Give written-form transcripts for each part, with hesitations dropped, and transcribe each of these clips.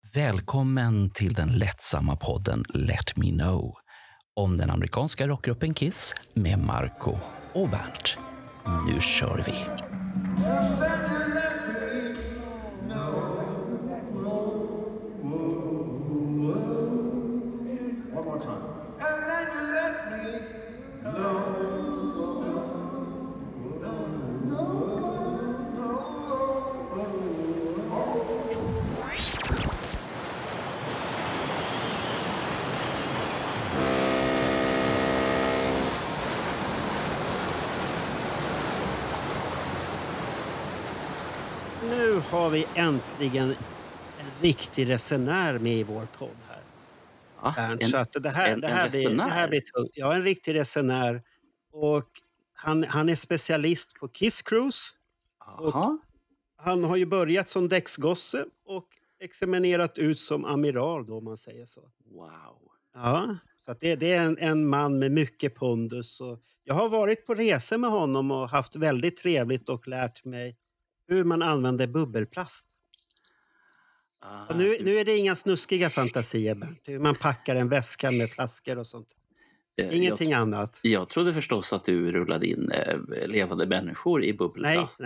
Välkommen till den lättsamma podden Let Me Know om den amerikanska rockgruppen Kiss med Marco och Bernt. Nu kör vi! Nu har vi äntligen en riktig resenär med i vår podd här. Ja, Så att det här blir tungt. Ja, en riktig resenär. Och han är specialist på Kiss Cruise. Och han har ju börjat som däcksgosse och examinerat ut som amiral då, om man säger så. Wow. Ja, så att det är en man med mycket pondus. Och jag har varit på resor med honom och haft väldigt trevligt och lärt mig hur man använder bubbelplast. Och nu är det inga snuskiga fantasier, Bernt. Hur man packar en väska med flaskor och sånt. Ingenting annat. Jag trodde förstås att du rullade in levande människor i bubbelplast.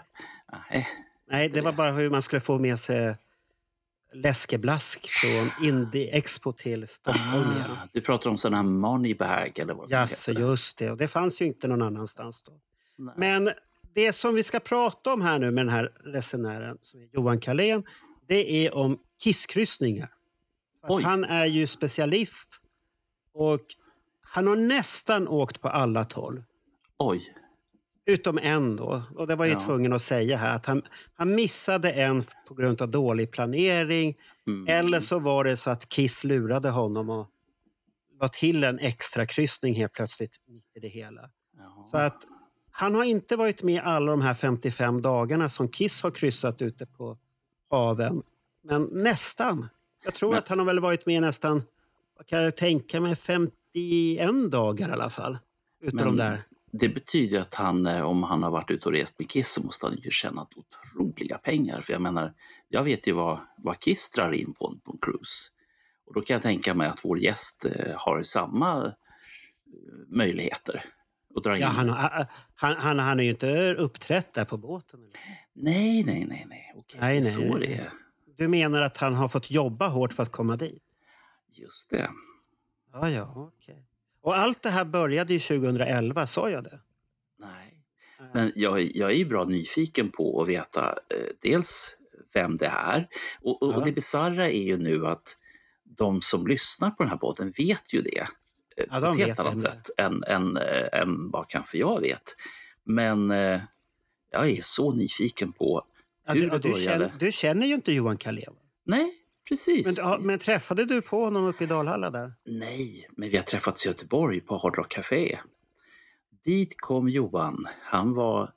Nej, det var bara hur man skulle få med sig läskeblask från Indie Expo till Stockholm. Du pratar om sån här moneybag eller vad det heter. Just det. Och det fanns ju inte någon annanstans då. Nej. Men det som vi ska prata om här nu med den här resenären, som är Johan Carlén, det är om kisskryssningar. Han är ju specialist och han har nästan åkt på alla 12. Oj. Utom en då. Och det var ju tvungen att säga här att han missade en på grund av dålig planering. Eller så var det så att Kiss lurade honom och var till en extra kryssning helt plötsligt mitt i det hela. Så att han har inte varit med alla de här 55 dagarna som Kiss har kryssat ute på haven. Men nästan. Jag tror att han har väl varit med nästan, vad kan jag tänka mig, 51 dagar i alla fall. Utan de där. Det betyder att han, om han har varit ute och rest med Kiss, så måste han ju tjänat otroliga pengar. För jag menar, jag vet ju vad Kiss drar in på en cruise. Och då kan jag tänka mig att vår gäst har samma möjligheter. Ja, han har ju inte uppträtt där på båten. Eller? Nej. Okej, så det är. Du menar att han har fått jobba hårt för att komma dit? Just det. Ja, okej. Och allt det här började ju 2011, sa jag det? Nej. Men jag är ju bra nyfiken på att veta dels vem det är. Och det bizarra är ju nu att de som lyssnar på den här båten vet ju det. På ett helt annat sätt än vad kanske jag vet. Men jag är så nyfiken på hur det började. Du känner ju inte Johan Carlén. Nej, precis. Men träffade du på honom uppe i Dalhalla där? Nej, men vi har träffats i Göteborg på Hard Rock Café. Dit kom Johan. Han var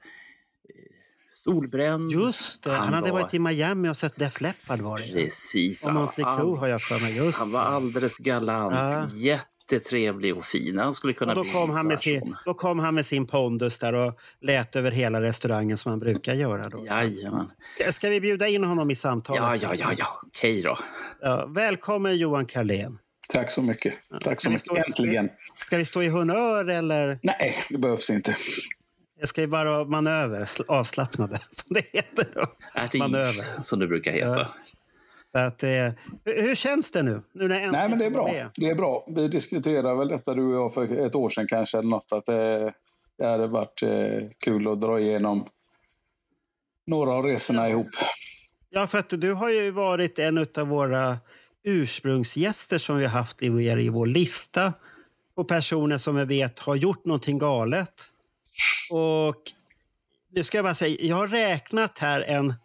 solbränd. Just det, han hade varit i Miami och sett Def Leppard var det. Precis. Och Motley Crue har jag för mig. Just han var alldeles galant, jättetrevlig och fin. Han skulle kunna då kom han med sin pondus där och lät över hela restauranger som han brukar göra då. Jajamän. Ska vi bjuda in honom i samtalet? Ja. Okej då. Ja, välkommen Johan Carlén. Tack så mycket. Tack så mycket. Äntligen. Ska vi stå i honnör eller? Nej, det behövs inte. Jag ska ju bara manöver, avslappnade som det heter då. Manöver som det brukar heta. Ja. Så att, hur känns det nu? Nej, men det är bra. Det är bra. Vi diskuterade väl detta du och jag för ett år sedan kanske eller något. Att det hade varit kul att dra igenom några av resorna ihop. Ja, för att du har ju varit en av våra ursprungsgäster som vi har haft i vår lista. På personer som vi vet har gjort någonting galet. Och nu ska jag bara säga, jag har räknat här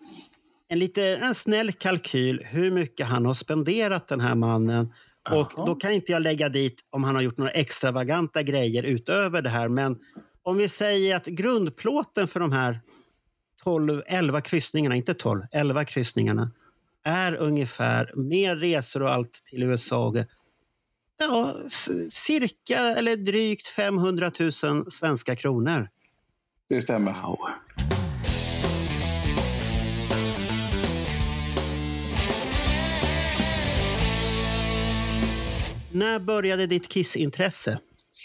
en snäll kalkyl hur mycket han har spenderat den här mannen. Och då kan inte jag lägga dit om han har gjort några extravaganta grejer utöver det här. Men om vi säger att grundplåten för de här 11 kryssningarna, inte 12, 11 kryssningarna är ungefär med resor och allt till USA. Ja, cirka eller drygt 500 000 svenska kronor. Det stämmer. Wow. När började ditt Kiss-intresse?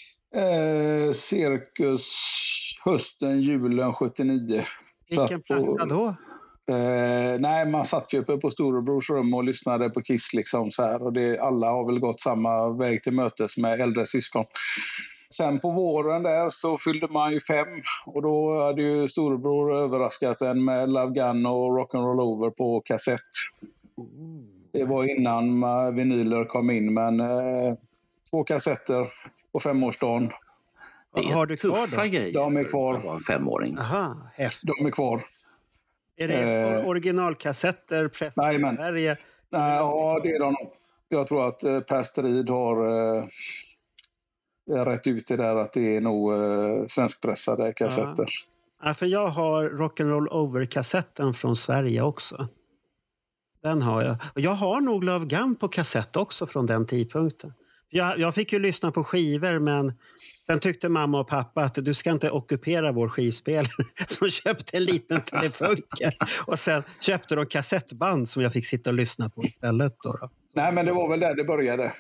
Cirkus hösten, julen 79. Vilken platta då? Nej, man satt ju uppe på storebrors rum och lyssnade på Kiss liksom så här. Och alla har väl gått samma väg till mötes med äldre syskon. Sen på våren där så fyllde man ju 5 och då hade ju storebror överraskat en med Love Gun och Rock'n'Roll Over på kassett. Det var innan vinyler kom in, men 2 kassetter på 5-årsdagen. Har du kvar tuffa grejer? De är kvar. För en 5-åring. Aha, häftigt. De är kvar. Är det originalkassetter pressade i Sverige? Nej, ja, det är de. Jag tror att Per Strid har rätt ut det där att det är nog svenskpressade kassetter. Ja, för jag har Rock'n'Roll Over-kassetten från Sverige också. Den har jag. Och jag har nog Love Gun på kassett också från den tidpunkten. Jag fick ju lyssna på skivor, men sen tyckte mamma och pappa att du ska inte ockupera vår skivspelare. Så de köpte en liten Telefunken. Och sen köpte de kassettband som jag fick sitta och lyssna på istället. Då. Nej, men det var väl där det började.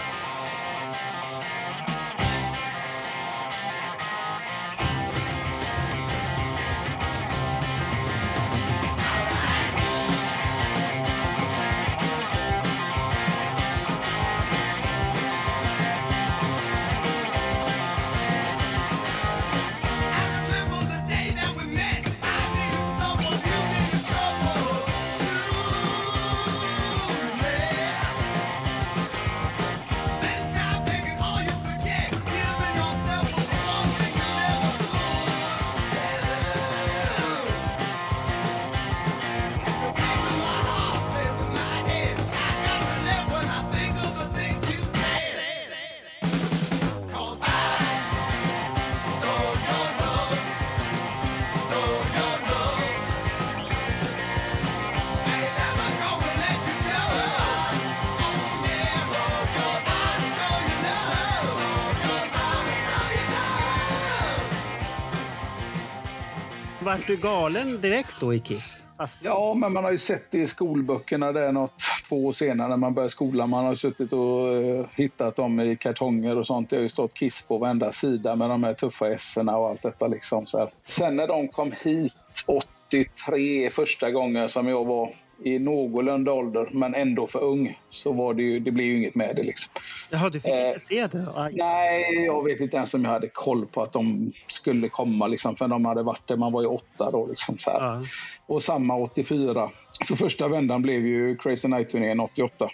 Vart du galen direkt då i Kiss? Ja, men man har ju sett det i skolböckerna där 2 år senare när man börjar skolan. Man har suttit och hittat dem i kartonger och sånt. Det har ju stått Kiss på varenda sida med de här tuffa esserna och allt detta liksom så här. Sen när de kom hit 83 första gången som jag var i någorlunda ålder men ändå för ung, så var det blev ju inget med det liksom. Jaha, du fick inte se det? Nej, jag vet inte ens om jag hade koll på att de skulle komma liksom, för de hade varit där, man var ju 8 då liksom så här. Ja. Och samma 84. Så första vändan blev ju Crazy Night-turnén 88.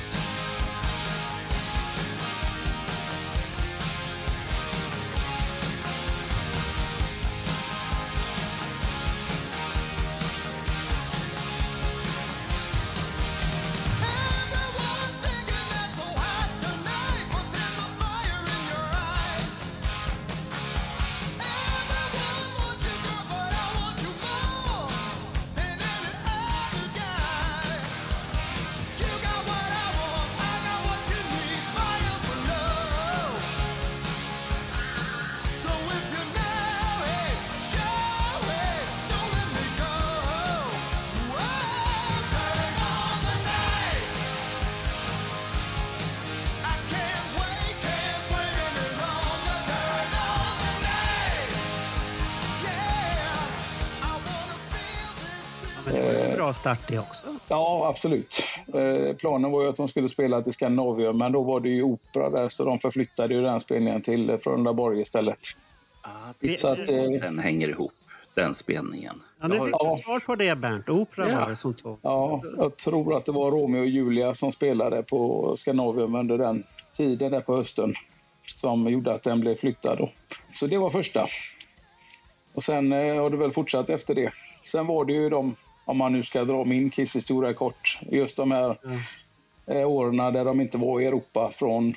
Bra start det också. Ja, absolut. Planen var ju att de skulle spela till Skandinavien, men då var det ju opera där, så de förflyttade ju den spelningen till Frölundaborg istället. Så att den hänger ihop, den spelningen. Ja, nu fick du svar på det, Bernt. Opera var det som 2. Ja, jag tror att det var Romeo och Julia som spelade på Skandinavien under den tiden där på hösten som gjorde att den blev flyttad då. Så det var första. Och sen har det väl fortsatt efter det. Sen var det ju om man nu ska dra min Kiss-historia kort, just de här åren där de inte var i Europa från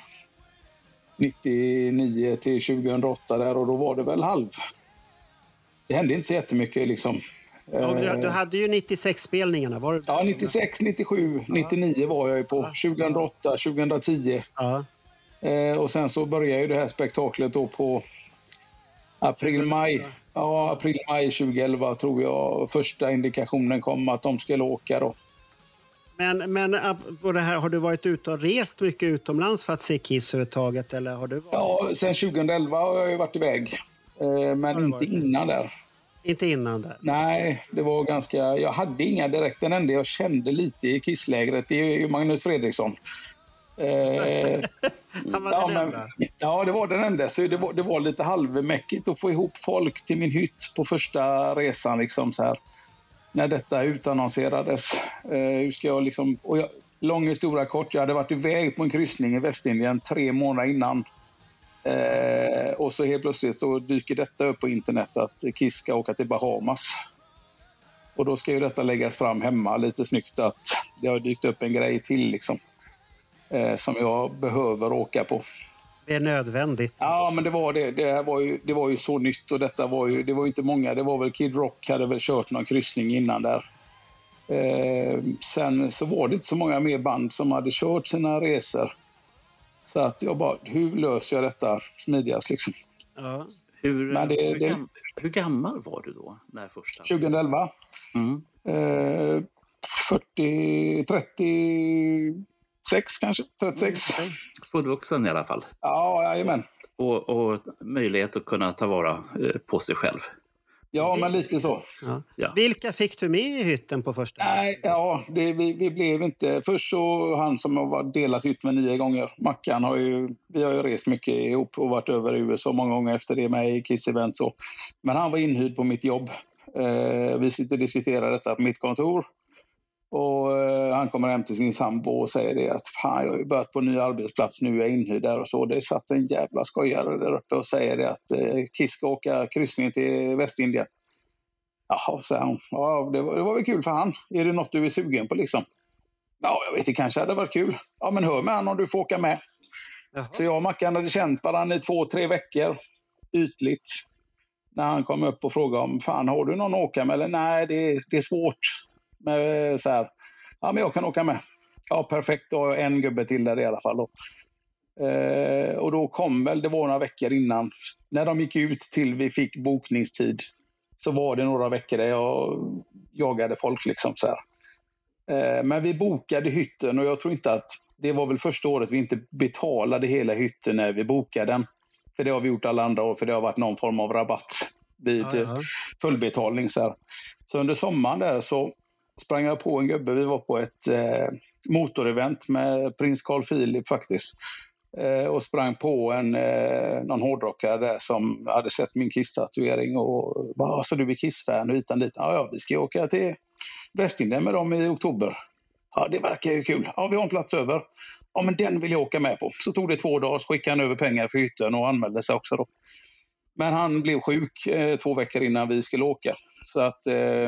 99 till 2008 där, och då var det väl det hände inte så jättemycket liksom. Du hade ju 96 spelningarna, var det? Ja, 96, 97, 99 var jag ju på. 2008, 2010. Ja. Och sen så började ju det här spektaklet då på april-maj 2011 tror jag första indikationen kom att de skulle åka då. Men på det här, har du varit ute och rest mycket utomlands för att se Kiss överhuvudtaget? Eller har du varit... Ja, sen 2011 har jag ju varit iväg. Men inte innan där. Inte innan där? Nej, det var ganska... Jag hade inga direkt. Den enda jag kände lite i Kisslägret, det är ju Magnus Fredriksson. Han var den enda? Ja, det var den enda. Så det var lite halvmäckigt att få ihop folk till min hytt på första resan. Liksom så här. När detta utannonserades. Hur ska jag liksom... lång historia kort, jag hade varit iväg på en kryssning i Västindien 3 månader innan. Och så helt plötsligt så dyker detta upp på internet att Kiss ska åka till Bahamas. Och då ska ju detta läggas fram hemma lite snyggt att det har dykt upp en grej till liksom. Som jag behöver åka på. Det är nödvändigt. Ja, men det var det. Det var ju så nytt och det var ju inte många. Det var väl Kid Rock hade väl kört någon kryssning innan där. Sen så var det inte så många mer band som hade kört sina resor. Så att jag bara, hur löser jag detta smidigast liksom? Ja. Hur gammal var du då? När första? 2011. 36 kanske, 36. Fullvuxen i alla fall. Ja, jajamän. Och möjlighet att kunna ta vara på sig själv. Ja, men lite så. Ja. Vilka fick du med i hytten på första? Nej, vi blev inte... Först så han som har delat hytt med 9 gånger. Mackan vi har ju rest mycket ihop och varit över i USA många gånger efter det med i Kiss-event. Så. Men han var inhyrd på mitt jobb. Vi sitter och diskuterar detta på mitt kontor. Och han kommer hem till sin sambo och säger det att fan, jag har ju börjat på en ny arbetsplats nu, jag är inhyrd där och så. Det satt en jävla skojare där uppe och säger det att Kiss ska åka kryssning till Västindien. Jaha, säger han. Ja, det var väl kul för han. Är det något du är sugen på liksom? Ja, jag vet inte, kanske hade varit kul. Ja, men hör med han om du får åka med. Jaha. Så jag och Mackan hade känt varandra i 2-3 veckor. Ytligt. När han kom upp och frågade om, fan har du någon att åka med? Eller nej, det är svårt. Men så här, ja men jag kan åka med. Ja perfekt, då har jag en gubbe till där i alla fall då. Och då kom väl, det var några veckor innan, när de gick ut till vi fick bokningstid, så var det några veckor där jag jagade folk liksom så här. Men vi bokade hytten och jag tror inte att, det var väl första året vi inte betalade hela hytten när vi bokade den. För det har vi gjort alla andra år, för det har varit någon form av rabatt vid fullbetalning så här. Så under sommaren där så sprang jag på en gubbe. Vi var på ett motorevent med prins Carl Philip faktiskt. Och sprang på någon hårdrockare där som hade sett min Kiss-tatuering och bara, så du är Kiss-fan och hitan dit. Ja, vi ska åka till Västindien med dem i oktober. Ja, det verkar ju kul. Ja, vi har en plats över. Ja, men den vill jag åka med på. Så tog det 2 dagar, så skickade han över pengar för hytten och anmälde sig också då. Men han blev sjuk 2 veckor innan vi skulle åka. Så att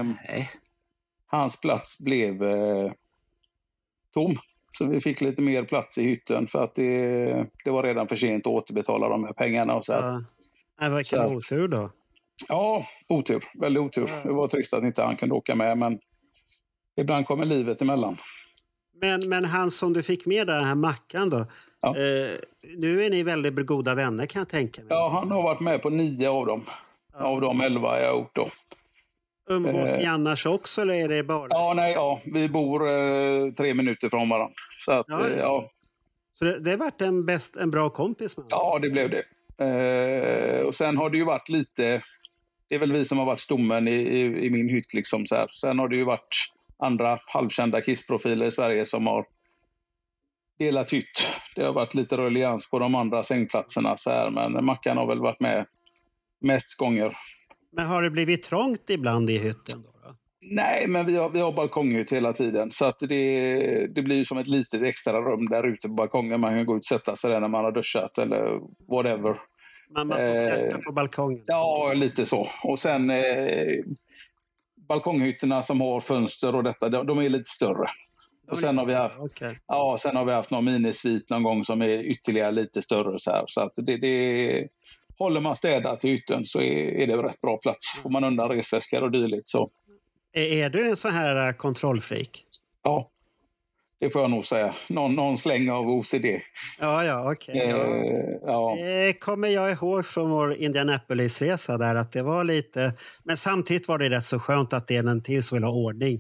hans plats blev tom. Så vi fick lite mer plats i hytten för att det var redan för sent att återbetala de här pengarna. Och så här. Vilken otur då? Ja, otur. Väldigt otur. Det var trist att inte han kunde åka med, men ibland kommer livet emellan. Men han som du fick med där, den här Mackan då. Ja. Nu är ni väldigt goda vänner kan jag tänka mig. Ja, han har varit med på 9 av dem. Ja. Av de 11 jag har gjort då. Umgås ni annars också eller är det bara? Vi bor 3 minuter från varandra. Så att, Så det har varit en bra kompis med? Ja, det blev det. Och sen har det ju varit lite, det är väl vi som har varit stommen i min hytt liksom så här. Sen har det ju varit andra halvkända Kiss-profiler i Sverige som har delat hytt. Det har varit lite ruljans på de andra sängplatserna så här, men Mackan har väl varit med mest gånger. Men har det blivit trångt ibland i hytten då? Nej, men vi har balkonghytt hela tiden. Så att det blir som ett litet extra rum där ute på balkongen. Man kan gå ut och sätta sig där när man har duschat eller whatever. Men man får klättra på balkongen? Ja, lite så. Och sen balkonghytterna som har fönster och detta, de är lite större. Och sen har vi haft någon minisvit någon gång som är ytterligare lite större. Så att det håller man städat i hytten så är det rätt bra plats. Får man undan resväskor och dylikt så. Är du en sån här kontrollfreak? Ja, det får jag nog säga. Någon släng av OCD. Ja, okej. Ja. Det kommer jag ihåg från vår Indianapolis-resa där att det var lite... Men samtidigt var det rätt så skönt att det är en till som vill ha ordning.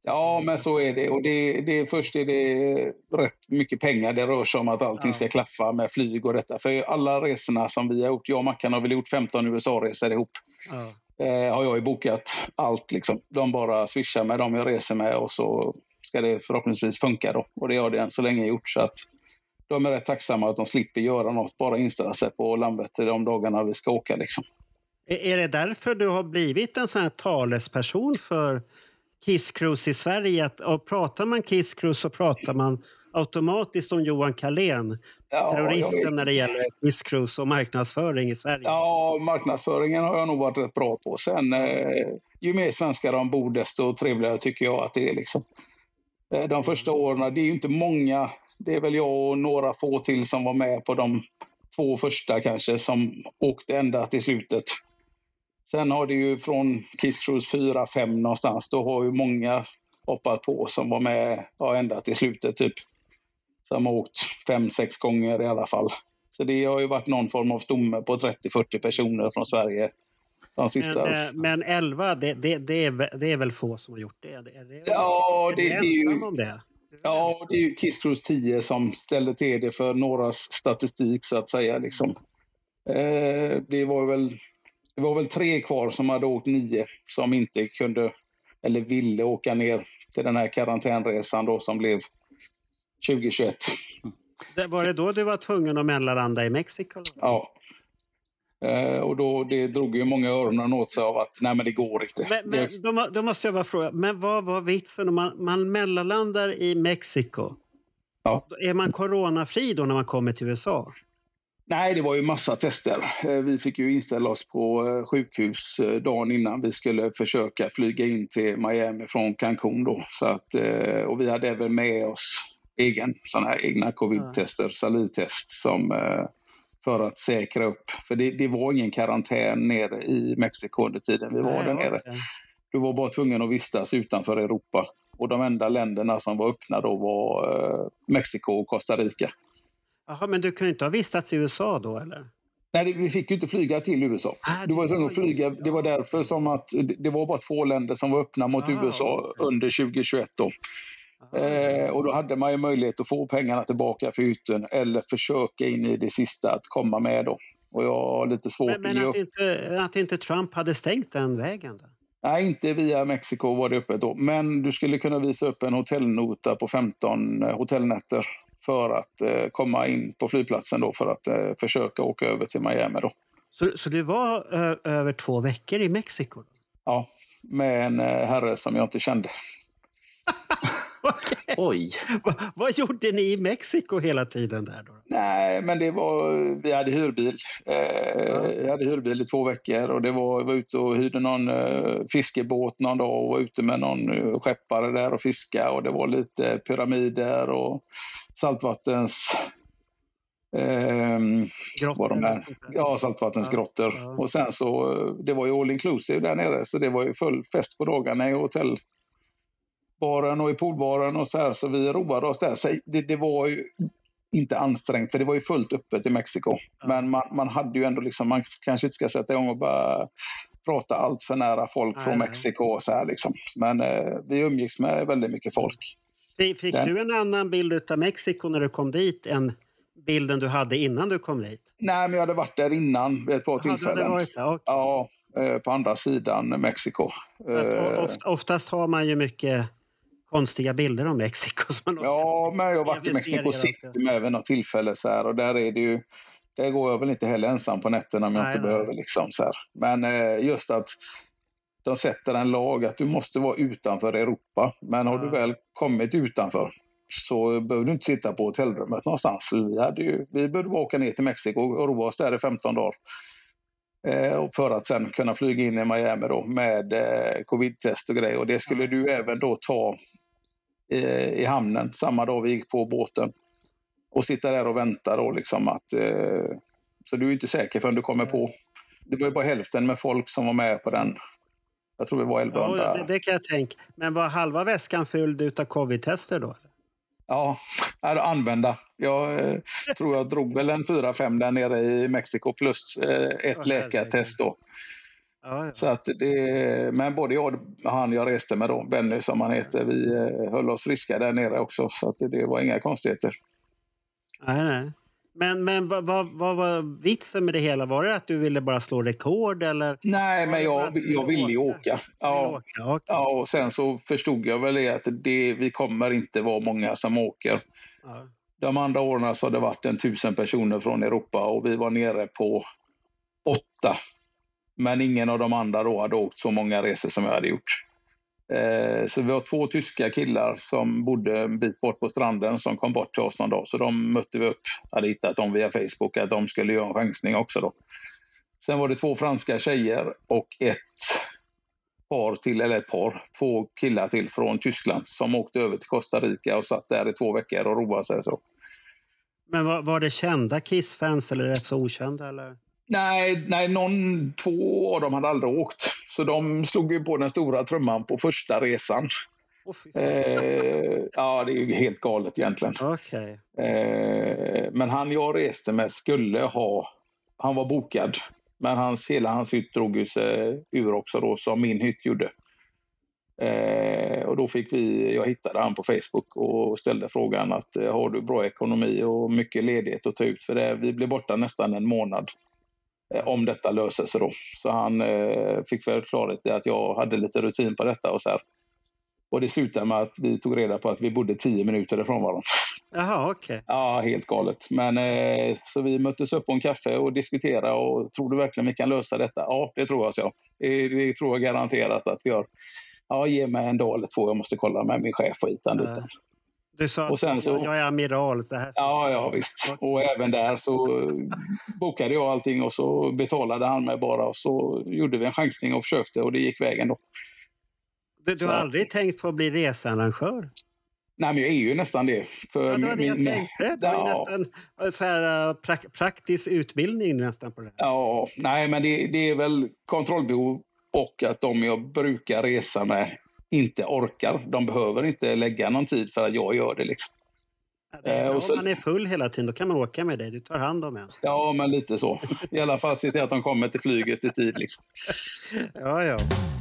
Ja, men så är det. Och först är det rätt mycket pengar det rör sig om att allting ska klaffa med flyg och detta. För alla resorna som vi har gjort, jag och Mackan har väl gjort 15 USA-resor ihop. Har jag ju bokat allt liksom. De bara swishar med dem jag reser med och så ska det förhoppningsvis funka då. Och det har det än så länge gjort, så att de är rätt tacksamma att de slipper göra något, bara inställa sig på Landvetter de dagarna vi ska åka liksom. Är det därför du har blivit en sån här talesperson för Kiss Cruise i Sverige? Och pratar man Kiss Cruise så pratar man automatiskt om Johan Carlén, terroristen när det gäller Kiss Cruise och marknadsföring i Sverige. Ja, marknadsföringen har jag nog varit rätt bra på. Sen ju mer svenskar ombord desto trevligare tycker jag att det är liksom. De första åren, det är ju inte många, det är väl jag och några få till som var med på de 2 första kanske som åkte ända till slutet. Sen har det ju från Kiss Cruise 4-5 någonstans, då har ju många hoppat på som var med ända till slutet typ. Som har åkt 5-6 gånger i alla fall. Så det har ju varit någon form av stomme på 30-40 personer från Sverige. De sista. Men 11, det är väl få som har gjort det? Ja, det är ju ensam om det. Ja, det är ju Kiss Cruise 10 som ställde till det för någras statistik så att säga liksom. Det var väl 3 kvar som hade åkt 9 som inte kunde eller ville åka ner till den här karantänresan då som blev 2021. Var det då du var tvungen att mellanlanda i Mexiko? Ja. Och då det drog ju många öronen åt sig av att nej men det går inte. Men då måste jag bara fråga, men vad var vitsen om man mellanlandar i Mexiko? Ja. Är man coronafri då när man kommer till USA? Nej, det var ju massa tester. Vi fick ju inställa oss på sjukhus dagen innan vi skulle försöka flyga in till Miami från Cancun då. Så att, och vi hade även med oss egna covid-tester, salittest som för att säkra upp. För det var ingen karantän nere i Mexiko under tiden vi var där nere. Okay. Du var bara tvungen att vistas utanför Europa. Och de enda länderna som var öppna då var Mexiko och Costa Rica. Jaha, men du kunde inte ha vistats i USA då eller? Nej, vi fick ju inte flyga till USA. Du var tvungen att flyga. Det var därför som att det var bara 2 länder som var öppna mot USA under 2021 då. Och då hade man ju möjlighet att få pengarna tillbaka för ytan eller försöka in i det sista att komma med då. Och jag har lite svårt att inte Trump hade stängt den vägen då? Nej, inte via Mexiko var det uppe då. Men du skulle kunna visa upp en hotellnota på 15 hotellnätter för att komma in på flygplatsen då för att försöka åka över till Miami då. Så du var över 2 veckor i Mexiko? Då? Ja, med en herre som jag inte kände. Okay. Oj! Vad gjorde ni i Mexiko hela tiden där då? Nej, men vi hade hyrbil. Jag hade hyrbil i 2 veckor och var ute och hyrde någon fiskebåt någon dag och var ute med någon skeppare där och fiska och det var lite pyramider och saltvattens saltvattensgrottor. Ja. Och sen så det var ju all inclusive där nere så det var ju full fest på dagarna i hotellbaren och i poolbaren och så här så vi roade oss där. Så det var ju inte ansträngt för det var ju fullt öppet i Mexiko. Ja. Men man hade ju ändå liksom man kanske inte ska sätta igång och bara prata allt för nära folk från Mexiko och så här liksom. Men vi umgicks med väldigt mycket folk. Fick du en annan bild av Mexiko när du kom dit än bilden du hade innan du kom dit? Nej, men jag hade varit där innan vid ett par tillfällen. Du hade varit där? Okay. Ja, på andra sidan Mexiko. Oftast har man ju mycket konstiga bilder om Mexiko. Men jag har varit i Mexico City med vid något tillfälle så här, och där är det ju där går jag väl inte heller ensam på nätterna om jag inte behöver liksom så här. Men just att de sätter en lag att du måste vara utanför Europa. Men har du väl kommit utanför så behöver du inte sitta på hotellrummet någonstans. Vi behövde åka ner till Mexiko och roa oss där i 15 dagar. För att sen kunna flyga in i Miami då med covid-test och grejer. Och det skulle du även då ta i hamnen samma dag vi gick på båten. Och sitta där och vänta då liksom att... så du är inte säker förrän du kommer på. Det var ju bara hälften med folk som var med på den. Jag tror vi var 1100. Ja, det kan jag tänka. Men var halva väskan fylld utav covid-tester då? Ja, använda. Jag tror jag drog väl en 4-5 där nere i Mexiko plus ett läkartest då. Ja, ja. Så att men både jag och han jag reste med då, Benny som han heter, vi höll oss friska där nere också. Så att det var inga konstigheter. Nej. Men vad var vitsen med det hela? Var det att du ville bara slå rekord eller? Nej, men jag ville ju åka. Ja, Okay. ja, och sen så förstod jag väl att vi kommer inte vara många som åker. Ja. De andra åren så har det varit 1000 personer från Europa och vi var nere på 8. Men ingen av de andra då hade åkt så många resor som jag hade gjort. Så vi var 2 tyska killar som bodde en bit bort på stranden som kom bort till oss någon dag. Så de mötte vi upp, hade hittat dem via Facebook att de skulle göra en chansning också då. Sen var det 2 franska tjejer och 2 killar till från Tyskland som åkte över till Costa Rica och satt där i 2 veckor och roade sig. Så. Men var det kända Kiss-fans eller rätt så okända? Eller? Nej, 2 av dem hade aldrig åkt. Så de slog ju på den stora trumman på första resan. Ja, det är ju helt galet egentligen. Okay. Men han jag reste med han var bokad. Men hela hans hytt drog ju sig ur också då, som min hytt gjorde. Och då jag hittade han på Facebook och ställde frågan att har du bra ekonomi och mycket ledighet att ta ut för det? Vi blev borta nästan en månad om detta löser sig då. Så han fick väl klarhet i att jag hade lite rutin på detta och så här. Och det slutade med att vi tog reda på att vi bodde 10 minuter ifrån varandra. Jaha, okej. Ja, helt galet. Men så vi möttes upp på en kaffe och diskuterade och tror du verkligen vi kan lösa detta? Ja, det tror jag så. Det tror jag garanterat att vi gör. Ja, ge mig en dag eller 2. Jag måste kolla med min chef och hitta en liten. Du sa och sen att så, jag är amiral. Så här. Ja, visst. Okay. Och även där så bokade jag allting och så betalade han mig bara. Och så gjorde vi en chansning och försökte och det gick vägen då. Du har aldrig tänkt på att bli researrangör? Nej, men jag är ju nästan det. För det var det jag tänkte. Du har ju nästan så här, praktisk utbildning nästan på det här. Ja, nej men det är väl kontrollbehov och att de jag brukar resa med inte orkar. De behöver inte lägga någon tid för att jag gör det liksom. Ja, det är bra om man är full hela tiden, då kan man åka med dig. Du tar hand om en. Ja, men lite så. I alla fall se till att de kommer till flyget i tid liksom. Ja.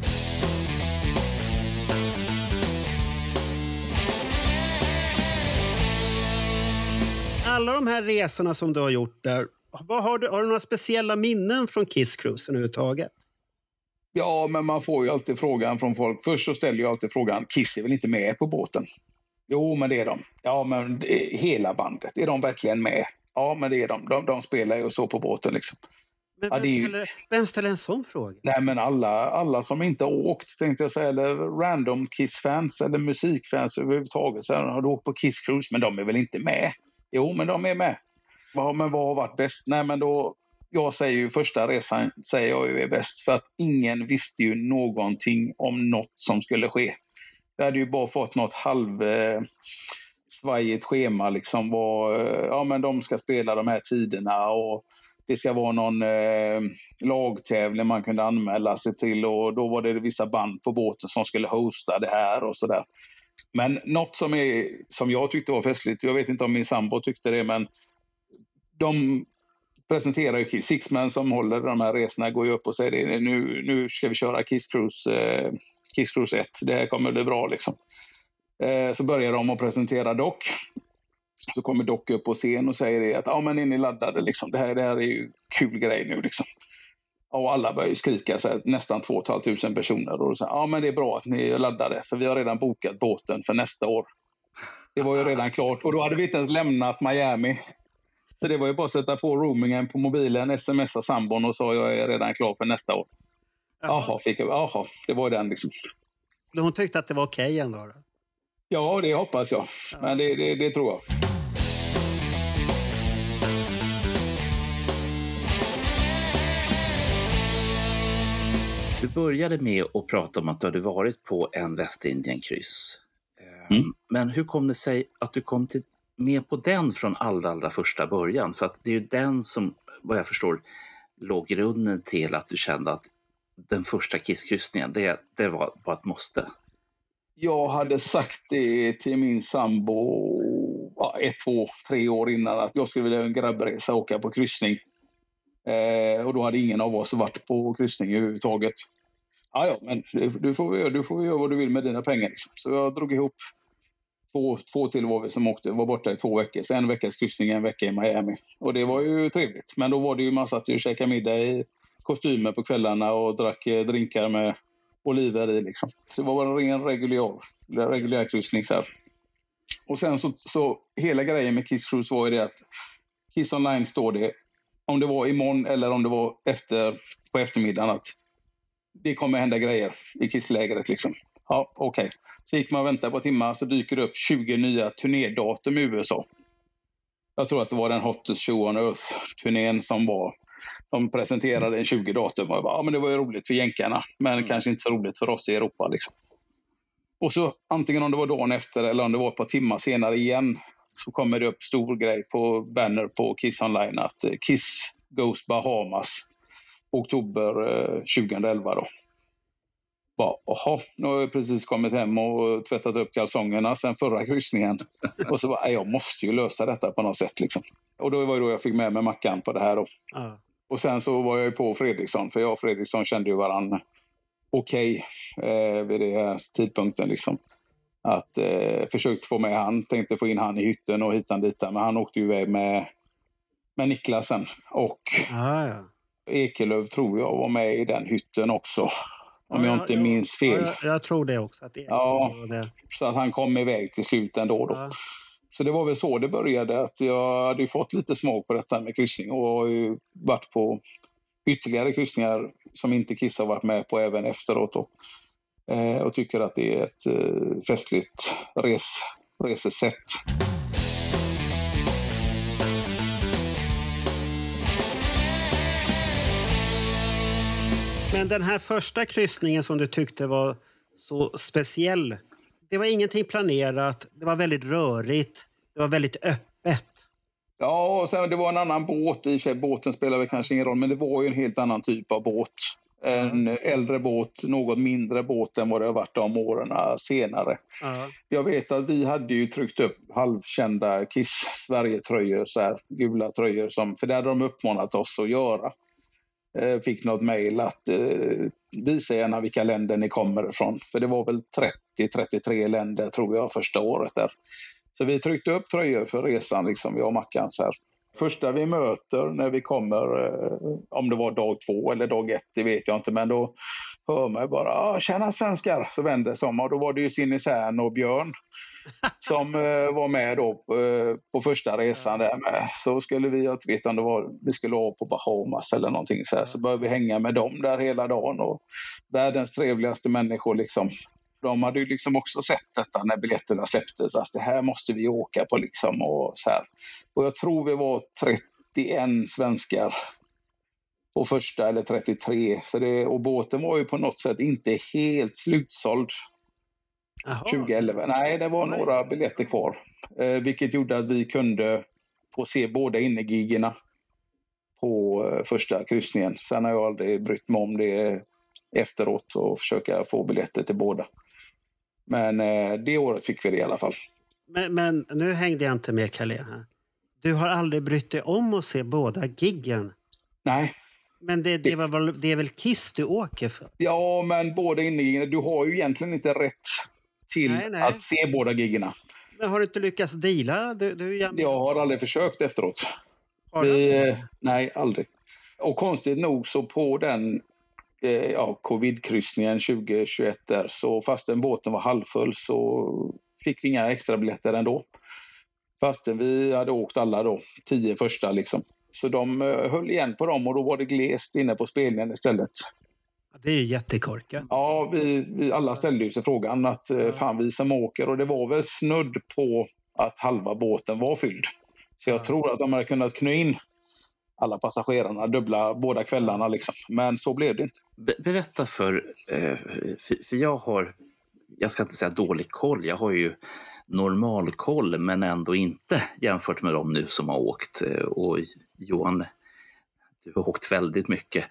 Alla de här resorna som du har gjort där, har du några speciella minnen från Kiss Cruisen överhuvudtaget? Ja, men man får ju alltid frågan från folk. Först så ställer jag alltid frågan, Kiss är väl inte med på båten? Jo, men det är de. Ja, men hela bandet, är de verkligen med? Ja, men det är de. De spelar ju så på båten liksom. Men vem ställer en sån fråga? Nej, men alla som inte har åkt, tänkte jag säga, eller random Kiss-fans eller musikfans överhuvudtaget. Så har du åkt på Kiss Cruise, men de är väl inte med? Jo, men de är med. Ja, men vad har varit bäst? Nej, men då, jag säger ju första resan säger jag ju är bäst. För att ingen visste ju någonting om något som skulle ske. Jag hade ju bara fått något svajigt schema liksom. Ja, men de ska spela de här tiderna och det ska vara någon lagtävling man kunde anmäla sig till. Och då var det vissa band på båten som skulle hosta det här och sådär. Men något som jag tyckte var festligt, jag vet inte om min sambo tyckte det, men de presenterar ju Kiss. Sixman som håller de här resorna går ju upp och säger nu ska vi köra Kiss Cruise 1, det här kommer bli bra liksom. Så börjar de att presentera Doc. Så kommer Doc upp på scen och säger det att ja, men är ni laddade liksom, det här är ju kul grej nu liksom. Och alla börjar ju skrika så här, nästan 2 500 personer och så ja, men det är bra att ni är laddade för vi har redan bokat båten för nästa år. Det var ju redan klart och då hade vi inte ens lämnat Miami. Så det var ju bara att sätta på roamingen på mobilen, smsa sambon och sa jag är redan klar för nästa år. Jaha, det var den liksom. Hon tyckte att det var okej ändå då? Ja, det hoppas jag. Ja. Men det tror jag. Du började med att prata om att du hade varit på en Västindienkryss. Men hur kom det sig att du kom med på den från allra första början? För att det är ju den som, vad jag förstår, låg grunden till att du kände att den första Kiss-kryssningen, det var bara ett måste. Jag hade sagt det till min sambo 1, 2, 3 år innan att jag skulle vilja en grabbresa och åka på kryssning. Och då hade ingen av oss varit på kryssning överhuvudtaget. Ja, men du får göra vad du vill med dina pengar. Liksom. Så jag drog ihop två till var vi som var borta i 2 veckor. Så en veckas kryssning, en vecka i Miami. Och det var ju trevligt. Men då var det ju man satt och käkade middag i kostymer på kvällarna och drack drinkar med oliver i liksom. Så det var en reguljär kryssning så här. Och sen så hela grejen med Kiss Cruise var ju det att Kiss Online står det, om det var imorgon eller om det var på eftermiddagen, att det kommer hända grejer i Kiss-lägret liksom. Ja, okej. Så gick man och väntade på timmar, så dyker det upp 20 nya turnédatum i USA. Jag tror att det var den Hottest Show on Earth-turnén som var. De presenterade en 20 datum och jag bara, men det var ju roligt för jänkarna, men kanske inte så roligt för oss i Europa liksom. Och så antingen om det var dagen efter eller om det var ett par timmar senare igen, så kommer det upp stor grej på banner på Kiss Online att Kiss Goes Bahamas oktober 2011 då. Jaha, nu har jag precis kommit hem och tvättat upp kalsongerna sen förra kryssningen. Och så bara, jag måste ju lösa detta på något sätt liksom. Och då var det då jag fick med mig Mackan på det här då. Och sen så var jag ju på Fredriksson, för jag och Fredriksson kände ju varann okej vid den här tidpunkten liksom. Att försökte få med han, tänkte få in han i hytten och hitan dit där, men han åkte ju iväg med Niklasen och Ekelöf tror jag var med i den hytten också. Om jag inte minns fel. Jag tror det också. Att var det. Så att han kom iväg till slut ändå då. Så det var väl så det började, att jag hade fått lite smak på detta med kryssning och varit på ytterligare kryssningar som inte Kiss har varit med på även efteråt då. Och tycker att det är ett festligt resesätt. Men den här första kryssningen som du tyckte var så speciell, det var ingenting planerat, det var väldigt rörigt, det var väldigt öppet. Ja, och sen det var en annan båt, i sig båten spelar väl kanske ingen roll, men det var ju en helt annan typ av båt. En äldre båt, något mindre båt än vad det har varit de åren senare. Jag vet att vi hade ju tryckt upp halvkända Kiss Sverige-tröjor, så här gula tröjor, för det hade de uppmanat oss att göra. Fick något mejl att visa gärna vilka länder ni kommer ifrån. För det var väl 30-33 länder tror jag första året där. Så vi tryckte upp tröjor för resan liksom, jag och Mackan så här. Första vi möter när vi kommer, om det var dag 2 eller dag 1, det vet jag inte, men då hör man bara, tjena svenskar, så vände som, och då var det ju Sinisän och Björn som var med då på första resan där med. Så skulle vi, jag vet om det var, vi skulle vara på Bahamas eller någonting så här, så började vi hänga med dem där hela dagen, och världens trevligaste människor liksom. De hade ju liksom också sett detta när biljetterna släpptes, att det här måste vi åka på liksom, och så här. Och jag tror vi var 31 svenskar på första, eller 33, så och båten var ju på något sätt inte helt slutsåld. 2011. Nej, det var några biljetter kvar. Vilket gjorde att vi kunde få se båda innegiggerna på första kryssningen. Sen har jag aldrig brytt mig om det efteråt och försöka få biljetter till båda. Men det året fick vi det i alla fall. Men nu hängde jag inte med, Kalle här. Du har aldrig brytt dig om att se båda giggen? Nej. Men det är väl Kiss du åker för? Ja, men båda innegiggerna, du har ju egentligen inte rätt till att se båda giggerna. Men har du inte lyckats deala? Jag har aldrig försökt efteråt. Nej, aldrig. Och konstigt nog så på den covid-kryssningen 2021 där, så fastän båten var halvfull så fick vi inga extra biljetter ändå. Fastän vi hade åkt alla då, 10 första liksom. Så de höll igen på dem och då var det glest inne på spelningen istället. Det är ju jättekorkat. Ja, vi alla ställde ju sig frågan att fan vi som åker, och det var väl snudd på att halva båten var fylld. Så jag tror att de hade kunnat knö in alla passagerarna dubbla båda kvällarna liksom. Men så blev det inte. Berätta för jag ska inte säga dålig koll, jag har ju normal koll men ändå inte jämfört med dem nu som har åkt. Och Johan, du har åkt väldigt mycket.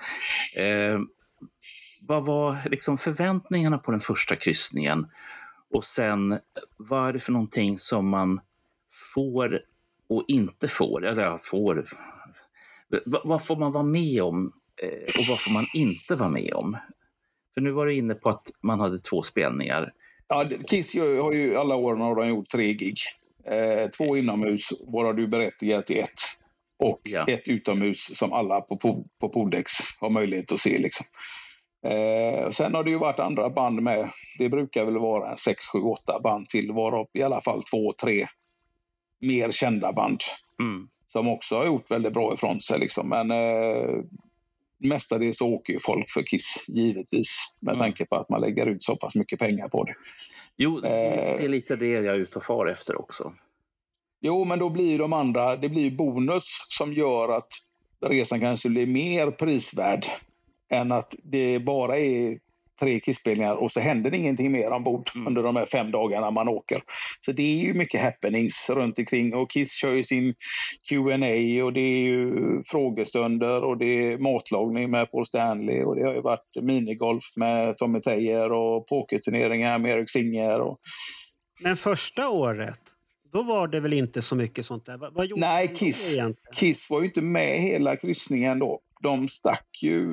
Vad var liksom förväntningarna på den första kryssningen? Och sen, vad är det för någonting som man får och inte får? Eller får Vad får man vara med om och vad får man inte vara med om? För nu var du inne på att man hade 2 spelningar. Ja, Kiss har ju alla åren har de gjort 3 gig. 2 inomhus, varav du berättigat till 1. Och 1 utomhus som alla på Poldex har möjlighet att se. Liksom. Sen har det ju varit andra band med. Det brukar väl vara 6, 7, 8 band till, varav i alla fall 2, 3 mer kända band. Som också har gjort väldigt bra ifrån sig. Liksom. Men mestadels åker ju folk för Kiss, givetvis. Med tanke på att man lägger ut så pass mycket pengar på det. Jo, det är lite det jag är ute och far efter också. Jo, men då blir ju de andra, det blir bonus som gör att resan kanske blir mer prisvärd än att det bara är 3 Kiss-spelningar och så händer ingenting mer ombord under de här 5 dagarna man åker. Så det är ju mycket happenings runt omkring, och Kiss kör ju sin Q&A och det är ju frågestunder och det är matlagning med Paul Stanley och det har ju varit minigolf med Tommy Thayer och pokerturneringar med Eric Singer. Men första året, då var det väl inte så mycket sånt där? Vad gjorde Nej, Kiss var ju inte med hela kryssningen då. De stack ju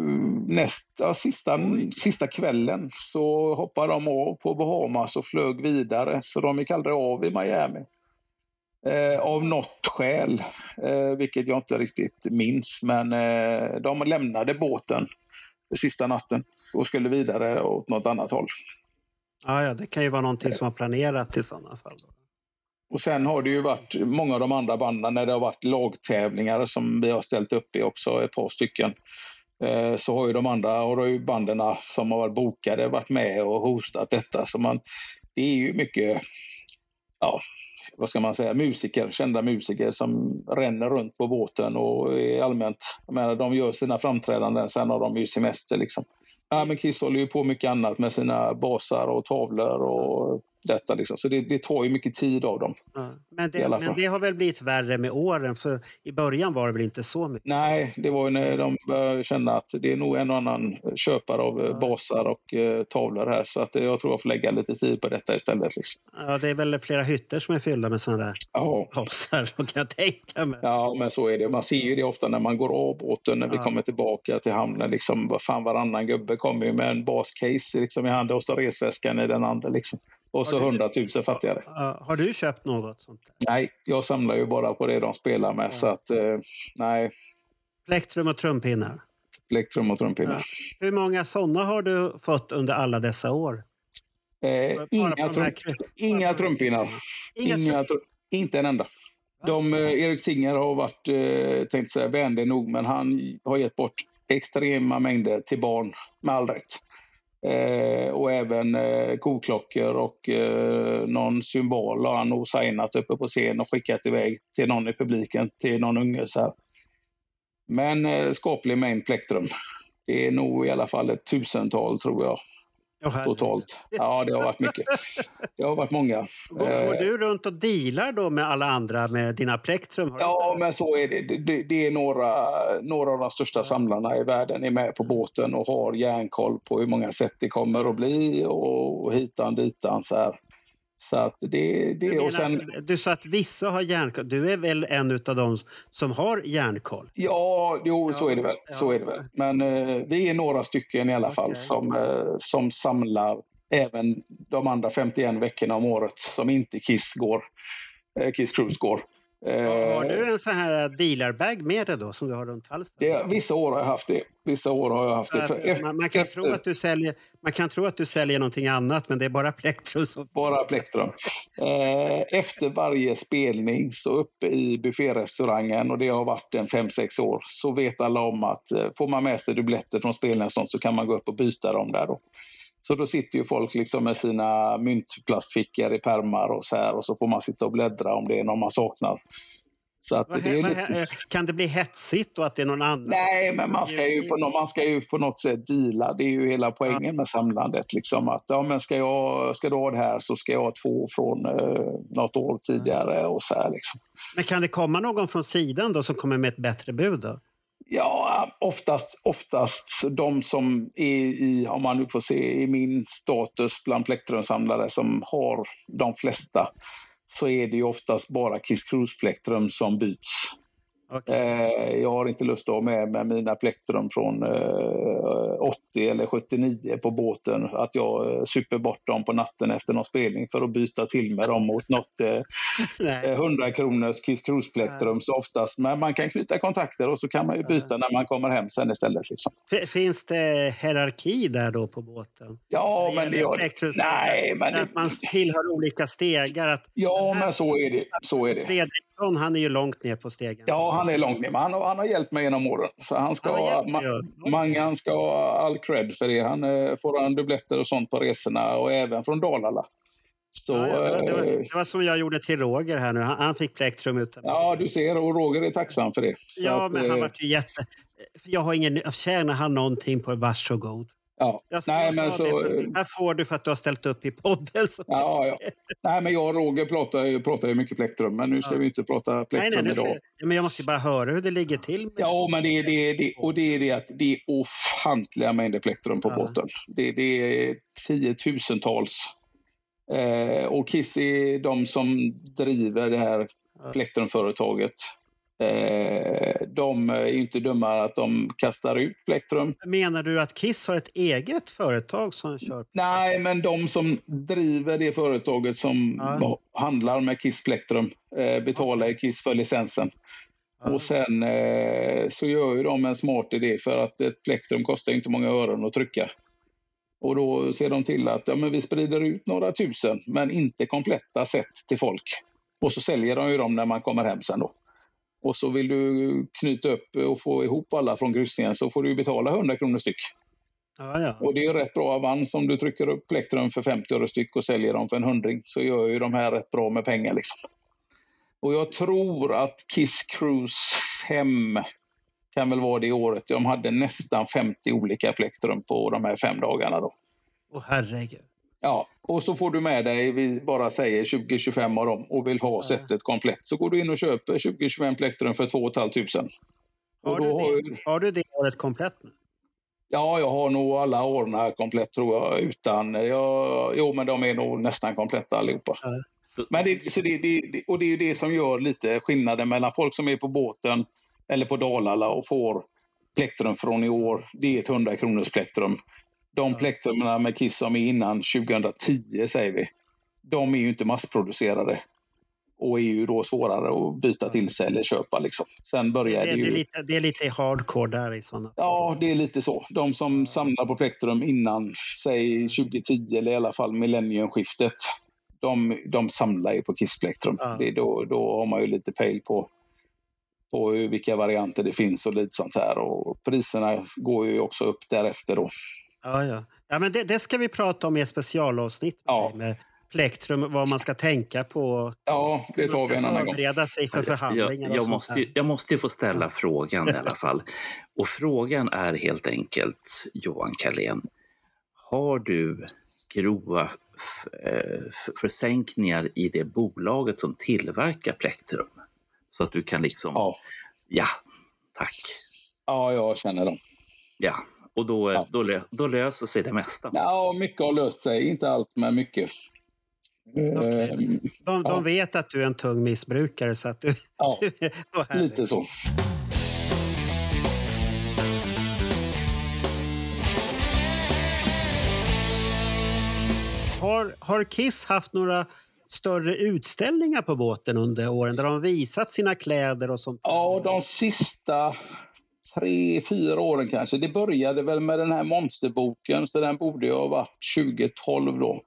sista kvällen, så hoppade de av på Bahamas och flög vidare. Så de gick aldrig av i Miami. Av något skäl, vilket jag inte riktigt minns. Men de lämnade båten sista natten och skulle vidare åt något annat håll. Ja, det kan ju vara någonting som har planerat i sådana fall. Och sen har det ju varit många av de andra banden när det har varit lagtävlingar som vi har ställt upp i också, ett par stycken. Så har ju de andra, och då har ju banderna som har varit bokade varit med och hostat detta. Så det är ju mycket, vad ska man säga, kända musiker som ränner runt på båten och är allmänt, jag menar, de gör sina framträdanden, sen har de ju semester liksom. Ja, men Kiss håller ju på mycket annat med sina basar och tavlor och detta liksom. Så det tar ju mycket tid av dem. Ja. Men det har väl blivit värre med åren, för i början var det väl inte så mycket? Nej, det var ju när de började känna att det är nog en och annan köpare av basar och tavlor här, så att jag tror jag får lägga lite tid på detta istället. Liksom. Ja, det är väl flera hytter som är fyllda med sådana där basar, kan jag tänka mig. Ja, men så är det. Man ser ju det ofta när man går av båten, när vi kommer tillbaka till hamnen. Liksom, varannan gubbe kommer ju med en bascase liksom, i handen och så resväskan i den andra. Liksom. Och så 100 000 fattigare. Har du köpt något sånt där? Nej, jag samlar ju bara på det de spelar med. Så att, nej. Plektrum och trumpinnar? Plektrum och trumpinnar. Ja. Hur många sådana har du fått under alla dessa år? Inga trumpinnar. Inte en enda. Erik Singer har varit, tänkte säga, vänlig nog, men han har gett bort extrema mängder till barn med all rätt. Och även koklockor och någon symbol har han nog signat uppe på scen och skickat iväg till någon i publiken, till någon unge så här. Men skaplig mängd plektrum. Det är nog i alla fall 1000-tal, tror jag. Totalt. Ja, det har varit mycket. Det har varit många. Går du runt och dealar då med alla andra med dina plektrum? Ja, men så är det. Det är några av de största samlarna i världen är med på båten och har järnkoll på hur många sätt det kommer att bli och hitan ditan så här. Så att du sa att vissa har järnkoll. Du är väl en av dem som har järnkoll? Ja, så är det väl. Så är det väl. Men vi är några stycken i alla fall som samlar även de andra 51 veckorna om året som inte Kiss Cruise går. Har du en sån här dealarbag med dig då som du har runt halsen? Vissa år har jag haft det. Man kan tro att du säljer någonting annat, men det är bara plektrum. Bara plektrum. Efter varje spelning så uppe i bufférestaurangen, och det har varit 5-6 år, så vet alla om att får man med sig dubbletter från spelningen och sånt, så kan man gå upp och byta dem där då. Så då sitter ju folk liksom med sina myntplastfickor i pärmar och så här, och så får man sitta och bläddra om det är någon man saknar. Så att kan det bli hetsigt och att det är någon annan? Nej, men man ska ju på något sätt deala. Det är ju hela poängen med samlandet. Liksom, att men ska du ha det här, så ska jag ha 2 från något år tidigare och så här liksom. Men kan det komma någon från sidan då som kommer med ett bättre bud då? Ja, oftast de som är om man nu får se, i min status bland plektrumsamlare som har de flesta, så är det ju oftast bara Kiss Cruise plektrum som byts. Okay. Jag har inte lust att ha med mina plektrum från 80 eller 79 på båten. Att jag super bort dem på natten efter någon spelning för att byta till med dem mot något 100 kronors Kiss Cruise plektrum så oftast. Men man kan knyta kontakter och så kan man ju byta när man kommer hem sen istället. Liksom. Finns det hierarki där då på båten? Ja, men det gör det. Nej, men att man tillhör olika stegar. Att men så är det. Fredriksson, han är ju långt ner på stegen. Ja, han är långt ner. Men han har hjälpt mig genom åren. Så han ska han ska ha all cred för det. Han får han dubbletter och sånt på resorna och även från Dalarna. Så, det var som jag gjorde till Roger här nu. Han fick plektrum utan. Ja, du ser. Och Roger är tacksam för det. Så ja, men han var ju jag har ingen... Tjänar han någonting på varsågod. Ja. Nej, men så... Här får du för att du har ställt upp i podden. Ja. Nej, men jag och Roger pratar ju mycket plektrum. Men nu ska vi inte prata plektrum idag. Men jag måste ju bara höra hur det ligger till. Ja, men det är det att det är ofantliga mängder plektrum på båten. Det är 10-tusentals. Och Kiss är de som driver det här plektrumföretaget. De är inte dumma att de kastar ut plektrum. Menar du att Kiss har ett eget företag som kör? Nej, men de som driver det företaget som handlar med Kiss plektrum betalar Kiss för licensen. Och sen så gör ju de en smart idé för att ett plektrum kostar inte många öron att trycka. Och då ser de till att men vi sprider ut några tusen men inte kompletta set till folk. Och så säljer de ju dem när man kommer hem sen då. Och så vill du knyta upp och få ihop alla från kryssningen så får du betala 100 kronor styck. Ja. Och det är rätt bra avans om du trycker upp plektrum för 50 euro styck och säljer dem för en 100 så gör ju de här rätt bra med pengar liksom. Och jag tror att Kiss Cruise 5 kan väl vara det året. De hade nästan 50 olika plektrum på de här 5 dagarna då. Åh herregud. Ja, och så får du med dig, vi bara säger 20-25 av dem och vill ha setet komplett. Så går du in och köper 20-25 plektrum för 2 500. Har du det året komplett nu? Ja, jag har nog alla åren här komplett tror jag. Men de är nog nästan kompletta allihopa. Men det är ju det som gör lite skillnaden mellan folk som är på båten eller på Dalarna och får plektrum från i år. Det är ett 100 kronors plektrum. De plektrumna med Kiss som är innan 2010 säger vi. De är ju inte massproducerade. Och är ju då svårare att byta till sig eller köpa liksom. Sen börjar det är lite hardcore där i sådana. Ja, det är lite så. De som samlar på plektrum innan säg 2010 eller i alla fall millenniumskiftet. De samlar ju på Kiss plektrum. Då har man ju lite pejl på vilka varianter det finns och lite sånt här. Och priserna går ju också upp därefter då. Ja, men det ska vi prata om i ett specialavsnitt med plektrum, vad man ska tänka på. Ja, det tar vi en annan gång. Förbereda sig för förhandlingar. Jag måste ju få ställa frågan i alla fall. Och frågan är helt enkelt, Johan Carlén. Har du grova försänkningar i det bolaget som tillverkar plektrum? Så att du kan liksom... Ja, tack. Ja, jag känner dem. Ja, och då löser sig det mesta. Ja, mycket har löst sig. Inte allt, men mycket. Okay. De vet att du är en tung missbrukare så att du... Ja, lite så. Har Kiss haft några större utställningar på båten under åren där de visat sina kläder och sånt? Ja, de sista 3-4 åren kanske. Det började väl med den här monsterboken så den borde ju ha varit 2012 då.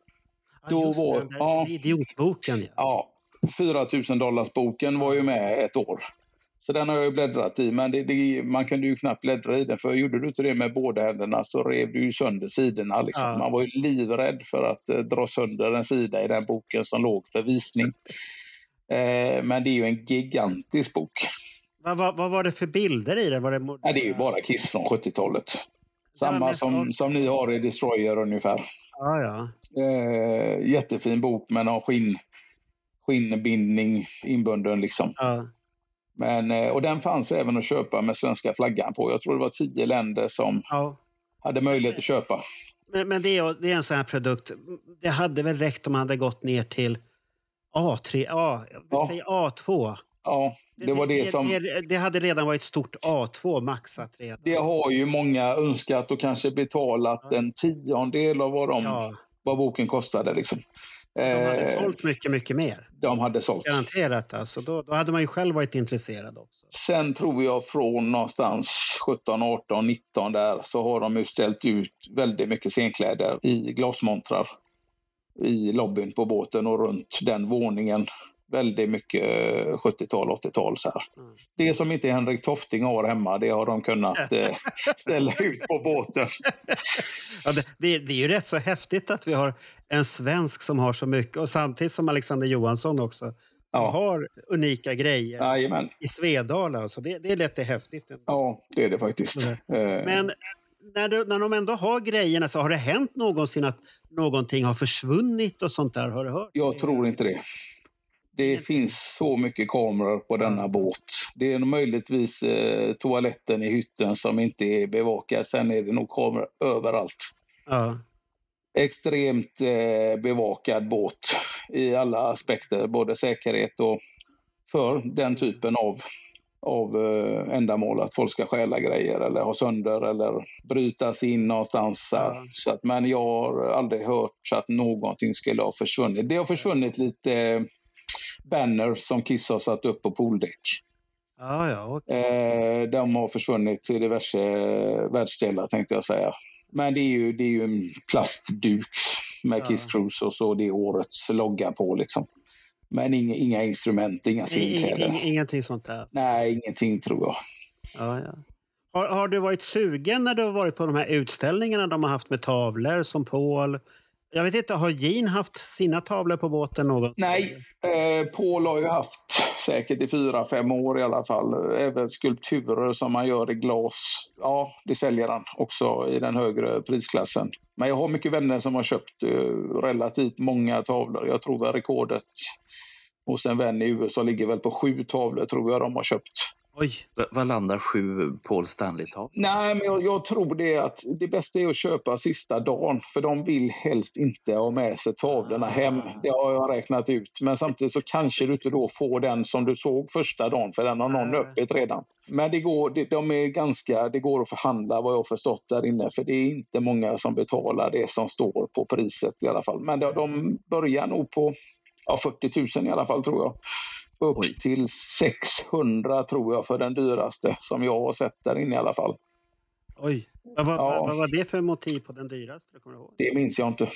Idiotboken. Ja, $4,000 var ju med ett år. Så den har jag ju bläddrat i, men man kunde ju knappt bläddra i den för gjorde du inte det med båda händerna så rev du ju sönder sidorna. Liksom. Man var ju livrädd för att dra sönder en sida i den boken som låg för visning. Men det är ju en gigantisk bok. Vad var det för bilder i den? Det är ju bara Kiss från 70-talet. Samma som ni har i Destroyer ungefär. Jättefin bok men har skinnbindning inbunden liksom. Men, och den fanns även att köpa med svenska flaggan på. Jag tror det var 10 länder som hade möjlighet att köpa. Men det är en sån här produkt. Det hade väl räckt om man hade gått ner till A3, säger A2. Ja. Det hade redan varit stort A2 maxat redan. Det har ju många önskat och kanske betalat en 10-del av vad boken kostade liksom. De hade sålt mycket, mycket mer. De hade sålt. Garanterat alltså. Då hade man ju själv varit intresserad också. Sen tror jag från någonstans 17, 18, 19 där så har de ju ställt ut väldigt mycket scenkläder i glasmontrar i lobbyn på båten och runt den våningen. Väldigt mycket 70-tal, 80-tal så här. Det som inte Henrik Tofting har hemma, det har de kunnat ställa ut på båten. Ja, det är ju rätt så häftigt att vi har en svensk som har så mycket och samtidigt som Alexander Johansson också som har unika grejer. Jajamän. I Svedala. Alltså. Det är lite häftigt. Ja, det är det faktiskt. Men när de ändå har grejerna så har det hänt någonsin att någonting har försvunnit och sånt där, har du hört? Jag tror inte det. Det finns så mycket kameror på denna båt. Det är möjligtvis toaletten i hytten som inte är bevakad. Sen är det nog kameror överallt. Ja. Extremt bevakad båt i alla aspekter. Både säkerhet och för den typen av ändamål. Att folk ska stjäla grejer eller ha sönder eller bryta sig in någonstans. Ja. Så att, men jag har aldrig hört så att någonting skulle ha försvunnit. Det har försvunnit lite banners som Kiss har satt upp på pooldäck. Okay. De har försvunnit till diverse världsdelar tänkte jag säga. Men det är ju en plastduk med Kiss Cruise och så det är årets logga på liksom. Men inga instrument, inga scenkläder. Ingenting sånt där? Nej, ingenting tror jag. Ja. Har du varit sugen när du har varit på de här utställningarna de har haft med tavlor som Paul? Jag vet inte, har Gene haft sina tavlor på båten någonsin? Nej, Paul har ju haft säkert i 4-5 år i alla fall. Även skulpturer som man gör i glas. Ja, det säljer han också i den högre prisklassen. Men jag har mycket vänner som har köpt relativt många tavlor. Jag tror att rekordet hos en vän i USA ligger väl på 7 tavlor tror jag de har köpt. Oj. Vad landar 7 Paul Stanley-tavlor? Nej, men jag tror det att det bästa är att köpa sista dagen. För de vill helst inte ha med sig tavlorna hem. Det har jag räknat ut. Men samtidigt så kanske du inte då får den som du såg första dagen. För den har någon öppet redan. Men det går att förhandla vad jag har förstått där inne. För det är inte många som betalar det som står på priset i alla fall. Men de börjar nog på 40 000 i alla fall tror jag. Upp till 600 tror jag för den dyraste som jag har sett där inne i alla fall. Oj, vad var det för motiv på den dyraste? Kommer du ihåg? Det minns jag inte.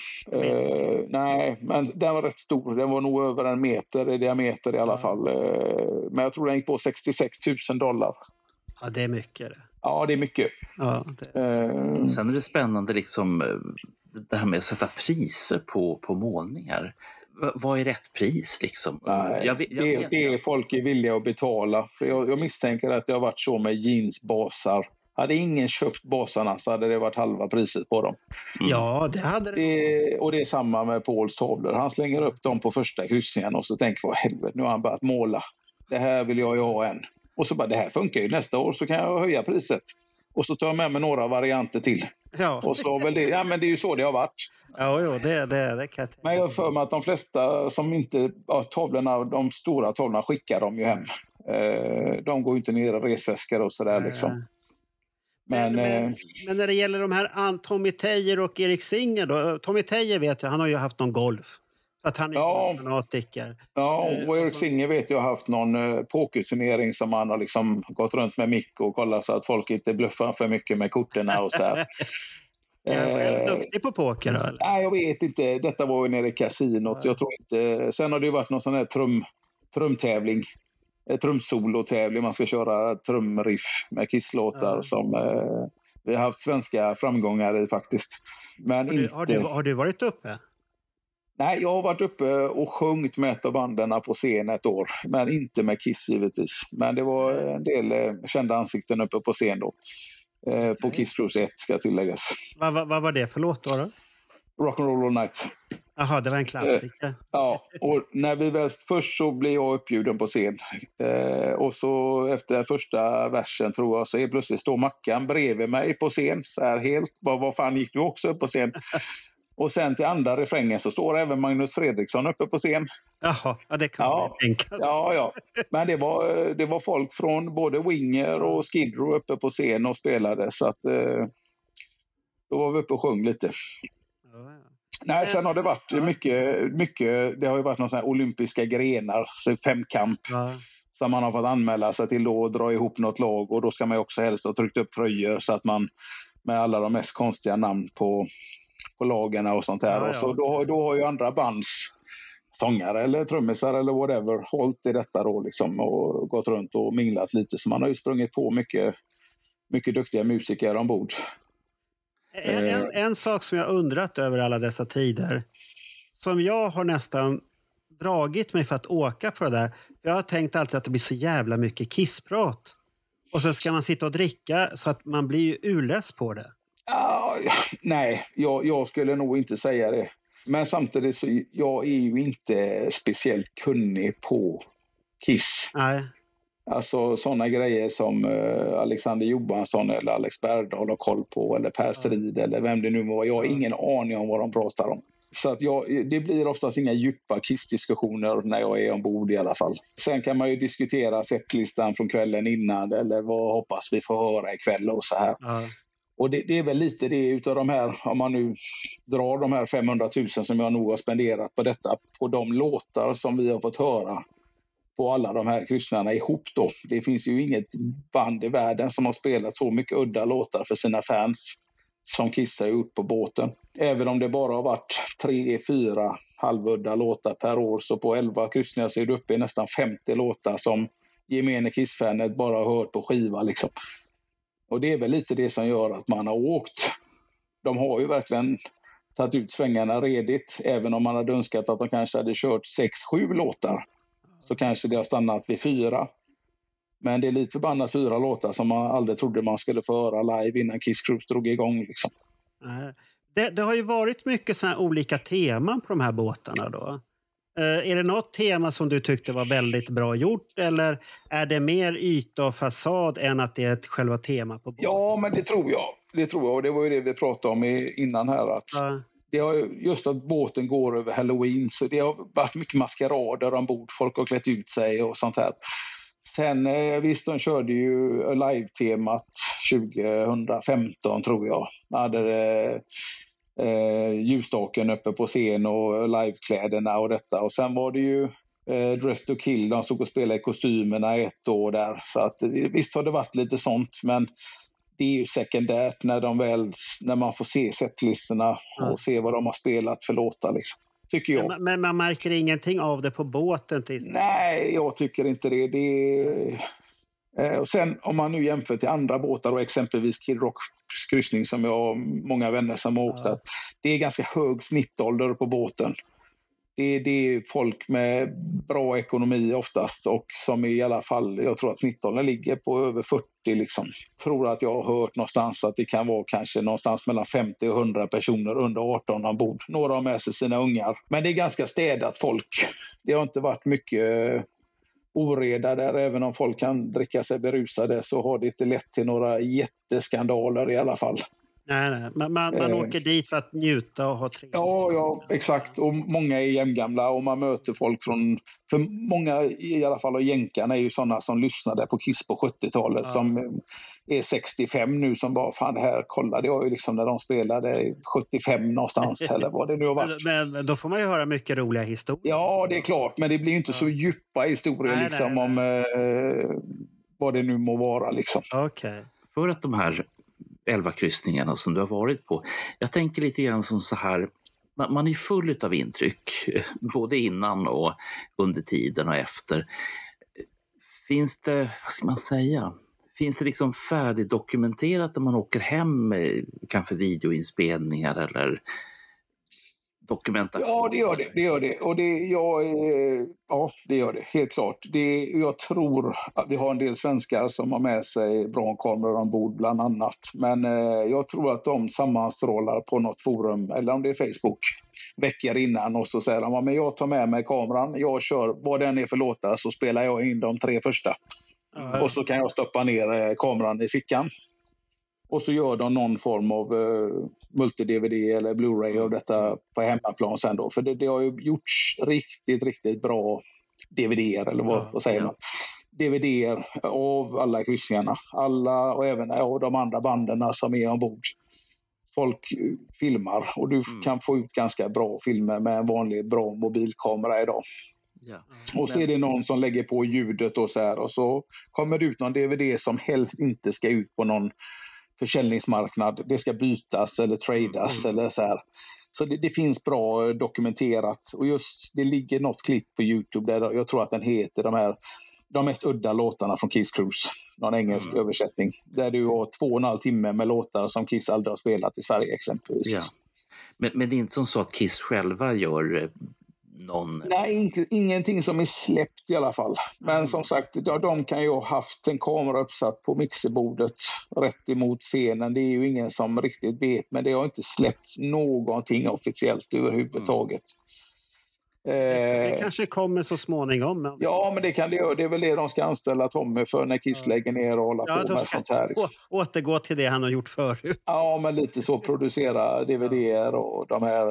Nej, men den var rätt stor. Den var nog över 1 meter i diameter i alla fall. Men jag tror den gick på $66,000. Ja, det är mycket det. Ja, det är mycket. Ja, Sen är det spännande liksom det här med att sätta priser på målningar. Vad är rätt pris liksom? Nej, det är folk är villiga att betala. För jag misstänker att det har varit så med jeansbasar. Hade ingen köpt basarna så hade det varit halva priset på dem. Ja, det hade det. Och det är samma med Pauls tavlor. Han slänger upp dem på första kryssningen och så tänker jag, helvete, nu har han börjat måla. Det här vill jag ju ha än. Och så bara, det här funkar ju nästa år så kan jag höja priset. Och så tar jag med mig några varianter till. Ja. Och så väl det, men det är ju så det har varit. Ja, det kan jag. Men jag för mig att de flesta som inte, tavlorna, de stora tavlorna skickar de ju hem. De går ju inte ner i resväskor och sådär liksom. Men när det gäller de här Tommy Tejer och Erik Singer då. Tommy Tejer vet jag, han har ju haft någon golf. Så att han är fanatiker. Ja, och Erik Singer vet jag har haft någon pokerturnering som han har liksom gått runt med mick och kollat så att folk inte bluffar för mycket med korterna och så här. Är jag duktig på poker då? Eller? Nej, jag vet inte. Detta var ju nere i kasinot. Jag tror inte. Sen har det ju varit någon sån här trumtävling. Trumsolotävling. Man ska köra trumriff med kisslåtar som vi har haft svenska framgångar i faktiskt. Men har du varit uppe? Nej, jag har varit uppe och sjungit med ett av banden på scen ett år. Men inte med Kiss givetvis. Men det var en del kända ansikten uppe på scen då. På Kiss Cruise 1 ska tilläggas. Vad var det för låt då? Rock'n'Roll All Night. Jaha, det var en klassiker. Ja, och när vi först så blev jag uppbjuden på scen. Och så efter första versen tror jag så är plötsligt står Mackan bredvid mig på scen. Så här helt, vad fan gick du också upp på scen? Och sen till andra refrängen så står även Magnus Fredriksson uppe på scen. Jaha, ja, det kan man tänka sig. Ja. Men det var folk från både Winger och Skid Row uppe på scen och spelade. Så att då var vi uppe och sjöng lite. Nej, sen har det varit mycket, det har ju varit någon sån här olympiska grenar, så femkamp. Som man har fått anmäla sig till och dra ihop något lag. Och då ska man ju också helst ha tryckt upp tröjor så att man med alla de mest konstiga namn på lagarna och sånt här. Och så då har ju andra bands sångare eller trummisar eller whatever hållit i detta då liksom och gått runt och minglat lite. Så man har ju sprungit på mycket duktiga musiker ombord. En sak som jag undrat över alla dessa tider, som jag har nästan dragit mig för att åka på det där. Jag har tänkt alltid att det blir så jävla mycket kissprat. Och så ska man sitta och dricka så att man blir ju urless på det. Nej, jag skulle nog inte säga det. Men samtidigt så jag är ju inte speciellt kunnig på Kiss. Nej. Alltså sådana grejer som Alexander Johansson eller Alex Bergdahl har koll på. Eller Per Strid eller vem det nu var. Jag har ingen aning om vad de pratar om. Så att det blir oftast inga djupa Kiss-diskussioner när jag är ombord i alla fall. Sen kan man ju diskutera setlistan från kvällen innan. Eller vad hoppas vi får höra ikväll och så här. Och det är väl lite det utav de här, om man nu drar de här 500 000 som jag nog har spenderat på detta, på de låtar som vi har fått höra på alla de här kryssningarna ihop då. Det finns ju inget band i världen som har spelat så mycket udda låtar för sina fans som Kiss har gjort på båten. Även om det bara har varit 3-4 halvudda låtar per år, så på 11 kryssningar så är det uppe i nästan 50 låtar som gemene Kiss-fanet bara har hört på skiva liksom. Och det är väl lite det som gör att man har åkt. De har ju verkligen tagit ut svängarna redigt. Även om man hade önskat att de kanske hade kört 6-7 låtar. Så kanske det har stannat vid 4. Men det är lite förbannat 4 låtar som man aldrig trodde man skulle få höra live innan Kiss Cruise drog igång. Liksom. Det har ju varit mycket såna här olika teman på de här båtarna då. Är det något tema som du tyckte var väldigt bra gjort, eller är det mer yta och fasad än att det är ett själva tema på båten? Ja, men det tror jag. Och det var ju det vi pratade om innan här. Att det har just att båten går över Halloween, så det har varit mycket maskerader ombord. Folk har klätt ut sig och sånt här. Sen visst, de körde ju live-temat 2015 tror jag. Hade ljusstaken uppe på scen och livekläderna och detta. Och sen var det ju Dress to Kill. De stod och spelade i kostymerna ett år där. Så att, visst har det varit lite sånt, men det är ju sekundärt när man får se setlistorna och se vad de har spelat för låtar liksom. Tycker jag. Men man märker ingenting av det på båten? Nej, jag tycker inte det. Och sen om man nu jämför till andra båtar och exempelvis Kid Rocks kryssning som jag har många vänner som har åkt att det är ganska hög snittålder på båten. Det är folk med bra ekonomi oftast och som i alla fall, jag tror att snittåldern ligger på över 40 liksom. Jag tror att jag har hört någonstans att det kan vara kanske någonstans mellan 50 och 100 personer under 18 ombord. Några har med sig sina ungar. Men det är ganska städat folk. Det har inte varit mycket oreda där, även om folk kan dricka sig berusade så har det inte lett till några jätteskandaler i alla fall. Nej. Man åker dit för att njuta och ha trevligt. Ja, exakt. Och många är jämngamla och man möter folk för många i alla fall av jänkarna är ju sådana som lyssnade på Kiss på 70-talet som är 65 nu som bara, fan det här kollade jag ju liksom när de spelade 75 någonstans eller vad det nu har varit. Men då får man ju höra mycket roliga historier. Ja, det är klart, men det blir inte så djupa historier om vad det nu må vara liksom. Okej. För att de här 11 kryssningarna som du har varit på. Jag tänker lite grann som så här, man är full av intryck, både innan och under tiden och efter. Finns det, vad ska man säga, finns det liksom färdigdokumenterat när man åker hem, kanske videoinspelningar eller dokumentation? Ja, det gör det. Och det gör det, helt klart. Jag tror att vi har en del svenskar som har med sig bra kameror ombord bland annat. Men jag tror att de sammanstrålar på något forum, eller om det är Facebook, veckor innan och så säger de, men jag tar med mig kameran, jag kör vad den är för låtar så spelar jag in de 3 första. Och så kan jag stoppa ner kameran i fickan. Och så gör de någon form av multi-DVD eller Blu-ray av detta på hemmaplan sen då. För det har ju gjorts riktigt, riktigt bra DVD:er eller vad säger man? DVD:er av alla kryssningarna. Alla och även av de andra banden som är ombord. Folk filmar och du kan få ut ganska bra filmer med en vanlig bra mobilkamera idag. Ja. Och så är det någon som lägger på ljudet och så här, och så kommer det ut någon DVD som helst inte ska ut på någon försäljningsmarknad. Det ska bytas eller tradas eller så här. Så det finns bra dokumenterat, och just det ligger något klipp på YouTube där jag tror att den heter de mest udda låtarna från Kiss Cruise, någon engelsk översättning, där du har 2,5 timme med låtar som Kiss aldrig har spelat i Sverige exempelvis. Ja. Men det är inte som så att Kiss själva gör någon... Nej, ingenting som är släppt i alla fall. Men som sagt, de kan ju ha haft en kamera uppsatt på mixerbordet rätt emot scenen. Det är ju ingen som riktigt vet, men det har inte släppts någonting officiellt överhuvudtaget. Det kanske kommer så småningom. Ja, men det kan det göra. Det är väl det de ska anställa Tommy för när Kiss lägger ner och hålla på med sånt här. Återgå till det han har gjort förut. Ja, men lite så, producera DVD:er och de här...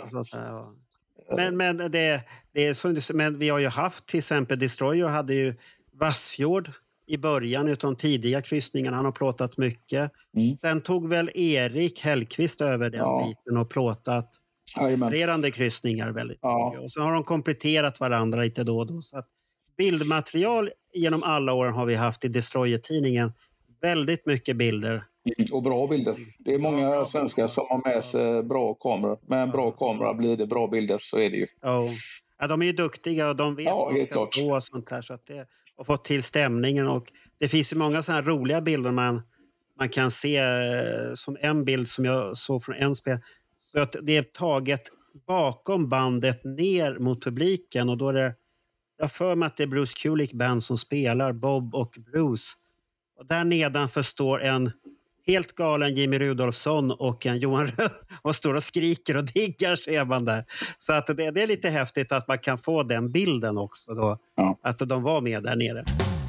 Men det är så, men vi har ju haft till exempel Destroyer hade ju Vassfjord i början utav de tidiga kryssningarna. Han har plåtat mycket. Sen tog väl Erik Hellqvist över den biten och plåtat registrerande kryssningar väldigt mycket. Och så har de kompletterat varandra lite då och då. Så att bildmaterial genom alla åren har vi haft i Destroyer-tidningen. Väldigt mycket bilder. Och bra bilder. Det är många svenskar som har med sig bra kameror. Med en bra kamera blir det bra bilder, så är det ju. Ja, de är ju duktiga och de vet vad de ska stå och sånt här. Så att det har fått till stämningen. Och det finns ju många sådana här roliga bilder man kan se. Som en bild som jag såg från en spel. Så att det är taget bakom bandet ner mot publiken. Och då är det, jag för mig att det är Bruce Kulick Band som spelar, Bob och Bruce. Och där nedanför står en helt galen Jimmy Rudolfsson och en Johan Rönn och står och skriker och diggar, ser man där. Så att det är lite häftigt att man kan få den bilden också då. Att de var med där nere.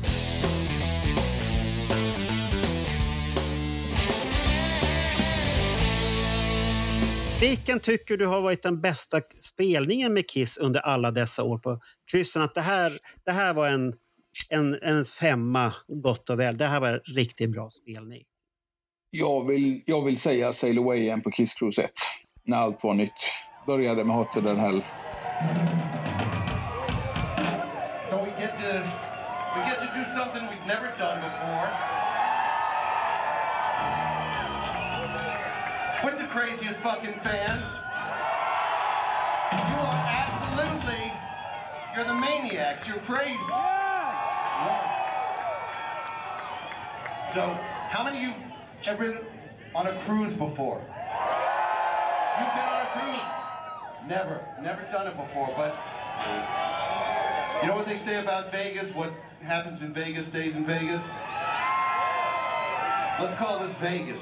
Vilken tycker du har varit den bästa spelningen med Kiss under alla dessa år på kryssen? Att det här var en 5 gott och väl. Det här var en riktigt bra spelning. Jag vill säga Sail Away igen på Kiss Cruise 1. När allt var nytt. Började med Hotter Than Hell. So we get to do something we've never done before. With the craziest fucking fans. You are absolutely, you're the maniacs, you're crazy. So, how many of you have been on a cruise before? You've been on a cruise? Never done it before, but you know what they say about Vegas? What happens in Vegas stays in Vegas? Let's call this Vegas.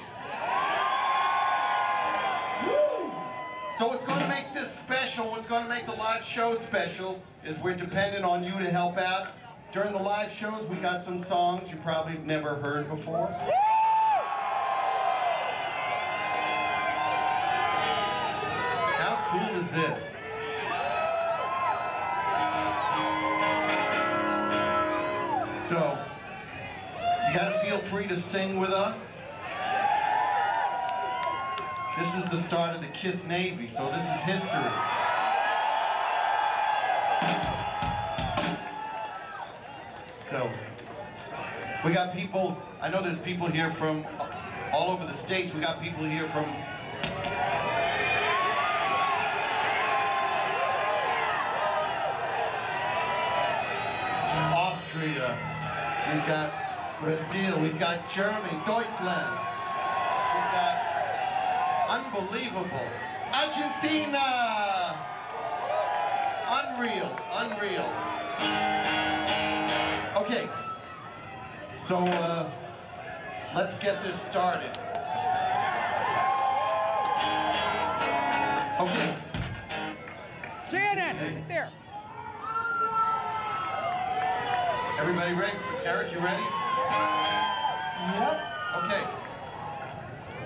Woo! So what's going to make this special, what's going to make the live show special, is we're dependent on you to help out. During the live shows, we got some songs you probably never heard before. How cool is this? So, you gotta feel free to sing with us. This is the start of the Kiss Navy, so this is history. So, we got people, I know there's people here from all over the states. We got people here from Austria, we've got Brazil, we've got Germany, Deutschland, we've got unbelievable, Argentina, unreal. Okay, so let's get this started. Okay. Janet, right there. Everybody ready? Eric, you ready? Yep. Okay.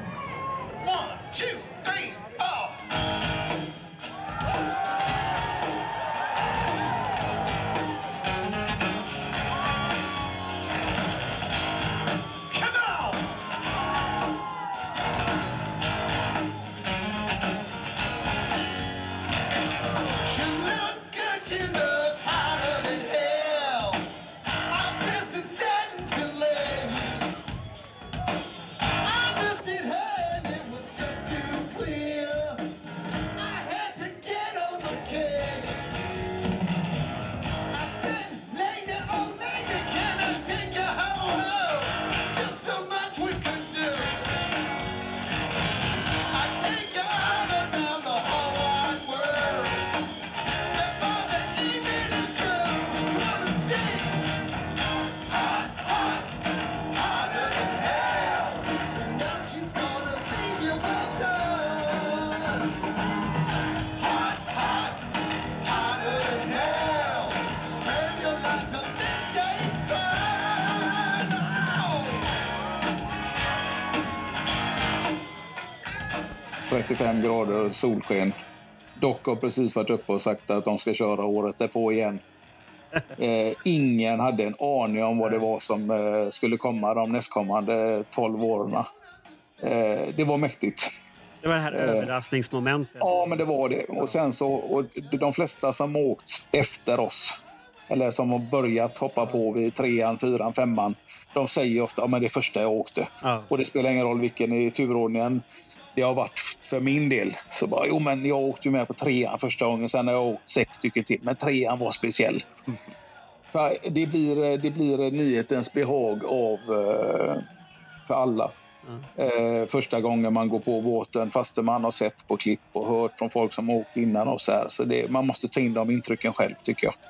35 grader och solsken. Dock har precis varit uppe och sagt att de ska köra året därpå igen. Ingen hade en aning om vad det var som skulle komma de nästkommande 12 åren. Det var mäktigt. Det var det här överraskningsmomentet. Ja, men det var det. Och sen så, och de flesta som åkt efter oss, eller som har börjat hoppa på vid 3:an, 4:an, 5:an, de säger ofta att det är första jag åkte. Ja. Och det spelar ingen roll vilken i turordningen det har varit för min del. Så bara, men jag åkte ju med på 3:an första gången, sen har jag åkt 6 stycken till. Men 3:an var speciell. För det blir nyhetens behag av för alla. Första gången man går på båten, fast man har sett på klipp och hört från folk som åkt innan och så här. Så man måste ta in de intrycken själv, tycker jag.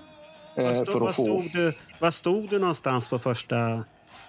Var stod du någonstans på första?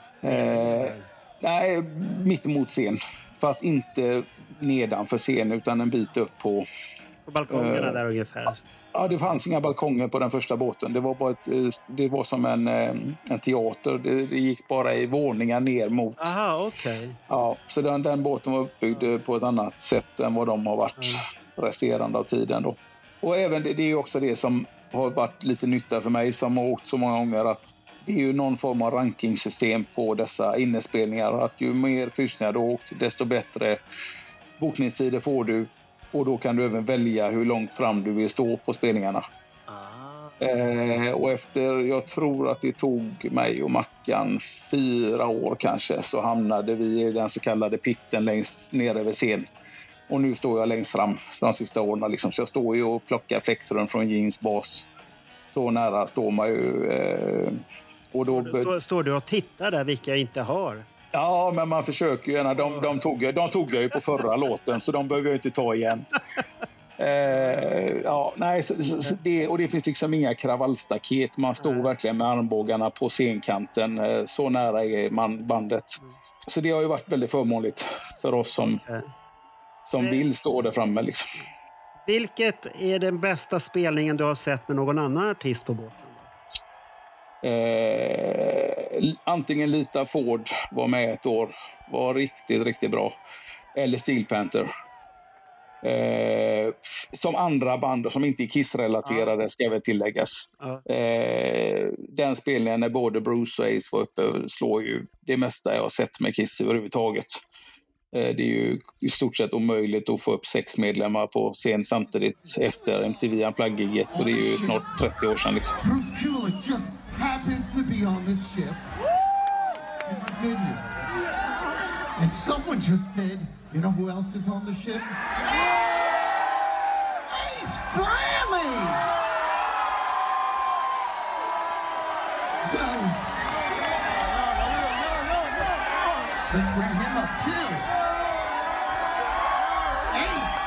Nej, mitt emot scen. Fast inte nedanför scen, utan en bit upp på balkongerna där ungefär. Ja, det fanns inga balkonger på den första båten. Det var bara det var som en teater. Det gick bara i våningar ner mot. Aha, okej. Ja, så den båten var uppbyggd på ett annat sätt än vad de har varit resterande av tiden då. Och även det är ju också det som har varit lite nytta för mig som har åkt så många gånger, att det är ju någon form av rankingsystem på dessa innespelningar. Att ju mer kryssningar du har åkt, desto bättre bokningstider får du. Och då kan du även välja hur långt fram du vill stå på spelningarna. Och efter, jag tror att det tog mig och Mackan 4 år kanske, så hamnade vi i den så kallade pitten längst nere vid scen. Och nu står jag längst fram de sista åren. Liksom. Så jag står ju och plockar plektrum från Jeans bas. Så nära står man ju. Och då står du och tittar där, vilka jag inte har? Ja, men man försöker ju gärna. De tog jag ju på förra låten, så de behöver jag inte ta igen. Det finns liksom inga kravallstaket. Man står verkligen med armbågarna på scenkanten. Så nära är man bandet. Så det har ju varit väldigt förmånligt för oss som vill stå där framme. Liksom. Vilket är den bästa spelningen du har sett med någon annan artist på båten? Antingen Lita Ford var med ett år, var riktigt, riktigt bra. Eller Steel Panther. Som andra band som inte är Kiss-relaterade ska väl tilläggas. Den spelningen när både Bruce och Ace var uppe slår ju det mesta jag har sett med Kiss överhuvudtaget. Det är ju i stort sett omöjligt att få upp 6 medlemmar på scen samtidigt efter MTV Unplugged-giget, och det är ju snart 30 år sedan liksom. Bruce Kulick just happens to be on this ship. Oh my goodness. And someone just said, you know who else is on the ship? Ace Frehley! So, let's bring him up too. Ace!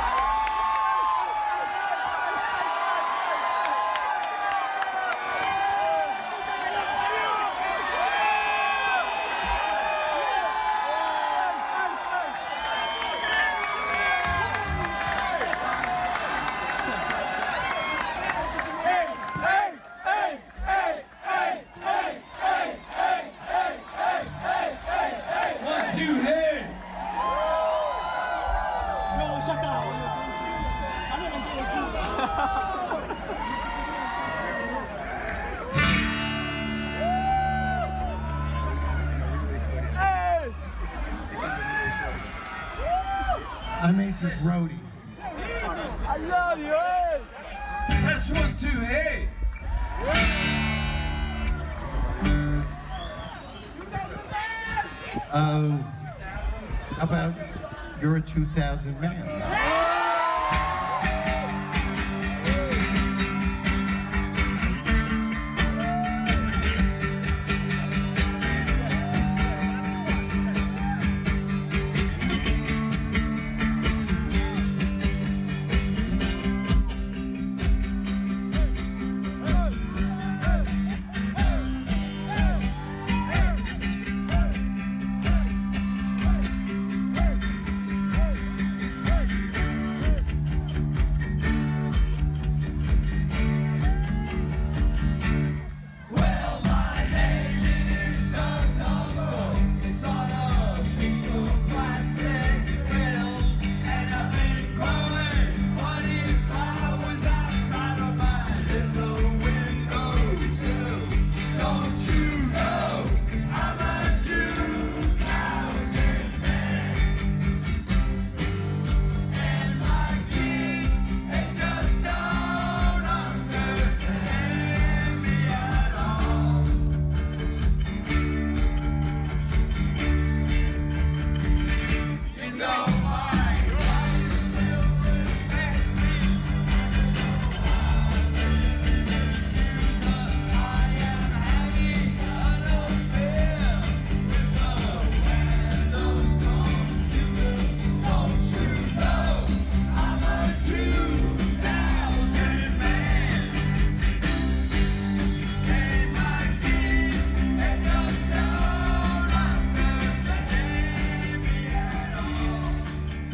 I'm Ace's roadie. I love you, hey! Test 1, 2, hey! How about you're a 2,000 man?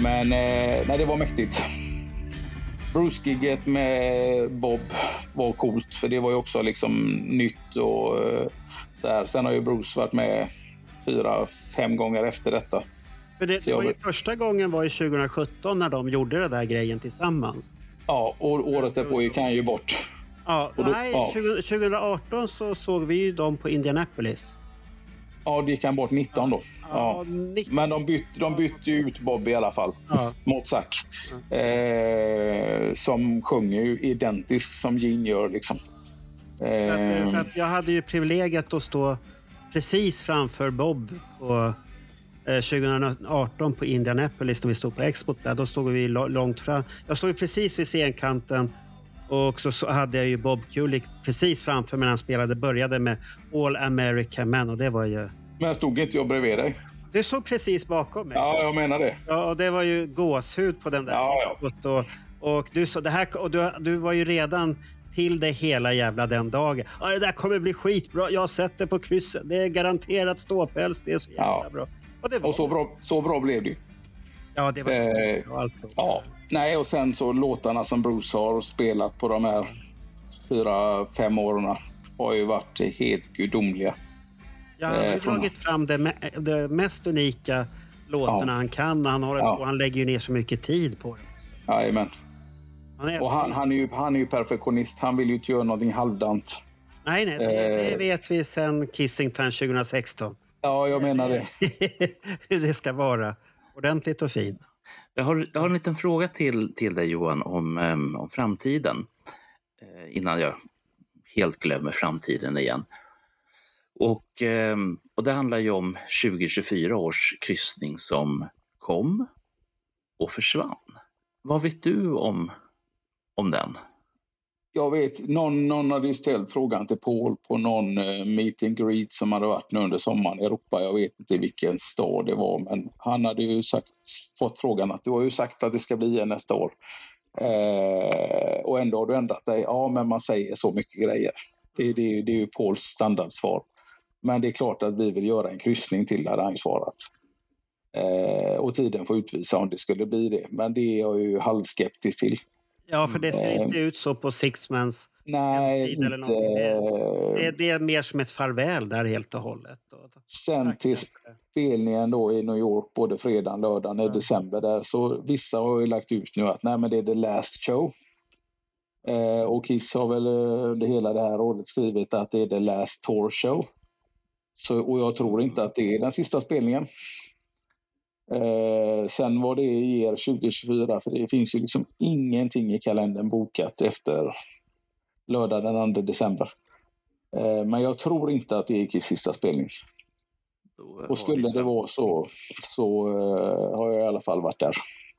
Men nej, det var mäktigt. Bruce-gigget med Bob var coolt, för det var ju också liksom nytt och så här. Sen har ju Bruce varit med 4-5 gånger efter detta. För det var ju första gången var ju 2017 när de gjorde det där grejen tillsammans. Ja, och året därpå gick han ju bort. Ja, då, nej, 2018 så såg vi ju dem på Indianapolis. Ja, det gick han bort 19 då. Ja, 19. Men de bytte ju ut Bob i alla fall mot Zack. Som sjunger ju identiskt som Gene gör liksom. För att jag hade ju privilegiet att stå precis framför Bob på 2018 på Indianapolis när vi stod på Expot där. Då stod vi långt fram. Jag stod ju precis vid scenkanten och så hade jag ju Bob Kulick precis framför när han började med All America Men, och det var ju... Men stod inte jag bredvid dig? Du såg precis bakom mig. Ja, jag menar det. Ja, och det var ju gåshud på den där Expot och du sa det här, och du var ju redan till det hela jävla den dagen. Ja, det där kommer bli skitbra. Jag har sett det på krysset. Det är garanterat ståpäls. Det är så jävla bra. Och så bra blev det ju. Ja, det var allt. Ja. Nej, och sen så låtarna som Bruce har spelat på de här 4-5 åren har ju varit helt gudomliga. Ja, han har ju dragit fram det mest unika låtarna han kan. Han lägger ju ner så mycket tid på det. Jajamän. Och han är ju perfektionist. Han vill ju inte göra någonting halvdant. Nej, det vet vi sen Kissington 2016. Ja, jag menar det. Hur det ska vara. Ordentligt och fint. Jag har en liten fråga till dig, Johan, om framtiden. Innan jag helt glömmer framtiden igen. Och det handlar ju om 2024 års kryssning som kom och försvann. Vad vet du om den? Jag vet, någon hade ställt frågan till Paul på någon meet and greet som hade varit nu under sommaren i Europa. Jag vet inte vilken stad det var, men han hade ju fått frågan att du har ju sagt att det ska bli nästa år. Och ändå har du ändrat dig. Ja, men man säger så mycket grejer. Det är ju Pauls standardsvar. Men det är klart att vi vill göra en kryssning till, hade han svarat. Och tiden får utvisa om det skulle bli det. Men det är jag ju halvskeptisk till. Ja, för det ser inte ut så på Sixmans. Nej, inte. Eller någonting. Det är mer som ett farväl där helt och hållet. Sen till spelningen då i New York både fredag, lördag i december där, så vissa har ju lagt ut nu att nej, men det är the last show. Och Kiss har väl det hela det här året skrivit att det är the last tour show. Och jag tror inte att det är den sista spelningen. Sen vad det ger 2024, för det finns ju liksom ingenting i kalendern bokat efter lördag den 2 december. Men jag tror inte att det är Kiss sista spelning. Och skulle det vara så har jag i alla fall varit där.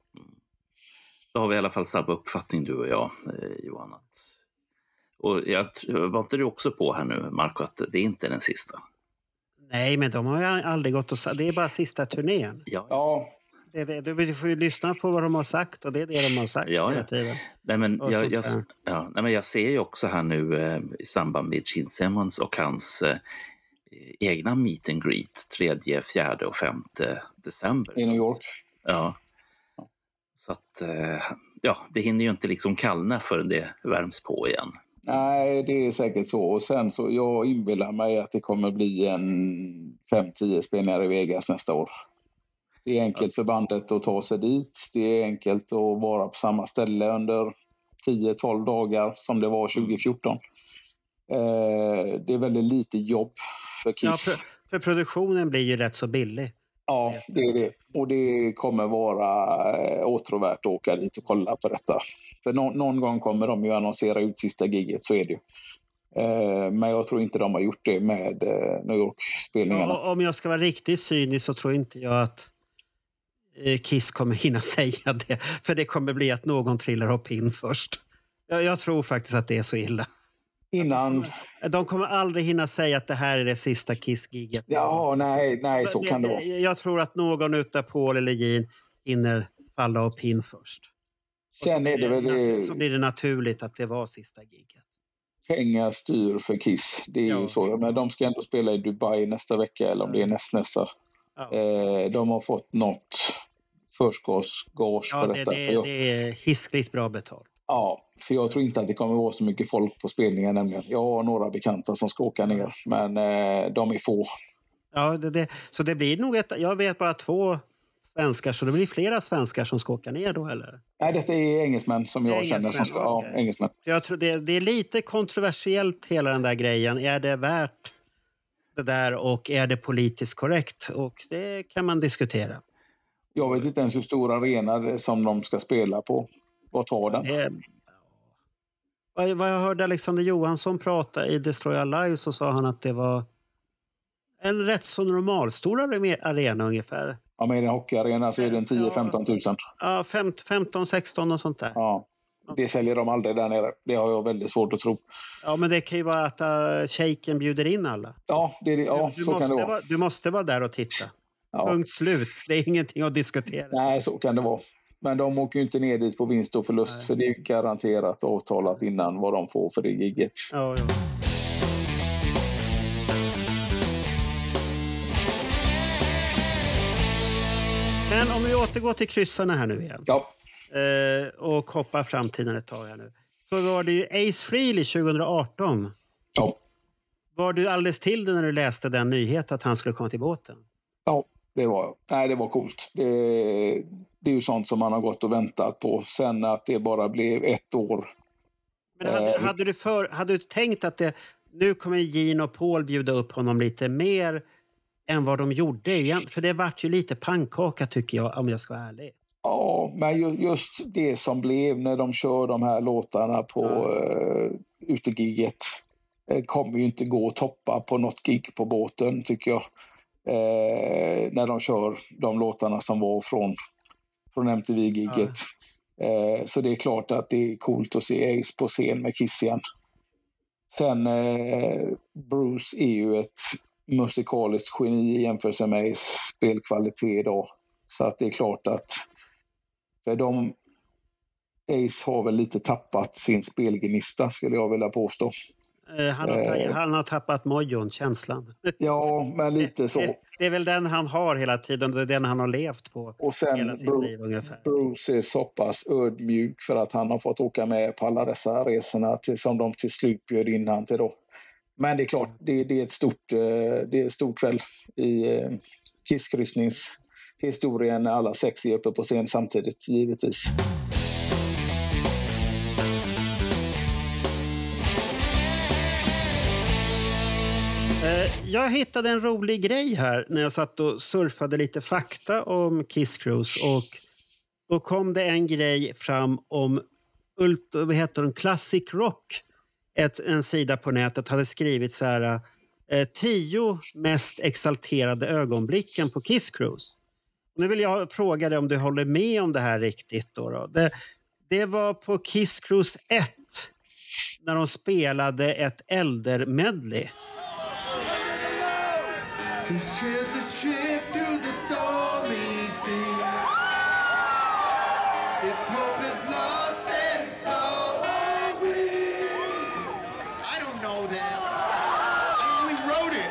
Då har vi i alla fall samma uppfattning, du och jag, Johan. Och var inte du också på här nu, Marco, att det är inte den sista? Nej, men de har ju aldrig gått och sagt. Det är bara sista turnén. Ja. Du får ju lyssna på vad de har sagt, och det är det de har sagt hela tiden. Nej, men jag ser ju också här nu i samband med Gene Simmons och hans egna meet and greet 3, 4 och 5 december. I New York. Ja. Så att det hinner ju inte liksom kallna förrän det värms på igen. Nej, det är säkert så. Och sen så, jag inbillar mig att det kommer bli en 5-10 spelningar i Vegas nästa år. Det är enkelt för bandet att ta sig dit. Det är enkelt att vara på samma ställe under 10-12 dagar som det var 2014. Det är väldigt lite jobb för Kiss. Ja, för produktionen blir ju rätt så billig. Ja, det är det. Och det kommer vara åtråvärt att åka dit och kolla på detta. För någon gång kommer de ju annonsera ut sista giget, så är det ju. Men jag tror inte de har gjort det med New York-spelningarna. Ja, om jag ska vara riktigt cynisk så tror inte jag att Kiss kommer hinna säga det. För det kommer bli att någon trillar upp in först. Jag tror faktiskt att det är så illa. Innan... De kommer aldrig hinna säga att det här är det sista Kiss-giget. Ja, nej, så kan det vara. Jag tror att någon utav Paul eller Gene hinner falla upp in först. Sen är det väl så blir det naturligt att det var sista giget. Pengar styr för Kiss. Det är ju så. Men de ska ändå spela i Dubai nästa vecka, eller om det är nästa. Ja. De har fått något förskottsgage för detta. Det är hiskligt bra betalt. Ja, för jag tror inte att det kommer vara så mycket folk på spelningen nämligen. Jag har några bekanta som ska åka ner, men de är få. Ja, så det blir nog jag vet bara 2 svenskar, så det blir flera svenskar som ska åka ner då, eller? Nej, detta är engelsmän som jag känner som ska, okay. Ja, engelsmän. Jag tror det är lite kontroversiellt hela den där grejen. Är det värt det där och är det politiskt korrekt? Och det kan man diskutera. Jag vet inte ens hur stor arena som de ska spela på. Vad tar den? Vad jag hörde Alexander Johansson prata i Destroy All Lives, så sa han att det var en rätt så normalstor arena ungefär. Ja, med en hockeyarena så är det 10-15 000. Ja, 15-16 och sånt där. Ja, det säljer de aldrig där nere. Det har jag väldigt svårt att tro. Ja, men det kan ju vara att shejken bjuder in alla. Ja, så kan det vara. Du måste vara där och titta. Ja. Punkt slut. Det är ingenting att diskutera. Nej, så kan det vara. Men de åker ju inte ner dit på vinst och förlust. Nej. För det är ju garanterat avtalat innan vad de får för det gigget. Ja. Men om vi återgår till kryssarna här nu igen. Ja. Och hoppar framtiden ett tag här nu. Så var det ju Ace Frehley 2018. Ja. Var du alldeles till det när du läste den nyheten att han skulle komma till båten? Ja, det var jag. Nej, det var coolt. Det är ju sånt som man har gått och väntat på. Sen att det bara blev 1 år. Men hade du tänkt att nu kommer Gene och Paul bjuda upp honom lite mer än vad de gjorde igen? För det vart ju lite pannkaka tycker jag, om jag ska vara ärlig. Ja, men just det som blev när de kör de här låtarna på utegigget kommer ju inte gå att toppa på något gig på båten tycker jag. När de kör de låtarna som var från MTV-gigget. Så det är klart att det är coolt att se Ace på scen med Kiss igen. Sen Bruce är ju ett musikaliskt geni i jämförelse med Ace spelkvalitet idag. Så att det är klart att Ace har väl lite tappat sin spelgnista skulle jag vilja påstå. Han har tappat mojon, känslan. Ja, men lite så. Det är väl den han har hela tiden. Det är den han har levt på och sen hela sitt liv ungefär. Bruce är så pass ödmjuk för att han har fått åka med på alla dessa resorna som de till slut bjöd in han till då. Men det är klart, det är en stor kväll i Kisskryssningshistorien när alla 6 är uppe på scen samtidigt, givetvis. Jag hittade en rolig grej här när jag satt och surfade lite fakta om Kiss Cruise och då kom det en grej fram om Classic Rock. En sida på nätet hade skrivit så här 10 mest exalterade ögonblicken på Kiss Cruise. Nu vill jag fråga dig om du håller med om det här riktigt då. Det var på Kiss Cruise 1 när de spelade ett Elder-medley. Who shares the ship through the stormy sea? If hope is lost, then so are we. I don't know that. I only wrote it.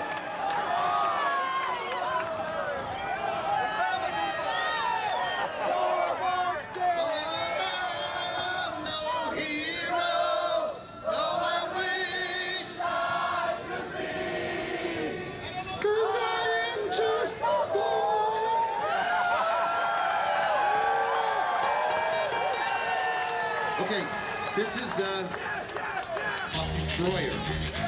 I'm no hero, though I wish I could be. 'Cause I'm just a boy. Okay, this is Pop Destroyer.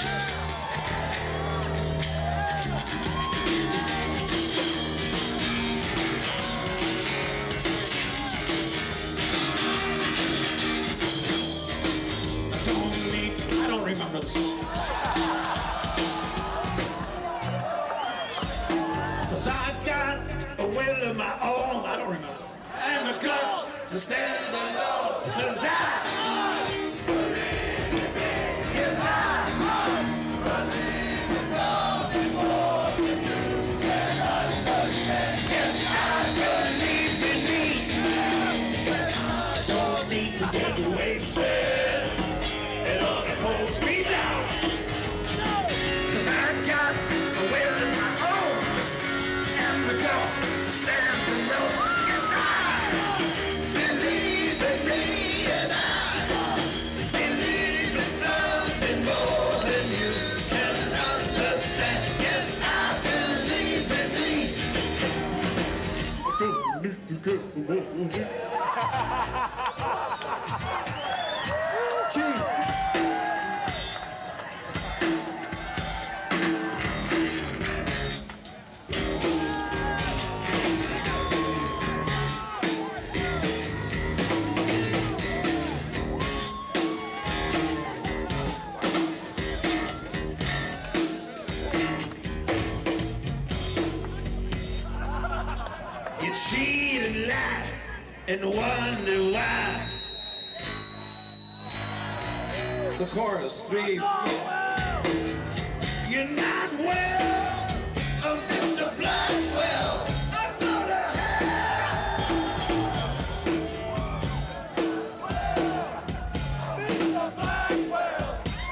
I don't remember the song. 'Cause I've got a will of my own, I don't remember. And the guts to stand alone. 'Cause I believe in me. Yes, I believe it's all more than you can understand. Yes, I believe in me. I don't need to get wasted. It only holds me down. 'Cause I've got a will of my own. And the guts to stand alone. Yes, I You cheat and lie and wonder why. The chorus, 3, 4. You're not well, oh Mr. Blackwell. I'm gonna hell. Mr. Blackwell.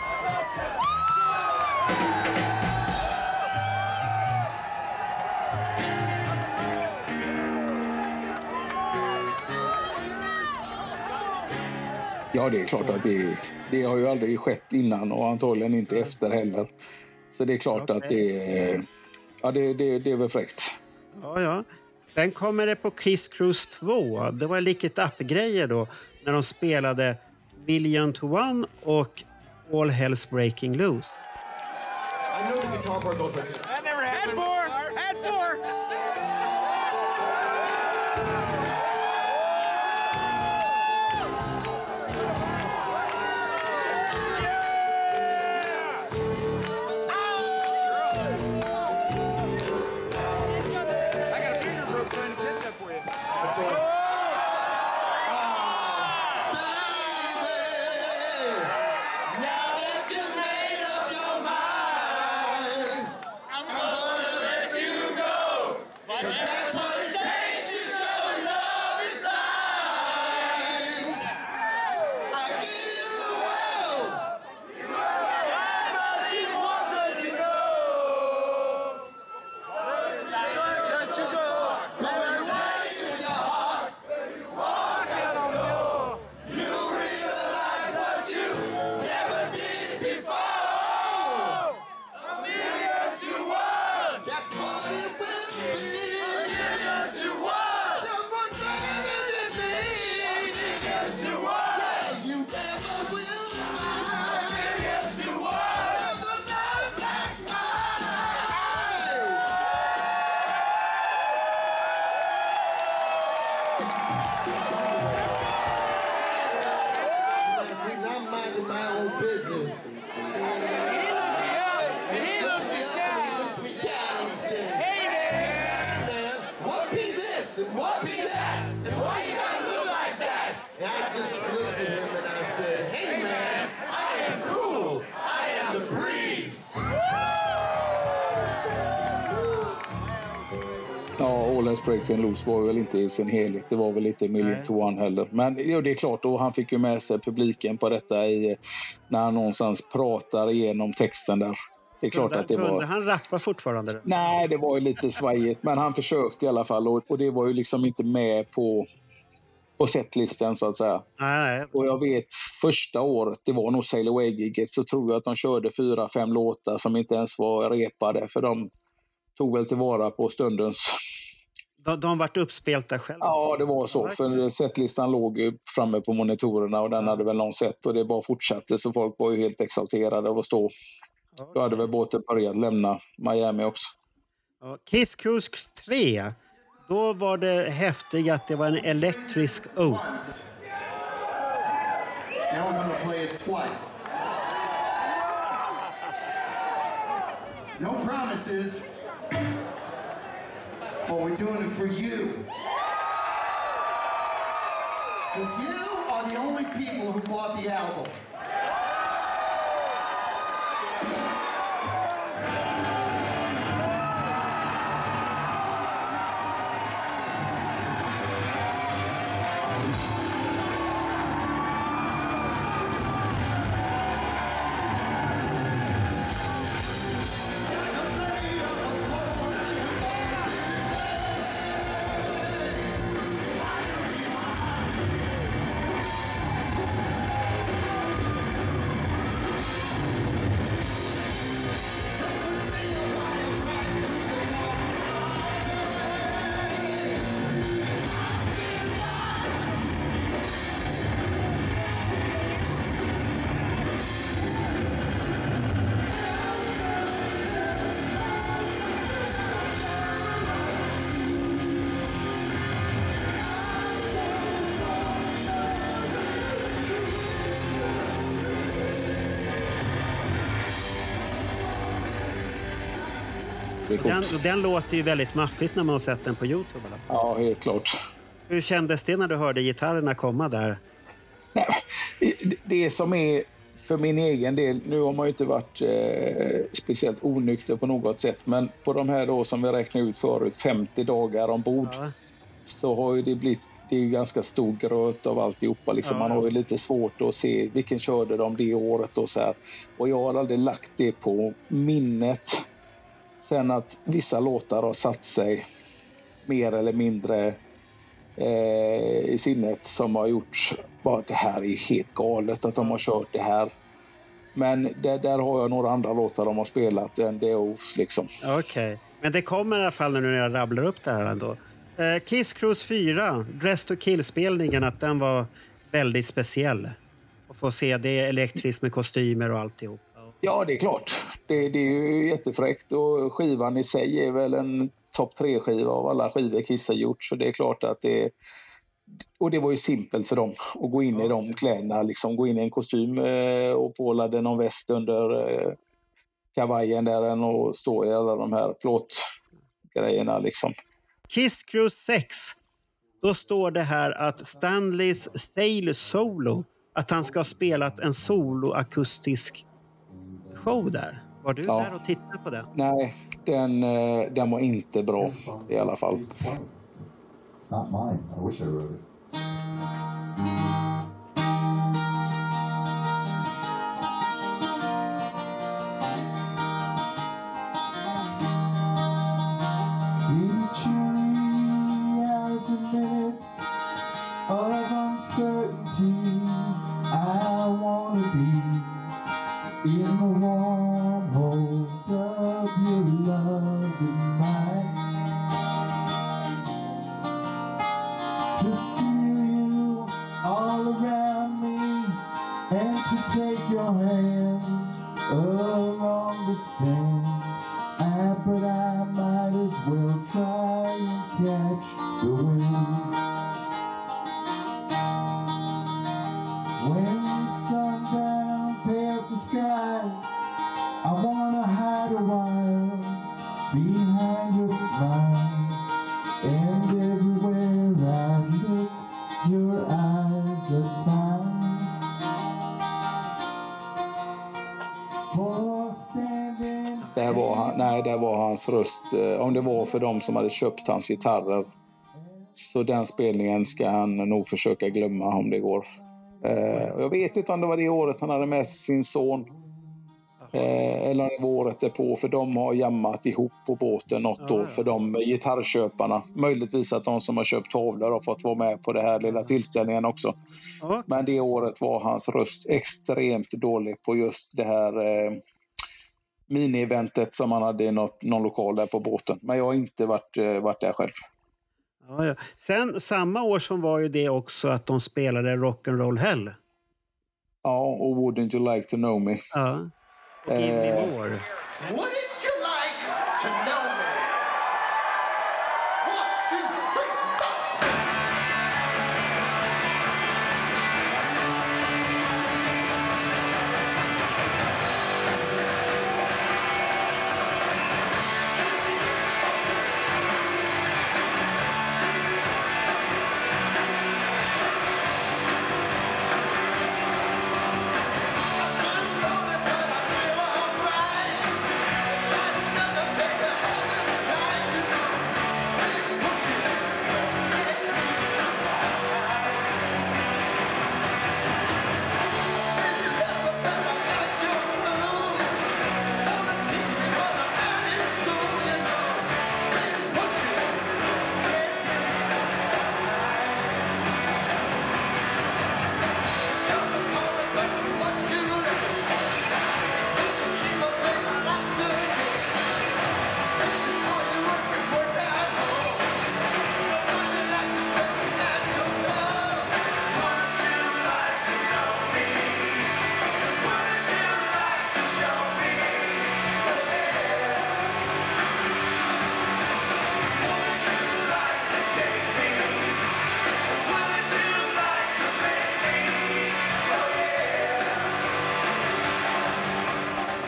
Ja, det är klart att det har ju aldrig skett innan och antagligen inte efter heller. Så det är klart att det är väl fräckt. Ja. Sen kommer det på Kiss Cruise 2. Det var lite up-grejer då när de spelade Million to One och All Hell's Breaking Loose. I know the guitar part goes like this. That never happened. Had four. I got a finger broke trying to get that for you. That's all. Now that you've made up your mind, I'm gonna let you go. 'Cause that's what it takes to show love is blind. I give you the world. How much it wasn't to know. So I cut you go. Going away with your heart. You realize what you never did before. A million to one. That's what it will be. A million to one. Someone better than me. A million to one. Yeah, you never will find. A million to one. Another night like mine. I'm minding my own business. And he looks me up and he looks me down and he says, "Hey man, what be this and what be that? And why you gotta look like that?" And I just looked at him and I said, "Hey man, I am cool. I am the breeze." Ja, All Hell's Breaking Loose var väl inte i sin helhet. Det var väl inte Million to One heller. Men ja, det är klart, och han fick ju med sig publiken på detta när han någonstans pratar igenom texten där. Det är klart att det var... Kunde han rappa fortfarande? Nej, det var ju lite svajigt. Men han försökte i alla fall. Och det var ju liksom inte med på setlisten så att säga. Nej. Och jag vet första året, det var nog Sail Away-giget, så tror jag att de körde 4-5 låtar som inte ens var repade. För de tog väl tillvara på stundens... De vart uppspelta själva? Ja, det var så. För setlistan låg ju framme på monitorerna och den hade väl någon sett. Och det bara fortsatte, så folk var ju helt exalterade av att stå. Då hade väl båten börjat lämna Miami också. Kiss Cruise 3. Då var det häftigt att det var en Electric Oath. Now we're gonna play it twice. No promises, but we're doing it for you. Because you are the only people who bought the album. väldigt coolt. Den låter ju väldigt maffigt när man har sett den på YouTube. Eller? Ja, helt klart. Hur kändes det när du hörde gitarrerna komma där? Nej, det som är för min egen del, nu har man ju inte varit speciellt onykter på något sätt, men på de här då som vi räknade ut förut, 50 dagar ombord, så har ju det är ju ganska stor gröt av alltihopa. Liksom. Man har ju lite svårt att se vilken körde de det året och så här. Och jag har aldrig lagt det på minnet. Sen att vissa låtar har satt sig mer eller mindre i sinnet som har gjort bara det här är helt galet att de har kört det här. Men där har jag några andra låtar de har spelat än det liksom. Okej. Men det kommer i alla fall när jag rabblar upp det här ändå. Kiss Cruise 4, Dress to Kill-spelningen, att den var väldigt speciell. Och få se det elektriskt med kostymer och alltihop. Ja, det är klart. Det är ju jättefräckt och skivan i sig är väl en topp 3-skiva av alla skivor Kiss har gjort. Så det är klart att och det var ju simpelt för dem att gå in i de kläderna, liksom gå in i en kostym och pålade någon väst under kavajen där och stå i alla de här plåtgrejerna liksom. Kiss Cruise 6, då står det här att Stanleys Sail Solo, att han ska ha spelat en soloakustisk show där. Var du där och tittade på den? Nej, den var inte bra i alla fall. It's not mine. I wish I wrote it. Of uncertainty, I wanna be in the warm hold of your loving mind. To feel you all around me and to take your hand along the sand. But I might as well try and catch the wind. When sundown past the sky, I wanna hide a while behind your smile. And everywhere I look, your eyes are mine. For standing. Där var hans röst. Om det var för dem som hade köpt hans gitarrer, så den spelningen ska han nog försöka glömma om det går. Jag vet inte om det var det året han hade med sin son. Eller om det var året därpå, för de har jammat ihop på båten något år för de gitarrköparna. Möjligtvis att de som har köpt tavlor har fått vara med på det här lilla tillställningen också. Men det året var hans röst extremt dålig på just det här mini-eventet som han hade i någon lokal där på båten. Men jag har inte varit där själv. Ja. Sen samma år som var ju det också att de spelade Rock'n'Roll Hell. Ja, och Wouldn't You Like To Know Me. Ja. Och Give Me More. Wouldn't you like to know me? 1, 2, 3, 4.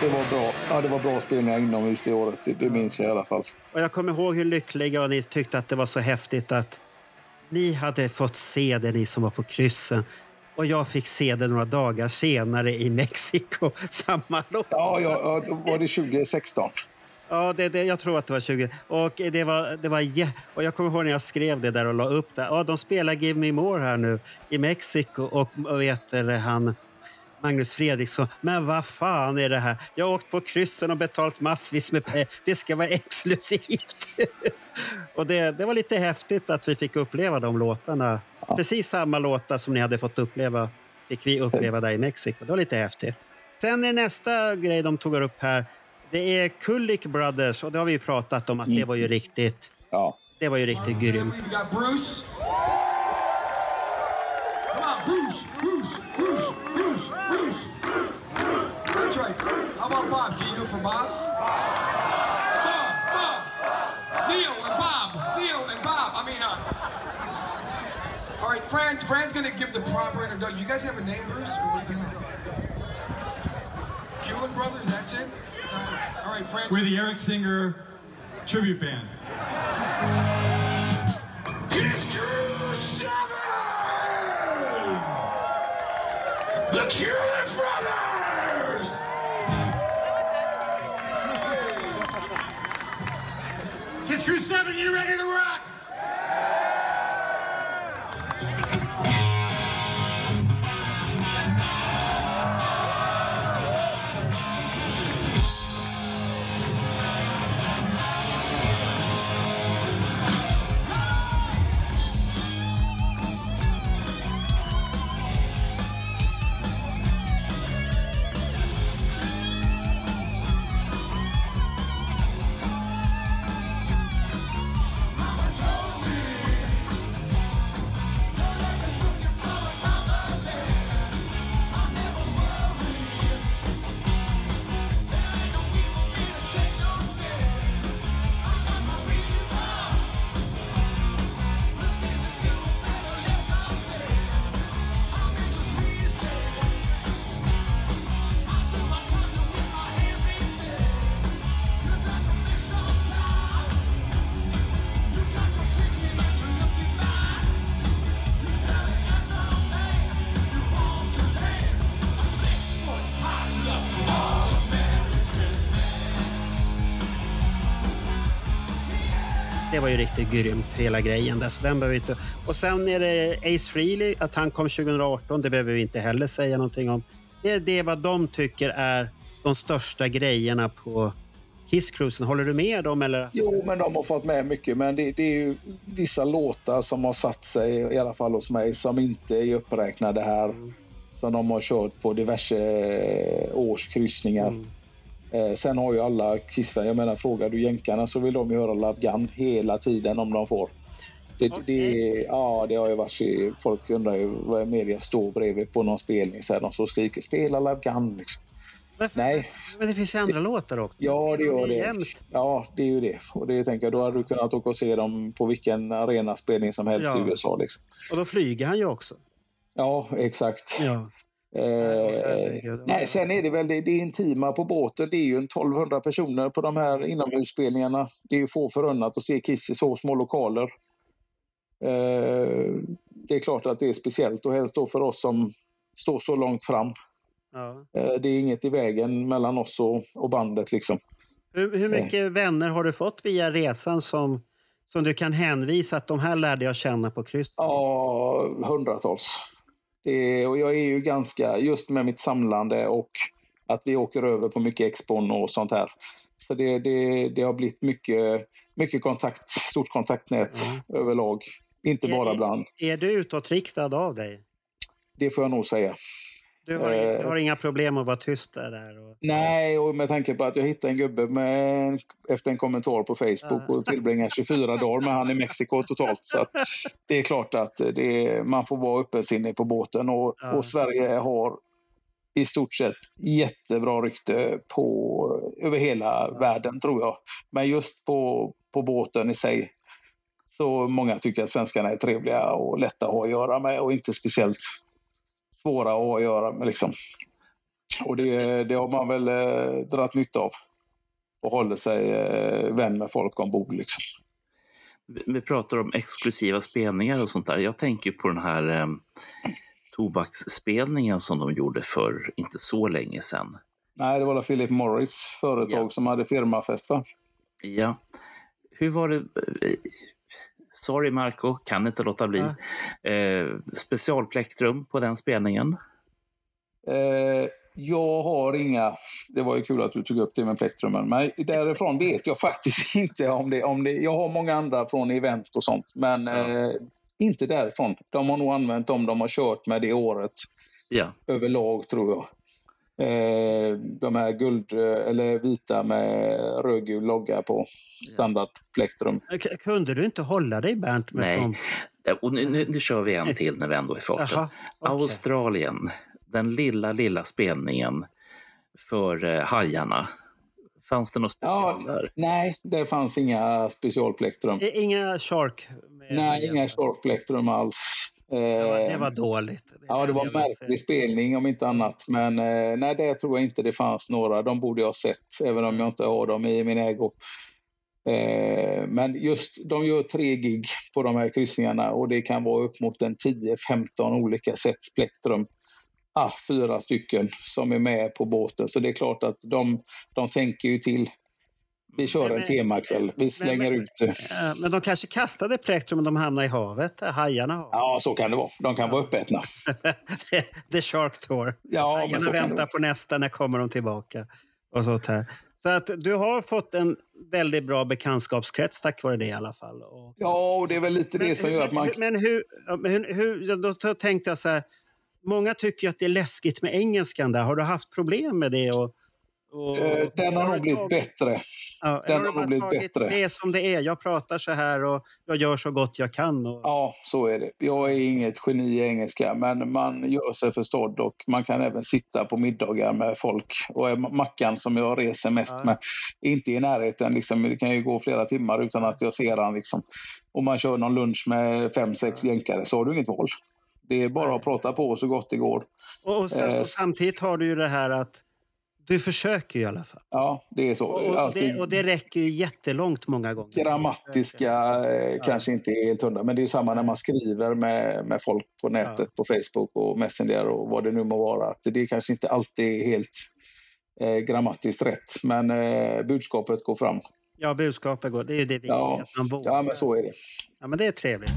det var bra. Ja, det var bra spelningar inomhus det året. Det minns jag i alla fall. Och jag kommer ihåg hur lyckliga ni tyckte att det var så häftigt att ni hade fått se det, ni som var på kryssen. Och jag fick se det några dagar senare i Mexiko, samma låt. Ja, då var det 2016. Ja, jag tror att det var 20. Och och jag kommer ihåg när jag skrev det där och la upp det. Ja, de spelar Give Me More här nu i Mexiko. Och vet du, han Magnus Fredriksson, men vad fan är det här? Jag har åkt på kryssen och betalt massvis med pengar. Det ska vara exklusivt. Och det var lite häftigt att vi fick uppleva de låtarna. Ja. Precis samma låtar som ni hade fått uppleva fick vi uppleva där i Mexiko. Det var lite häftigt. Sen är nästa grej de tog upp här. Det är Kulik Brothers och det har vi ju pratat om att det var ju riktigt. Ja. Det var ju riktigt grymt. We got Bruce. Come on, Bruce. That's right. How about Bob? Can you do it for Bob? Bob. Neil and Bob. I mean, all right, Fran's going to give the proper introduction. You guys have a name, Bruce? Or what the hell? Kulik Brothers, that's it? All right, Fran. We're the Eric Singer tribute band. Kiss Crew 7! The Kulik Brothers! Kiss Crew 7, you ready to rock? Det var ju riktigt grymt, hela grejen där. Så den behöver vi inte. Och sen är det Ace Frehley, att han kom 2018. Det behöver vi inte heller säga någonting om. Det är vad de tycker är de största grejerna på Kiss-cruisen. Håller du med dem? Eller? Jo, men de har fått med mycket. Men det är ju vissa låtar som har satt sig, i alla fall hos mig, som inte är uppräknade här. Som de har kört på diverse årskryssningar. Sen har ju alla Kiss-fans, jag menar, frågar du jänkarna så vill de ju höra Love Gun hela tiden om de får. Det har ju varit, folk undrar ju vad media står bredvid på någon spelning så här, de så skriker spela Love Gun liksom. Nej. Men det finns ju andra låtar också. Ja, det gör det. Jämt. Ja, det är ju det. Och det tänker jag, då hade du kunnat åka och se dem på vilken arenaspelning som helst i USA liksom. Och då flyger han ju också. Ja, exakt. Ja. Nej, sen är det väl det intima på båten. Det är ju 1200 personer på de här inomhusspelningarna. Det är ju få förunnat att se Kiss i så små lokaler. Det är klart att det är speciellt och helst då för oss som står så långt fram. Ja. Det är inget i vägen mellan oss och bandet liksom. Hur mycket vänner har du fått via resan som du kan hänvisa att de här lärde jag känna på kryss? Ja, hundratals. Och jag är ju ganska, just med mitt samlande och att vi åker över på mycket expon och sånt här. Så det har blivit mycket kontakt, stort kontaktnät överlag. Inte bara bland. Är du utåtriktad av dig? Det får jag nog säga. Du har inga problem att vara tyst där? Nej, och med tanke på att jag hittade en gubbe efter en kommentar på Facebook och tillbringar 24 dagar med han i Mexiko totalt. Så att det är klart att man får vara öppensinnig på båten och Sverige har i stort sett jättebra rykte över hela världen tror jag. Men just på båten i sig så många tycker att svenskarna är trevliga och lätta att ha att göra med och inte speciellt svåra att göra med liksom. Och det har man väl dragit nytta av. Och håller sig vän med folk ombord liksom. Vi pratar om exklusiva spelningar och sånt där. Jag tänker på den här tobaksspelningen som de gjorde för inte så länge sedan. Nej, det var Philip Morris företag som hade firmafest, va? Ja. Hur var det? Sorry Marco, kan inte låta bli. Specialplektrum på den spelningen? Jag har inga. Det var ju kul att du tog upp det med plektrumen. Men därifrån vet jag faktiskt inte om det. Jag har många andra från event och sånt. Men inte därifrån. De har nog använt dem de har kört med det året. Ja. Överlag tror jag. De här guld eller vita med rödgul logga på standard plektrum. Kunde du inte hålla dig, Bernt? Med Nej, och nu kör vi en till när vi ändå är i farten. Aha, okay. Australien, den lilla spelningen för hajarna. Fanns det något speciellt där? Nej, det fanns inga specialplektrum. Inga shark? Nej, inga shark-plektrum alls. Det var dåligt. Det var en märklig spelning om inte annat. Men nej, det tror jag inte det fanns några. De borde jag ha sett, även om jag inte har dem i min ägo. Men just, de gör 3 gig på de här kryssningarna. Och det kan vara upp mot en 10-15 olika sets plektrum. 4 stycken som är med på båten. Så det är klart att de tänker ju till. Vi kör en temakväll. Vi slänger ut det. Men de kanske kastade plektrum om de hamnar i havet. Hajarna har. Ja, så kan det vara. De kan vara uppätna. The Shark Tour. Ja, hajarna väntar på nästa, när kommer de tillbaka. Och sånt här. Så att du har fått en väldigt bra bekantskapskrets tack vare det i alla fall. Och det är väl lite det som gör att man... Men hur då tänkte jag så här. Många tycker att det är läskigt med engelskan där. Har du haft problem med det? Den har nog blivit bättre. Ja, den har nog blivit bättre. Det är som det är. Jag pratar så här och jag gör så gott jag kan. Ja, så är det. Jag är inget geni i engelska, men man gör sig förstådd och man kan även sitta på middagar med folk. Och Mackan som jag reser mest med, inte i närheten. Liksom, det kan ju gå flera timmar utan att jag ser han. Liksom. Om man kör någon lunch med 5-6 jänkare så har du inget val. Det är bara att prata på så gott det går. Och samtidigt har du ju det här att du försöker i alla fall. Ja, det är så. Och det räcker ju jättelångt många gånger. Grammatiska kanske inte är helt 100. Men det är samma när man skriver med folk på nätet, på Facebook och Messenger och vad det nu må vara. Att det kanske inte alltid är helt grammatiskt rätt. Men budskapet går fram. Ja, budskapet går. Det är ju det viktiga. Ja, men så är det. Ja, men det är trevligt.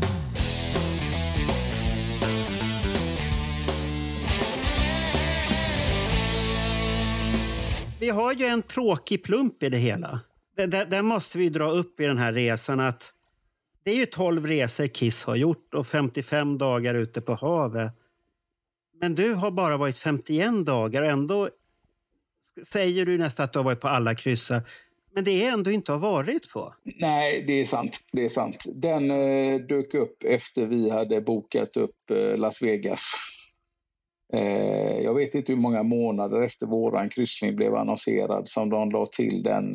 Vi har ju en tråkig plump i det hela. Där måste vi dra upp i den här resan att det är ju 12 resor Kiss har gjort och 55 dagar ute på havet. Men du har bara varit 51 dagar och ändå säger du nästan att du har varit på alla kryssar. Men det är ändå inte har varit på. Nej, det är sant. Det är sant. Den dök upp efter vi hade bokat upp Las Vegas. Jag vet inte hur många månader efter våran kryssning blev annonserad som de la till den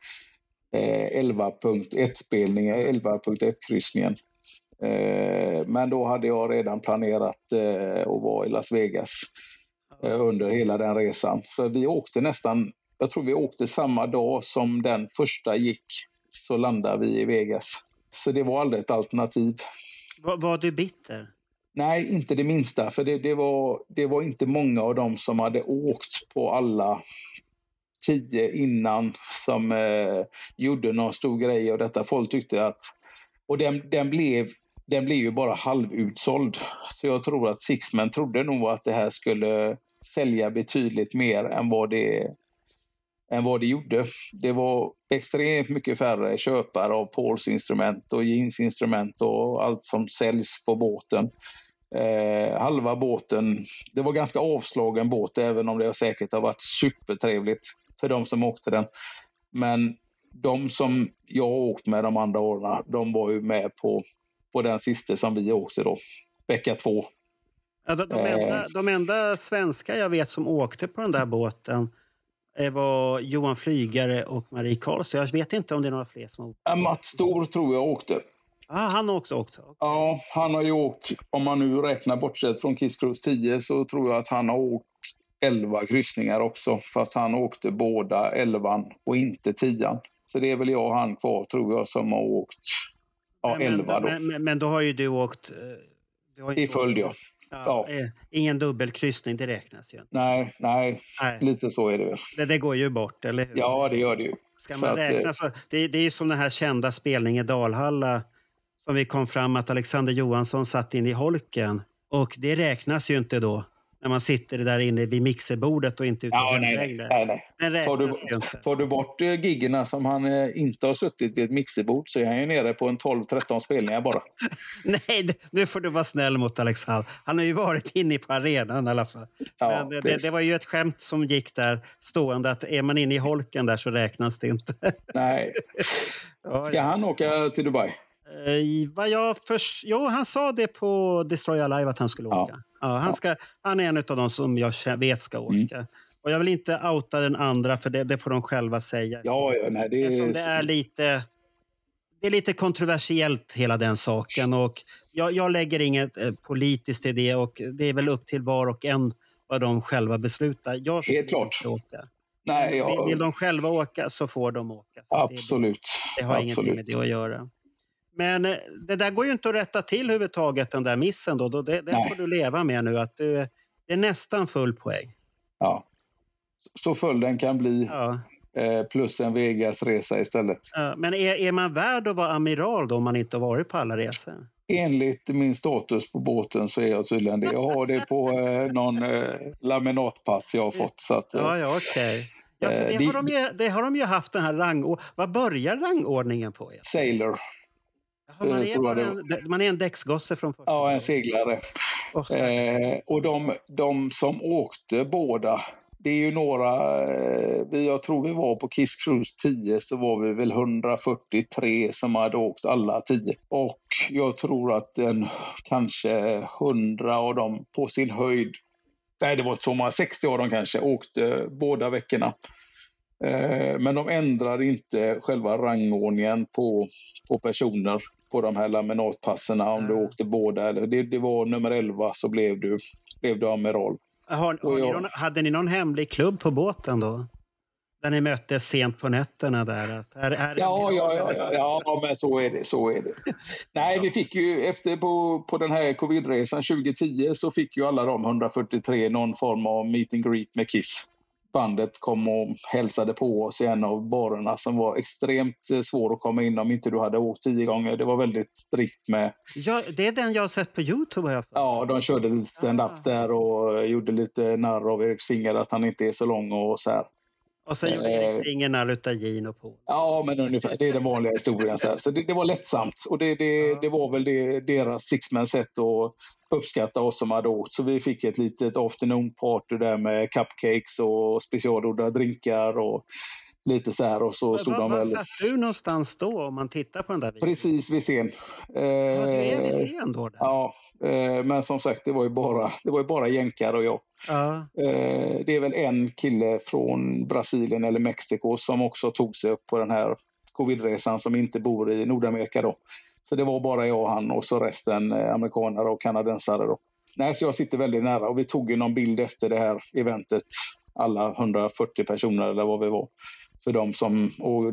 11.1-spelningen, 11.1-kryssningen. Men då hade jag redan planerat att vara i Las Vegas under hela den resan. Så vi åkte jag tror vi åkte samma dag som den första gick, så landade vi i Vegas. Så det var aldrig ett alternativ. Var du bitter? Nej, inte det minsta. För det var inte många av dem som hade åkt på alla 10 innan som gjorde någon stor grej av detta. Folk tyckte att... Och den blev ju bara halvutsåld. Så jag tror att Sixman trodde nog att det här skulle sälja betydligt mer än vad det gjorde. Det var extremt mycket färre köpare av Pauls instrument och Jeans instrument och allt som säljs på båten. Halva båten, det var ganska avslagen båt, även om det säkert har varit supertrevligt för de som åkte den. Men de som jag har åkt med de andra åren, de var ju med på den sista som vi åkte då, vecka 2. Ja, de enda svenskar jag vet som åkte på den där båten var Johan Flygare och Marie Karlsson. Jag vet inte om det är några fler som åkte. Mats Stor tror jag åkte. Han har också åkt. Okay. Ja, han har ju åkt, om man nu räknar bortsett från Kiss Cruise 10 så tror jag att han har åkt 11 kryssningar också, fast han åkte båda 11 och inte 10. Så det är väl jag och han kvar, tror jag, som har åkt 11 då. Men då har ju du åkt... I följd, ja. Ja. Ingen dubbelkryssning, det räknas ju. Nej, lite så är det väl. Det går ju bort, eller hur? Ja, det gör det ju. Ska man räkna så... Det är ju som den här kända spelningen i Dalhalla som vi kom fram att Alexander Johansson satt in i holken. Och det räknas ju inte då. När man sitter där inne vid mixerbordet och inte ute i nej. Tar du bort giggerna som han inte har suttit vid ett mixerbord, så är han ju nere på en 12-13 spelningar bara. Nej, nu får du vara snäll mot Alexander. Han har ju varit inne på arenan i alla fall. Ja, men det var ju ett skämt som gick där stående att är man inne i holken där så räknas det inte. Nej. Ska han åka till Dubai? Han sa det på Destroy Alive att han skulle åka. Ja, han är en av de som jag vet ska åka. Och jag vill inte outa den andra, för det får de själva säga. Det är lite kontroversiellt hela den saken, och jag lägger inget politiskt i det, och det är väl upp till var och en vad de själva beslutar. Jag ska inte åka. Nej, Vill de själva åka så får de åka. Så absolut. Det har ingenting med det att göra. Men det där går ju inte att rätta till överhuvudtaget, den där missen då. Det får du leva med nu, att det är nästan full poäng. Ja, så full den kan bli, plus en Vegas-resa istället. Ja, men är man värd att vara amiral då om man inte har varit på alla resor? Enligt min status på båten så är jag tydligen det. Jag har det på någon laminatpass jag har fått. Så att, okej. Ja, för det har de ju haft, den här vad börjar rangordningen på? Sailor. Man är en däcksgosse från första. Ja, en seglare. Och de som åkte båda, det är ju några, jag tror vi var på Kiss Cruise 10, så var vi väl 143 som hade åkt alla 10. Och jag tror att kanske 100 av dem på sin höjd, nej det var så många, 60 av dem kanske, åkte båda veckorna. Men de ändrade inte själva rangordningen på personer på de här laminatpasserna, om du åkte båda, eller det var nummer 11 så blev du amiral. Hade ni någon hemlig klubb på båten då? Där ni möttes sent på nätterna där? Ja, men så är det. Nej, vi fick ju efter på den här covid-resan 2010 så fick ju alla de 143 någon form av meet and greet med Kiss. Bandet kom och hälsade på oss i en av barerna som var extremt svår att komma in om inte du hade åkt 10 gånger. Det var väldigt strikt med... Ja, det är den jag har sett på YouTube. Ja, de körde lite stand-up där och gjorde lite narr av Erik Singer, att han inte är så lång och så här. Och sen gjorde Erik Singer narr utav Gin och Paul. Ja, men ungefär. Det är den vanliga historien. Så det var lättsamt. Och det var väl deras six-man sätt att uppskatta oss som hade åkt. Så vi fick ett litet afternoon party där med cupcakes och specialgjorda drinkar och lite så här. Och så stod de väl... satt du någonstans då om man tittar på den där videon? Precis vid scen. Ja, du är vid scen då? Där. Ja, men som sagt det var ju bara jänkar och jag. Ja. Det är väl en kille från Brasilien eller Mexiko som också tog sig upp på den här covid-resan som inte bor i Nordamerika då. Så det var bara jag och han och så resten amerikanare och kanadensare då. Nej, så jag sitter väldigt nära och vi tog ju någon bild efter det här eventet. Alla 140 personer eller vad vi var. För de som, och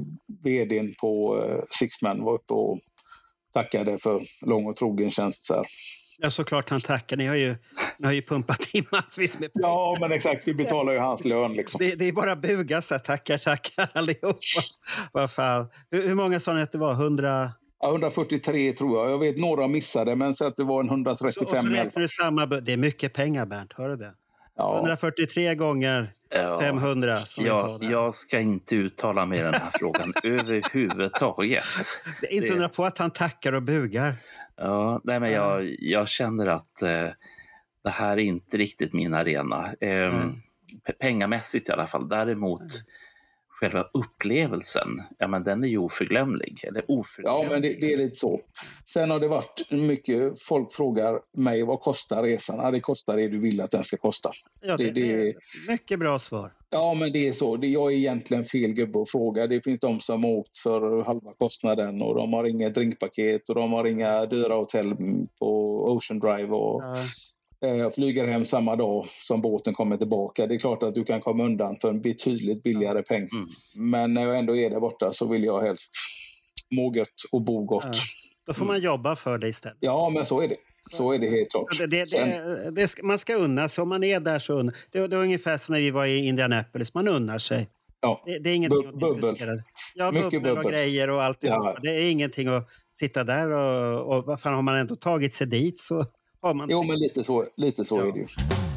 vdn på Sixman var uppe och tackade för lång och trogen tjänst så här. Ja, såklart han tackar. Ni har ju pumpat in massvis med pengar. Ja, men exakt. Vi betalar ju hans lön liksom. Det är bara buga så här, tackar allihopa. Vad fan. Hur många sa ni att det var? 100... Ja, 143 tror jag. Jag vet några missade, men så att det var en 135. Så räknar du samma... Det är mycket pengar, Bernt. Hör du det? Ja. 143 gånger 500. Jag ska inte uttala mig i den här frågan överhuvudtaget. Det är inte undra på att han tackar och bugar. Ja, nej, men jag känner att det här är inte riktigt min arena. Pengamässigt i alla fall. Däremot själva upplevelsen, ja, men den är ju oförglömlig. Eller Ja, men det är lite så. Sen har det varit mycket, folk frågar mig vad kostar resan? Ja, det kostar det du vill att den ska kosta. Ja, det är mycket bra svar. Ja, men det är så. Jag är egentligen fel gubbe att fråga. Det finns de som har åkt för halva kostnaden och de har inga drinkpaket och de har inga dyra hotell på Ocean Drive. Och Flyger hem samma dag som båten kommer tillbaka. Det är klart att du kan komma undan för en betydligt billigare peng. Men när jag ändå är där borta så vill jag helst må gött och bo gott. Då får man jobba för det istället. Ja, men så är det. Så är det helt klart. Man ska unna sig. Om man är där så unna. Det är ungefär som när vi var i Indianapolis. Man unnar sig. Ja. Det är ingenting att diskutera. Ja, bubbel och grejer och allt. Ja. Det är ingenting att sitta där och vad fan, har man ändå tagit sig dit så har man... Jo, men lite så är det ju.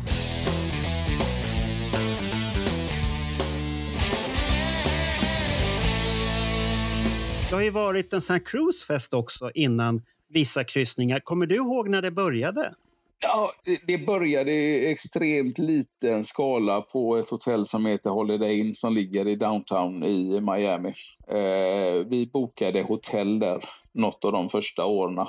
Det har ju varit en sån här cruisefest också innan vissa kryssningar. Kommer du ihåg när det började? Ja, det började i extremt liten skala på ett hotell som heter Holiday Inn som ligger i downtown i Miami. Vi bokade hotell där något av de första åren.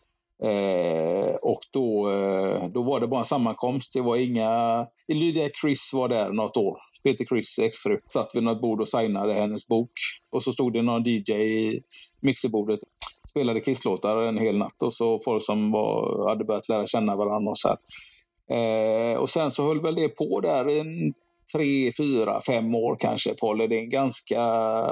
Och då var det bara en sammankomst. Det var inga... Lydia Chris var där något år. Peter Chris exfru satt vid något bord och signade hennes bok. Och så stod det någon DJ i mixerbordet. Spelade kisslåtar en hel natt. Och så folk som hade börjat lära känna varandra och så här. Och sen så höll väl det på där en 3, 4, 5 år kanske på. Det är ganska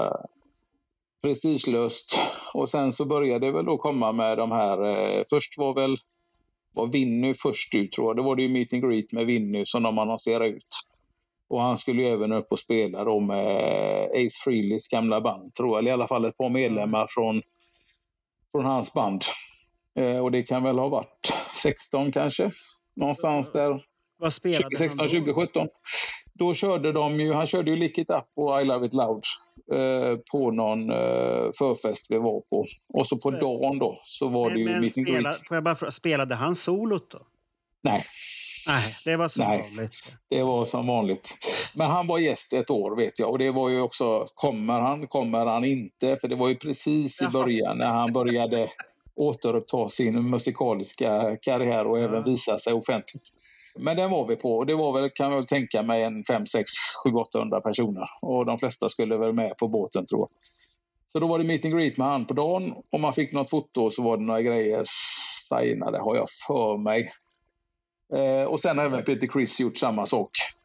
prestigelöst. Och sen så började det väl då komma med de här... Först var Vinny först ut, tror jag. Det var det ju meet and greet med Vinny som de annonserade ut. Och han skulle ju även upp och spela då med Ace Frehleys gamla band, tror jag. Eller i alla fall ett par medlemmar från hans band. Och det kan väl ha varit 16 kanske. Någonstans där. Vad spelade 2016, han då? 2017. Då körde han körde ju Lick It Up och I Love It Loud på någon förfest vi var på. Och så på dagen då så var det ju meet and greet. Får jag bara fråga, spelade han solot då? Nej. Nej, det var som vanligt. Det var som vanligt. Men han var gäst ett år, vet jag. Och det var ju också, kommer han inte? För det var ju precis i början när han började återuppta sin musikaliska karriär och även visa sig offentligt. Men den var vi på. Och det var väl, kan jag väl tänka mig, en 5, 6, 7, 800 personer. Och de flesta skulle väl med på båten, tror jag. Så då var det meet and greet med han på dagen. Om man fick något foto så var det några grejer signade, har jag för mig. Och sen har även Peter Chris gjort samma sak.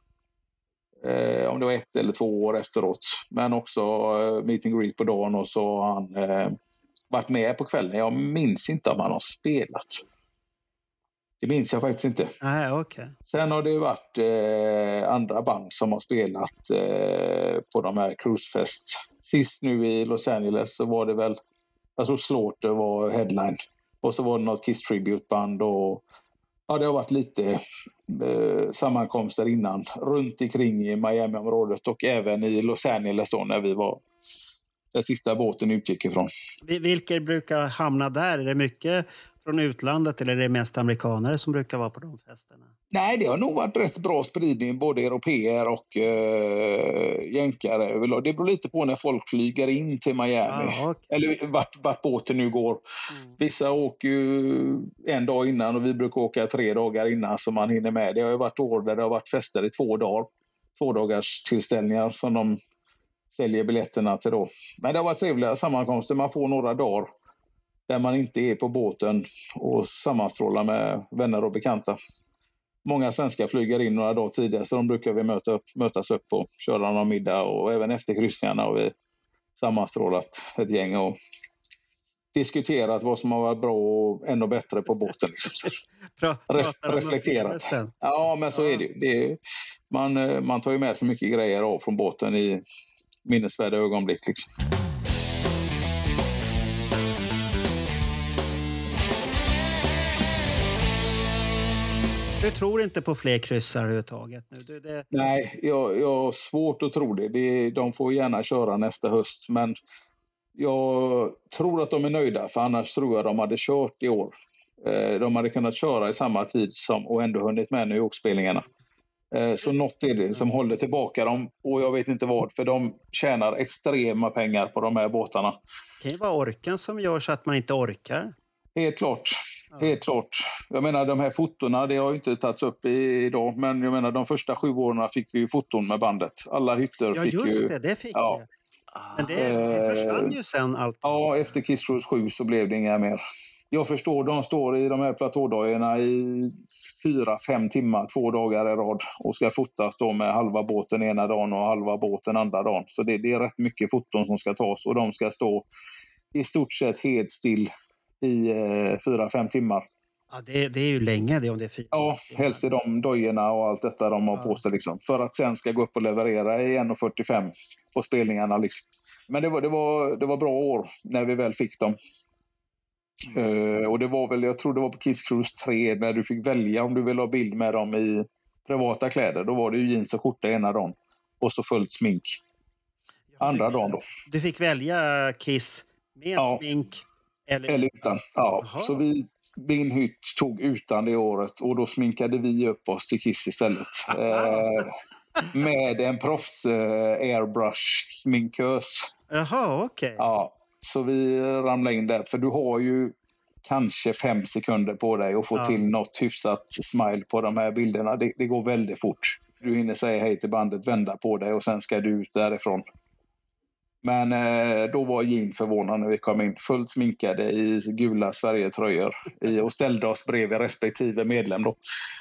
Om det var 1 eller 2 år efteråt. Men också meet and greet på dagen och så har han varit med på kvällen. Jag minns inte om han har spelat. Det minns jag faktiskt inte. Okay. Sen har det varit andra band som har spelat på de här cruisefest. Sist nu i Los Angeles så var det väl, jag tror Slaughter var headline. Och så var det något Kiss Tribute-band och ja, det har varit lite sammankomster innan runt omkring i Miami-området och även i Los Angeles då när vi var den sista båten utgick ifrån. Vilka brukar hamna där? Är det mycket från utlandet eller är det mest amerikaner som brukar vara på de festerna? Nej, det har nog varit rätt bra spridning, både europeer och jänkare överlag. Det beror lite på när folk flyger in till Miami. Eller vart båten nu går. Vissa åker ju en dag innan och vi brukar åka 3 dagar innan så man hinner med. Det har ju varit år där det har varit fester i 2 dagar. 2 dagars tillställningar som de säljer biljetterna till då. Men det har varit trevliga sammankomster. Man får några dagar där man inte är på båten och sammanstrålar med vänner och bekanta. Många svenskar flyger in några dagar tidigare så de brukar vi mötas upp och köra någon middag och även efter kryssningarna har vi sammanstrålat ett gäng och diskuterat vad som har varit bra och ännu bättre på båten. Liksom. Reflekterat. Ja, men så är det. Man tar ju med så mycket grejer av från båten i minnesvärda ögonblick liksom. Du tror inte på fler kryssar överhuvudtaget nu? Nej, jag har svårt att tro det. De får gärna köra nästa höst. Men jag tror att de är nöjda. För annars tror jag de hade kört i år. De hade kunnat köra i samma tid som och ändå hunnit med New York-spelningarna. Så något är det som håller tillbaka dem. Och jag vet inte vad. För de tjänar extrema pengar på de här båtarna. Det kan ju vara orken som gör så att man inte orkar. Helt klart. Helt klart. Jag menar de här fotorna, det har ju inte tagits upp idag. Men jag menar de första 7 åren fick vi ju foton med bandet. Alla hytter fick ju... Ja just det fick vi. Men det försvann ju sen allt. Ja, efter Kiss Cruise 7 så blev det inga mer. Jag förstår, de står i de här platådagarna i 4-5 timmar 2 dagar i rad och ska fotas då med halva båten ena dagen och halva båten andra dagen. Så det är rätt mycket foton som ska tas och de ska stå i stort sett helt still i 4-5 timmar. Ja, det är ju länge det om det är 4. Ja, helst är de dojorna och allt detta de har på sig liksom. För att sen ska gå upp och leverera i 1:45 på spelningarna liksom. Men det var bra år när vi väl fick dem. Och det var väl, jag tror det var på Kiss Cruise 3 när du fick välja om du ville ha bild med dem i privata kläder. Då var det ju jeans och skjorta ena dagen och så fullt smink andra dagen då. Du fick välja Kiss med smink eller utan. Ja, Aha. så min hytt tog utan det året och då sminkade vi upp oss till Kiss istället. Med en proffs airbrush sminkös. Jaha, okej. Ja, så vi ramlade in där. För du har ju kanske 5 sekunder på dig att få till något hyfsat smile på de här bilderna. Det går väldigt fort. Du hinner säga hej till bandet, vända på dig och sen ska du ut därifrån. Men då var Gene förvånad när vi kom in. Fullt sminkade i gula Sverige-tröjor. Och ställde oss bredvid respektive medlem då.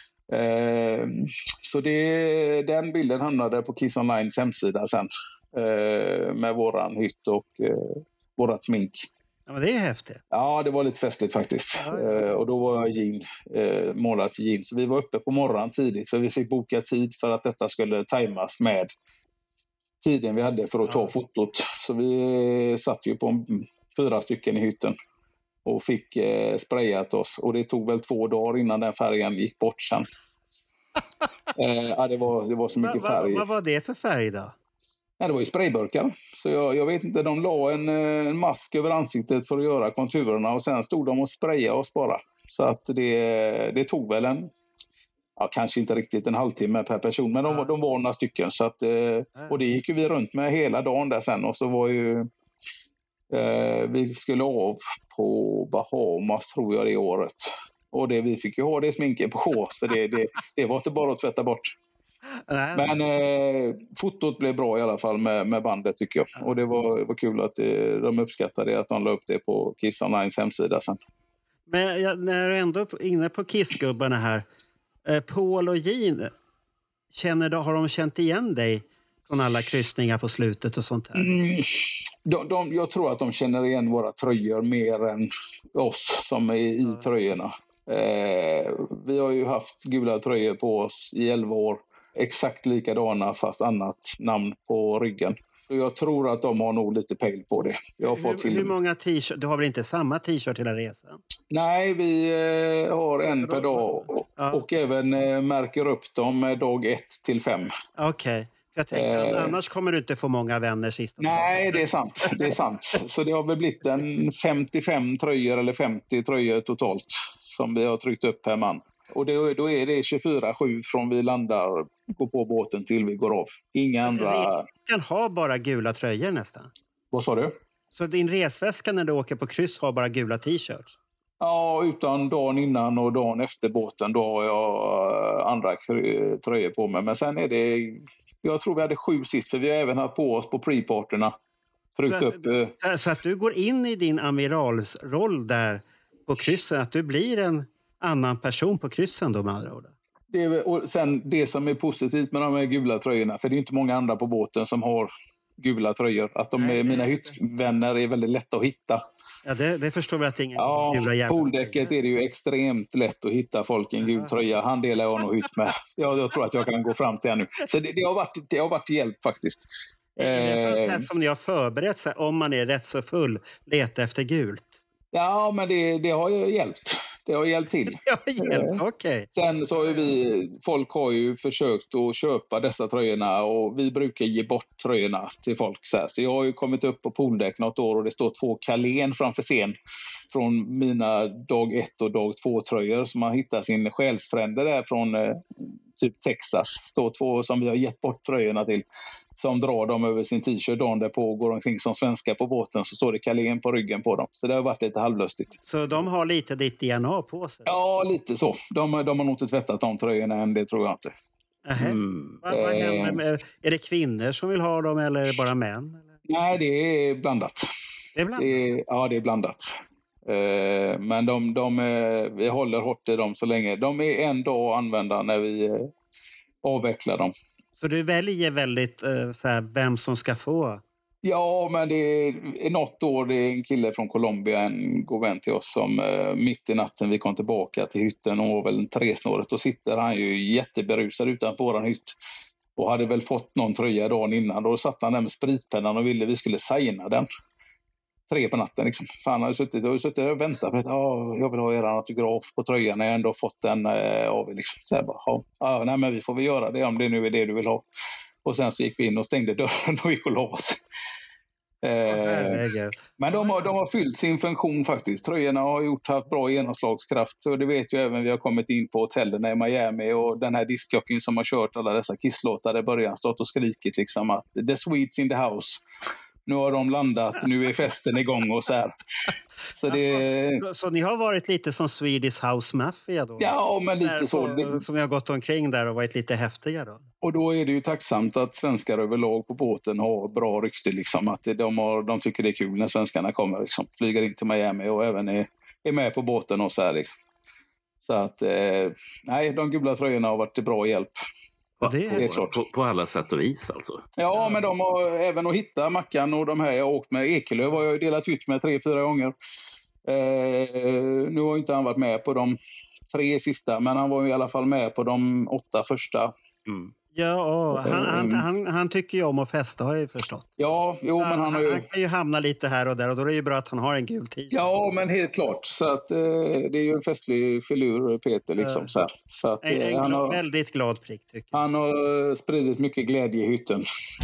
Så den bilden hamnade på Kiss Onlines hemsida sen. Med våran hytt och vårat smink. Ja, men det är häftigt. Ja, det var lite festligt faktiskt. Och då var Gene målat till Gene. Så vi var uppe på morgonen tidigt för vi fick boka tid för att detta skulle tajmas med tiden vi hade för att ta fotot. Så vi satt ju på 4 stycken i hytten och fick sprayat oss. Och det tog väl 2 dagar innan den färgen gick bort sen. Det var så mycket färg. Vad var det för färg då? Ja, det var ju sprayburkar. Så jag vet inte, de la en mask över ansiktet för att göra konturerna och sen stod de och sprayade oss bara. Så att det tog väl kanske inte riktigt en halvtimme per person, men de var några stycken. Så att, och det gick ju vi runt med hela dagen där sen och så var ju vi skulle av på Bahamas tror jag det året. Och vi fick ju ha det sminket på oss för det var inte bara att tvätta bort. Men fotot blev bra i alla fall med bandet tycker jag. Och det var kul att de uppskattade att de la upp det på Kiss Onlines hemsida sen. Men när du ändå är inne på Kiss-gubbarna här. Paul och Gene, har de känt igen dig från alla kryssningar på slutet och sånt här? Jag tror att de känner igen våra tröjor mer än oss som är i tröjorna. Vi har ju haft gula tröjor på oss i 11 år. Exakt likadana fast annat namn på ryggen. Så jag tror att de har nog lite pejl på det. Hur många t-shirt? Du har väl inte samma t-shirt hela resan? Nej, vi har en per dag och även märker upp dem dag 1 till 5. Okej. Jag tänker annars kommer du inte få många vänner sista. Nej, det är sant. Så det har väl blivit en 55 tröjor eller 50 tröjor totalt som vi har tryckt upp per man. Och då är det 24/7 från vi landar, går på båten till vi går av. Inga andra... Resväskan har bara gula tröjor nästan. Vad sa du? Så din resväska när du åker på kryss har bara gula t-shirts? Ja, utan dagen innan och dagen efter båten då har jag andra tröjor på mig. Men sen är det... Jag tror vi hade 7 sist för vi har även haft på oss på pre-parterna. Så att du går in i din amiralsroll där på kryssen, att du blir en annan person på kryssen då med andra ord. Och sen det som är positivt med de här gula tröjorna, för det är inte många andra på båten som har gula tröjor, att mina hyttvänner är väldigt lätta att hitta. Ja, det förstår vi att ingen gula jävla pooldäcket är det ju extremt lätt att hitta folk i en gul tröja. Han delar jag nog hytt med. Jag tror att jag kan gå fram till nu. Så det har varit hjälp faktiskt. Är det sånt här som ni har förberett sig om man är rätt så full, leta efter gult? Ja, men det har ju hjälpt. Det har hjälpt till. Okej. Sen så har folk har ju försökt att köpa dessa tröjorna och vi brukar ge bort tröjorna till folk. Så jag har ju kommit upp på pooldäck något år och det står 2 Carlén framför scen från mina dag 1 och dag 2 tröjor som man hittar sin själsfrände där från typ Texas. Står 2 som vi har gett bort tröjorna till. Som drar dem över sin t-shirt dagen därpå och går omkring som svenska på båten så står det Carlén på ryggen på dem. Så det har varit lite halvlustigt. Så de har lite ditt DNA på sig? Ja, lite så. De har nog inte tvättat de tröjorna än, det tror jag inte. Vad händer med, är det kvinnor som vill ha dem eller är det bara män? Eller? Nej, det är blandat. Det är blandat? Det är blandat. Men vi håller hårt i dem så länge. De är en dag att använda när vi avvecklar dem. Så du väljer väldigt så här, vem som ska få? Ja, men det är något år, det är en kille från Colombia, en god vän till oss som mitt i natten vi kom tillbaka till hytten och var väl en tresnåret. Då sitter han ju jätteberusad utanför våran hytt och hade väl fått någon tröja dagen innan. Då satt han där med spritpennan och ville vi skulle signa den. 3 på natten liksom. För han hade suttit och väntat på att jag vill ha er autograf på tröjan när jag ändå fått den av liksom. Så jag bara, nej men vi får väl göra det om det nu är det du vill ha. Och sen så gick vi in och stängde dörren och gick och la oss. Men de har fyllt sin funktion faktiskt. Tröjorna har haft bra genomslagskraft. Så det vet ju även vi har kommit in på hotellen i Miami. Och den här diskjockeyn som har kört alla dessa kisslåtar i början stått och skrikit liksom att the Swedes in the house. Nu har de landat, nu är festen igång och så här. Så ni har varit lite som Swedish House Mafia då? Ja, men lite så. Som ni har gått omkring där och varit lite häftiga då? Och då är det ju tacksamt att svenskar överlag på båten har bra rykte liksom. Att de tycker det är kul när svenskarna kommer liksom. Flyger in till Miami och även är med på båten och så här liksom. Så att, nej, de gula tröjorna har varit till bra hjälp. Det är klart. På alla sätt och vis alltså. Ja, men de har även att hitta Mackan och de här jag har åkt med. Ekelöf har jag delat hytt med 3-4 gånger. Nu har inte han varit med på de 3 sista, men han var i alla fall med på de 8 första. Mm. Ja, han tycker ju om att festa, har jag ju förstått. Ja, jo, men han kan ju hamna lite här och där och då är det ju bra att han har en gul t-shirt. Ja, men helt klart. Så att det är ju en festlig filur, Peter, liksom. Så att, han har väldigt glad prick, tycker jag. Han har spridit mycket glädje i hytten.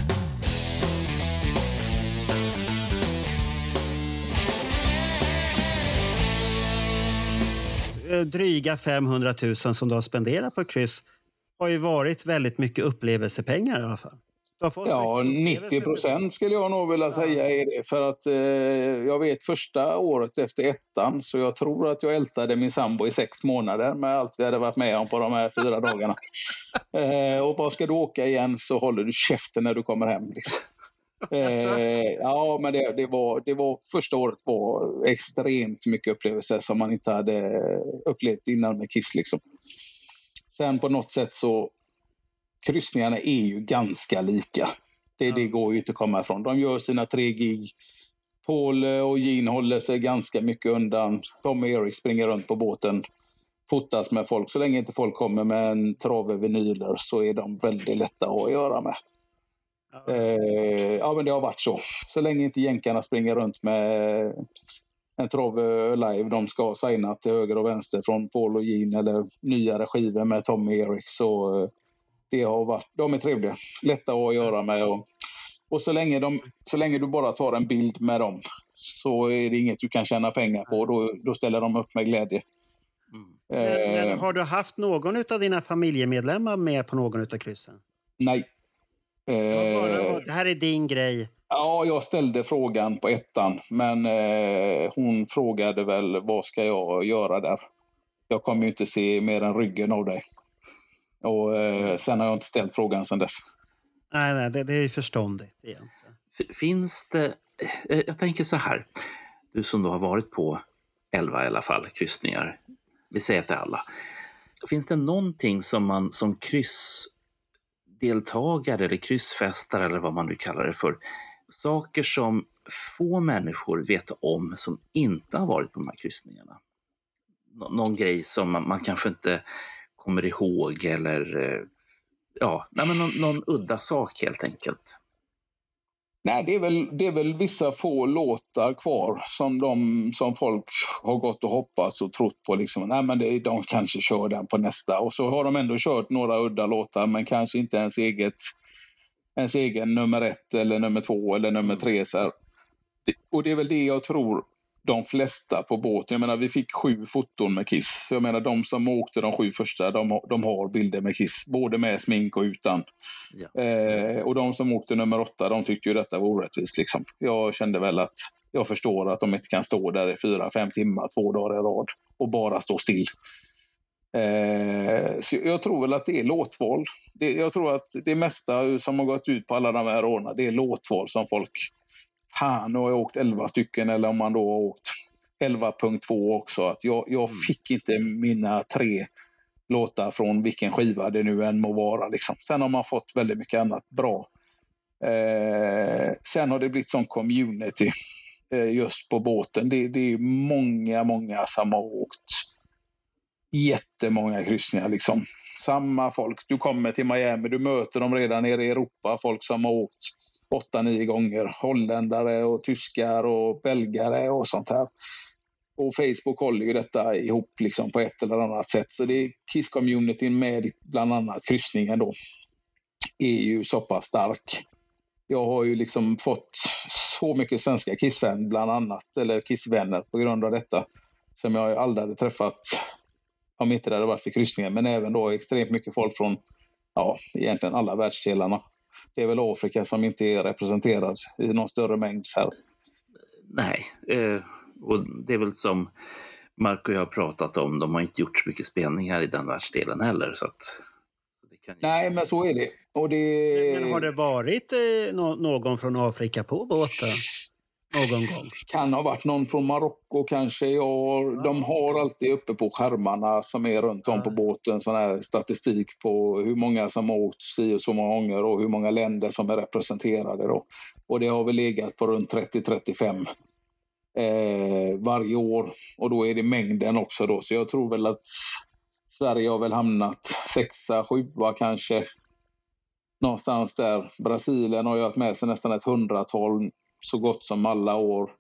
Dryga 500 000 som du har spenderat på kryss har ju varit väldigt mycket upplevelsepengar i alla fall. 90% skulle jag nog vilja säga är det. För att jag vet första året efter 1:an så jag tror att jag ältade min sambo i 6 månader med allt vi hade varit med om på de här 4 dagarna. Och bara ska du åka igen så håller du käften när du kommer hem. Liksom. Ja, men det var första året var extremt mycket upplevelser som man inte hade upplevt innan med Kiss liksom. Sen på något sätt så kryssningarna är ju ganska lika. Det går ju inte att komma ifrån. De gör sina 3 gig. Paul och Gene håller sig ganska mycket undan. Tom och Eric springer runt på båten. Fotas med folk. Så länge inte folk kommer med en trave vinyler så är de väldigt lätta att göra med. Ja, men det har varit så. Så länge inte jänkarna springer runt med en trave live. De ska signa till höger och vänster från Paul och Gene eller nyare skivor med Tom och Eric. Så det har varit, de är trevliga, lätta att göra med och så länge du bara tar en bild med dem så är det inget du kan tjäna pengar på, då ställer de upp med glädje. Men har du haft någon av dina familjemedlemmar med på någon av kryssen? Nej. Det här är din grej. Ja, jag ställde frågan på 1:an, men hon frågade väl vad ska jag göra där? Jag kommer ju inte se mer än ryggen av dig. Och sen har jag inte ställt frågan sedan dess. Nej, det är ju förståndigt egentligen. Finns det, jag tänker så här, du som då har varit på 11 i alla fall kryssningar, vi säger till alla. Finns det någonting som man som kryssdeltagare eller kryssfästare eller vad man nu kallar det för, saker som få människor vet om som inte har varit på de här kryssningarna? Någon grej som man kanske inte kommer ihåg eller någon udda sak helt enkelt. Nej, det är väl vissa få låtar kvar som folk har gått och hoppats och trott på liksom. Nej, men de kanske kör den på nästa och så har de ändå kört några udda låtar men kanske inte ens egen nummer 1 eller nummer 2 eller nummer 3 så här. Och det är väl det jag tror de flesta på båten. Jag menar, vi fick 7 foton med Kiss. Så jag menar, de som åkte de 7 första, de har bilder med Kiss. Både med smink och utan. Ja. Och de som åkte nummer 8, de tyckte ju detta var orättvist. Liksom. Jag kände väl att jag förstår att de inte kan stå där i 4-5 timmar, 2 dagar i rad. Och bara stå still. Så jag tror väl att det är låtval. Jag tror att det mesta som har gått ut på alla de här åren, det är låtval som folk... nu har jag åkt 11 stycken eller om man då har åkt 11.2 också. Att jag fick inte mina 3 låtar från vilken skiva det nu än må vara. Liksom. Sen har man fått väldigt mycket annat bra. Sen har det blivit sån community just på båten. Det är många som har åkt jättemånga kryssningar liksom. Samma folk. Du kommer till Miami, du möter dem redan nere i Europa. Folk som har åkt 8-9 gånger. Holländare och tyskar och belgare och sånt här. Och Facebook håller ju detta ihop liksom på ett eller annat sätt. Så det är Kiss-communityn med bland annat kryssningen då. Är ju så pass stark. Jag har ju liksom fått så mycket svenska Kiss-vänner bland annat. Eller Kiss-vänner på grund av detta. Som jag aldrig hade träffat om inte det hade varit för kryssningen. Men även då extremt mycket folk från egentligen alla världsdelarna. Det är väl Afrika som inte är representerad i någon större mängd här. Nej, och det är väl som Mark och jag har pratat om. De har inte gjort så mycket spelningar i den världsdelen heller. Så det kan ju... Nej, men så är det. Och Men har det varit någon från Afrika på båten? Någon gång? Kan ha varit någon från Marocko kanske. De har alltid uppe på skärmarna som är runt om på båten sån här statistik på hur många som har åkt si och så många gånger och hur många länder som är representerade då. Och det har väl legat på runt 30-35 varje år. Och då är det mängden också då. Så jag tror väl att Sverige har väl hamnat 6-7 kanske. Någonstans där. Brasilien har ju haft med sig nästan 100-tal så gott som alla år.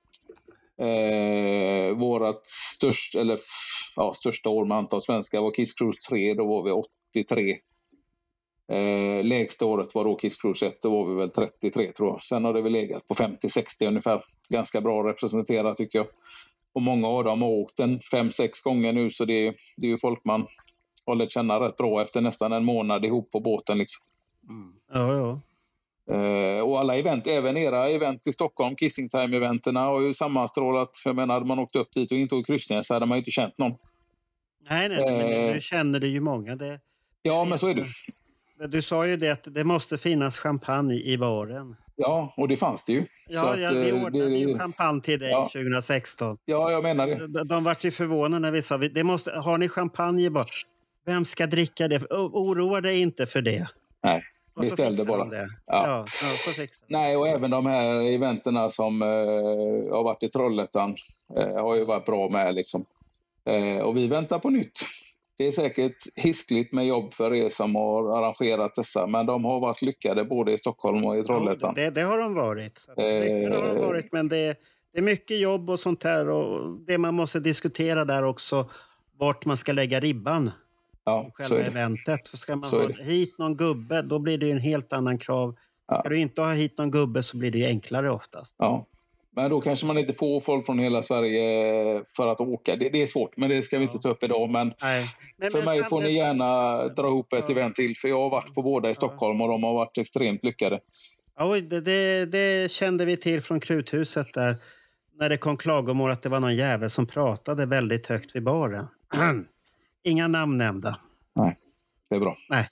Vårat största år med antal svenskar var Kiss Cruise 3, då var vi 83. Lägsta året var då Kiss Cruise 1, då var vi väl 33 tror jag. Sen har det väl legat på 50-60 ungefär. Ganska bra representerat tycker jag. Och många av dem har åkt den 5-6 gånger nu, så det är ju folk man har lärt känna rätt bra efter nästan en månad ihop på båten liksom. Ja. Och alla event, även era event i Stockholm, Kissing Time-eventerna har ju sammanstrålat. Jag menar, hade man åkt upp dit och inte åkt kryssningar så hade man ju inte känt någon. Nej, men nu känner det ju många. Ja, men så är det. Du sa ju det att det måste finnas champagne i baren. Ja, och det fanns det ju. Ja, vi ordnade ju champagne till dig 2016. Ja, jag menar det. De var ju förvånade när vi sa, har ni champagne i bar? Vem ska dricka det? Oroa dig inte för det. Nej. Vi ställde bara. Det. Ja, så fixar de. Nej, och även de här eventerna som har varit i Trollhättan har ju varit bra med liksom. Och vi väntar på nytt. Det är säkert hiskligt med jobb för er som har arrangerat dessa, men de har varit lyckade både i Stockholm och i Trollhättan. Ja, det har de varit. Det har de varit, men det är mycket jobb och sånt här, och det man måste diskutera där också, vart man ska lägga ribban. Ja, själva eventet. Ska man ha hit någon gubbe, då blir det ju en helt annan krav. Ska du inte ha hit någon gubbe så blir det ju enklare oftast. Ja, men då kanske man inte får folk från hela Sverige för att åka. Det är svårt, men det ska vi inte ta upp idag. Men för mig får ni gärna dra ihop ett event till. För jag har varit på båda i Stockholm och de har varit extremt lyckade. Ja, det kände vi till från Kruthuset där. När det kom klagomål att det var någon jävel som pratade väldigt högt vid baren. Inga namn nämnda. Nej, det är bra. Nej.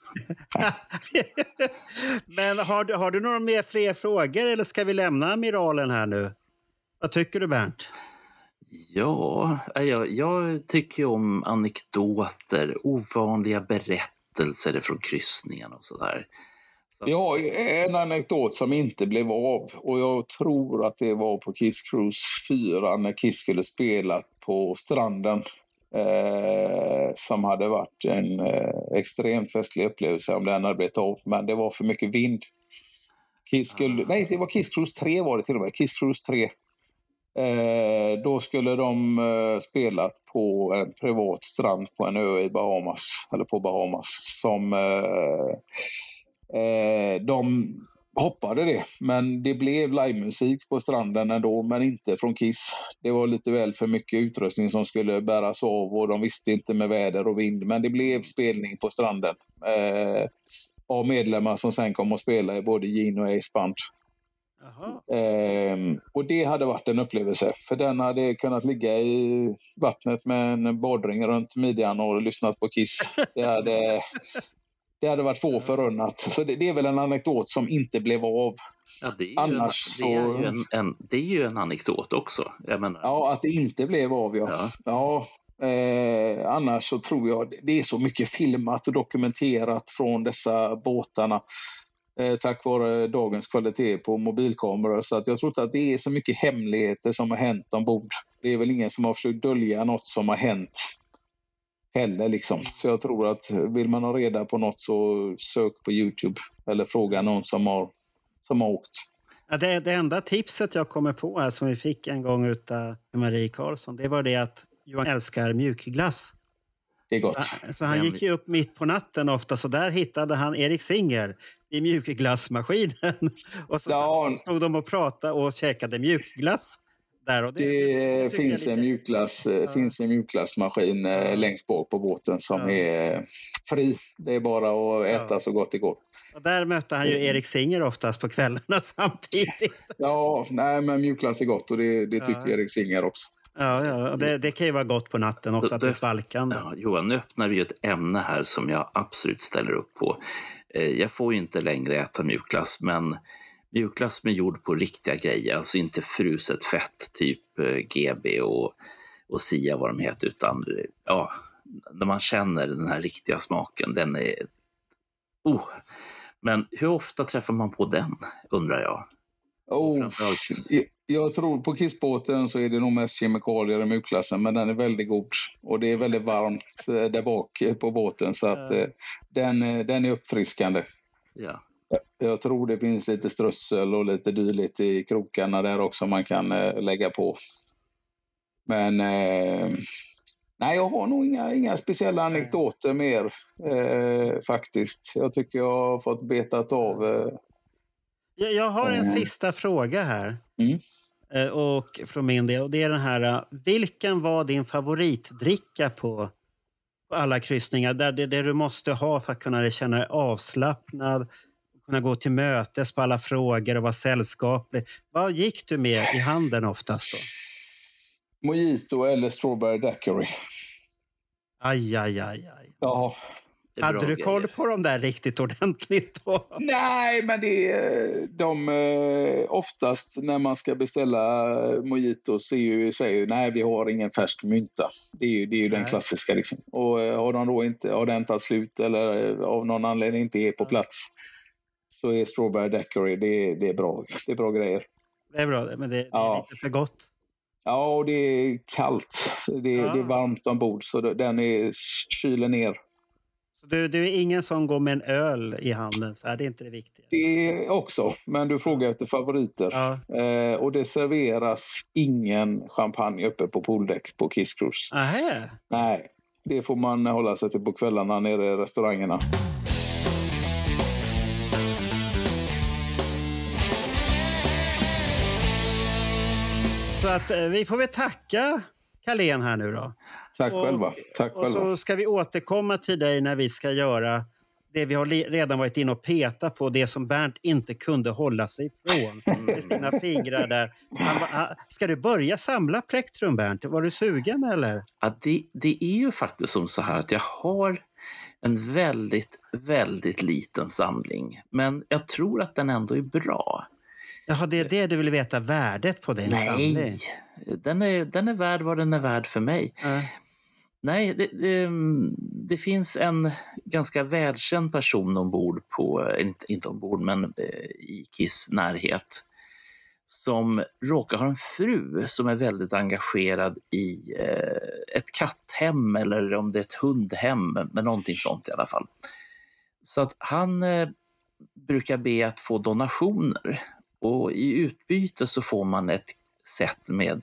Men har du några fler frågor eller ska vi lämna Amiralen här nu? Vad tycker du, Bernt? Ja, jag tycker om anekdoter, ovanliga berättelser från kryssningen och sådär. Jag har en anekdot som inte blev av, och jag tror att det var på Kiss Cruise 4 när Kiss skulle spela på stranden. Som hade varit en extremt festlig upplevelse om den hade blivit av, men det var för mycket vind. Nej, det var Kiss Cruise 3 var det till och med. Kiss Cruise 3. Då skulle de spelat på en privat strand på en ö i Bahamas, eller på Bahamas, som de hoppade det, men det blev livemusik på stranden ändå, men inte från Kiss. Det var lite väl för mycket utrustning som skulle bäras av och de visste inte med väder och vind, men det blev spelning på stranden av medlemmar som sen kom att spela i både Gene och Ace Band. Och det hade varit en upplevelse, för den hade kunnat ligga i vattnet med en badring runt midjan och lyssnat på Kiss. Det hade varit få förunnat. Så det är väl en anekdot som inte blev av. Ja, det är ju, Annars det är ju en anekdot också. Jag menar. Ja, att det inte blev av. Annars så tror jag det är så mycket filmat och dokumenterat från dessa båtarna tack vare dagens kvalitet på mobilkameror. Så att jag tror inte att det är så mycket hemligheter som har hänt ombord. Det är väl ingen som har försökt dölja något som har hänt heller liksom. Så jag tror att vill man ha reda på något så sök på YouTube eller fråga någon som har åkt. Ja, det enda tipset jag kommer på här som vi fick en gång utav Marie Karlsson, det var det att Johan älskar mjukglass. Det är gott. Så han gick ju upp mitt på natten ofta, så där hittade han Erik Singer i mjukglassmaskinen. Och så stod de och pratade och käkade mjukglass. Där och det finns en mjukglassmaskin längst bak på båten som är fri. Det är bara att äta så gott det går. Och där mötte han ju Erik Singer oftast på kvällarna samtidigt. Men mjukglass är gott och det tycker Erik Singer också. Ja, det kan ju vara gott på natten också, att det är svalkande. Ja, Johan, nu öppnar vi ett ämne här som jag absolut ställer upp på. Jag får ju inte längre äta mjukglass, men mjukglass med gjord på riktiga grejer, alltså inte fruset fett, typ GB och Sia vad de heter, utan när man känner den här riktiga smaken, den är... Men hur ofta träffar man på den, undrar jag? Jag tror på kissbåten så är det nog mest kemikalier i mjukglassen, men den är väldigt god. Och det är väldigt varmt där bak på båten, så att den är uppfriskande. Ja. Jag tror det finns lite strössel och lite dyligt i krokarna där också man kan lägga på. Men nej, jag har nog inga speciella anekdoter mer faktiskt. Jag tycker jag har fått betat av. Jag har en sista fråga här. Och från min del, och det är den här: vilken var din favoritdricka på alla kryssningar där du måste ha för att kunna känna dig avslappnad, kunna gå till mötes på alla frågor och vara sällskaplig? Vad gick du med i handen oftast då? Mojito eller strawberry daiquiri. Aj. Ja. Hade du koll på dem där riktigt ordentligt då? Nej, men det är oftast när man ska beställa mojito säger nej, vi har ingen färsk mynta. Det är ju den klassiska liksom. Och har de då inte tagit slut eller av någon anledning inte är på plats, så är strawberry daiquiri det är bra. Det är bra grejer. Det är bra, men det är lite för gott. Ja, och det är kallt. Det är varmt ombord, så den kyler ner. Så du är ingen som går med en öl i handen, så här, det är inte det viktiga? Det är också, men du frågar efter favoriter. Och det serveras ingen champagne uppe på pooldäck på Kiss Cruise. Nej, det får man hålla sig till på kvällarna nere i restaurangerna. Så att vi får väl tacka Carlén här nu då. Tack själva. Och så ska vi återkomma till dig när vi ska göra det vi har redan varit inne och peta på, det som Bernt inte kunde hålla sig ifrån med sina fingrar där. Ska du börja samla plektrum, Bernt? Var du sugen eller? Ja, det är ju faktiskt som så här att jag har en väldigt, väldigt liten samling. Men jag tror att den ändå är bra. Jaha, det är det du vill veta, värdet på din samling? Nej, den är värd vad den är värd för mig. Nej, det finns en ganska välkänd person ombord på, inte ombord, men i Kiss närhet, som råkar ha en fru som är väldigt engagerad i ett katthem, eller om det är ett hundhem, men någonting sånt i alla fall. Så att han brukar be att få donationer, och i utbyte så får man ett set med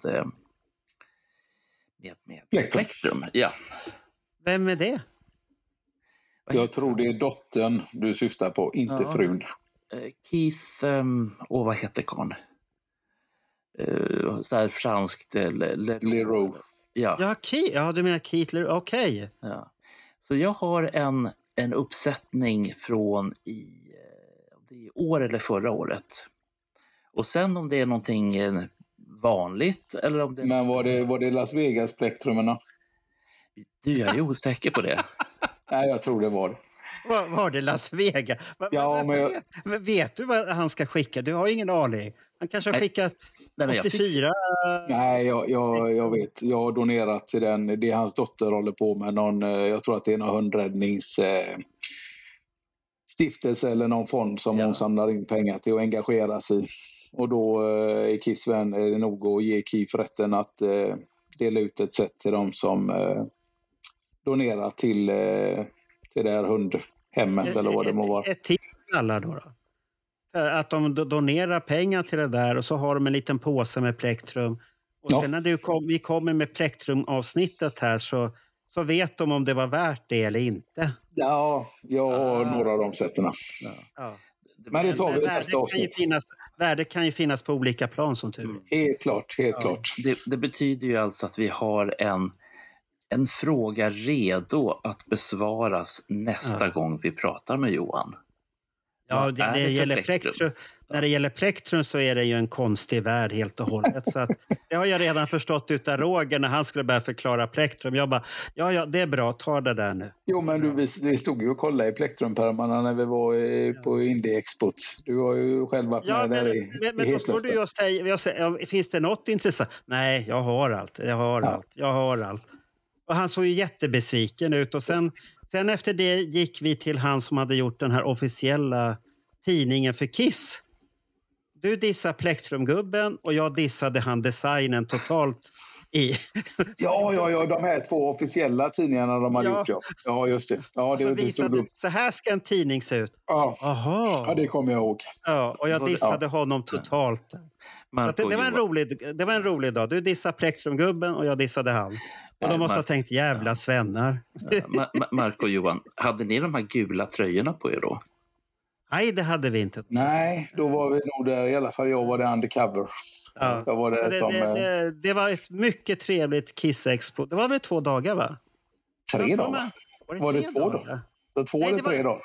plektrum. Ja. Vem är det? Jag tror det är dottern du syftar på, inte frun. Keith, vad heter karln? Så här franskt Leroux. Ja, du menar Keith Leroux, okej. Ja. Så jag har en uppsättning från i år eller förra året. Och sen om det är någonting vanligt eller om det är... Men var det Las Vegas plektrumerna? Du, jag är osäker på det. Nej, jag tror det var det. Var det Las Vegas? Ja, men Vet du vad han ska skicka? Du har ingen aning. Han kanske har skickat 84. Nej, jag vet. Jag har donerat till den. Det är hans dotter håller på med någon, jag tror att det är någon hundräddnings stiftelse eller någon fond som hon samlar in pengar till och engageras i. Och då är Kiss vän är det nog att ge Keith rätten att dela ut ett sätt till dem som donerar till det här hundhemmet eller vad det må vara. Ett till alla då? Att de donerar pengar till det där och så har de en liten påse med plektrum. Och sen när vi kommer med plektrum-avsnittet här så vet de om det var värt det eller inte. Ja, jag har några av de sätterna. Ja. Men det tar vi nästa avsnitt. Värdet kan ju finnas på olika plan som tur. Helt klart. Det betyder ju alltså att vi har en fråga redo att besvaras nästa gång vi pratar med Johan. Ja, det gäller plektrum. När det gäller plektrum så är det ju en konstig värld helt och hållet. Så att, det har jag redan förstått utav Roger när han skulle börja förklara plektrum. Jag bara, ja, det är bra, ta det där nu. Jo, men vi stod ju och kollade i plektrumpermarna när vi var på Indie-expot. Du har ju själv varit med där i men då står du och säger, finns det något intressant? Nej, jag har allt. Och han såg ju jättebesviken ut och sen efter det gick vi till han som hade gjort den här officiella tidningen för Kiss. Du dissade plektrumgubben och jag dissade han designen totalt i. Ja, de här 2 officiella tidningarna de hade gjort. Ja, just det. Ja, det visade, så här ska en tidning se ut. Ja. Aha. Ja, det kommer jag ihåg. Ja, och jag dissade honom totalt. Så det var en rolig dag. Du dissade plektrumgubben och jag dissade han. Och de måste ha tänkt, jävla svennar. Marco och Johan, hade ni de här gula tröjorna på er då? Nej, det hade vi inte. Nej, då var vi nog där. I alla fall jag var det undercover. Ja. Det var ett mycket trevligt Kiss-expo. Det var väl 2 dagar, va? 3 dagar. Var det 2 dagar? 2 eller 3 dagar?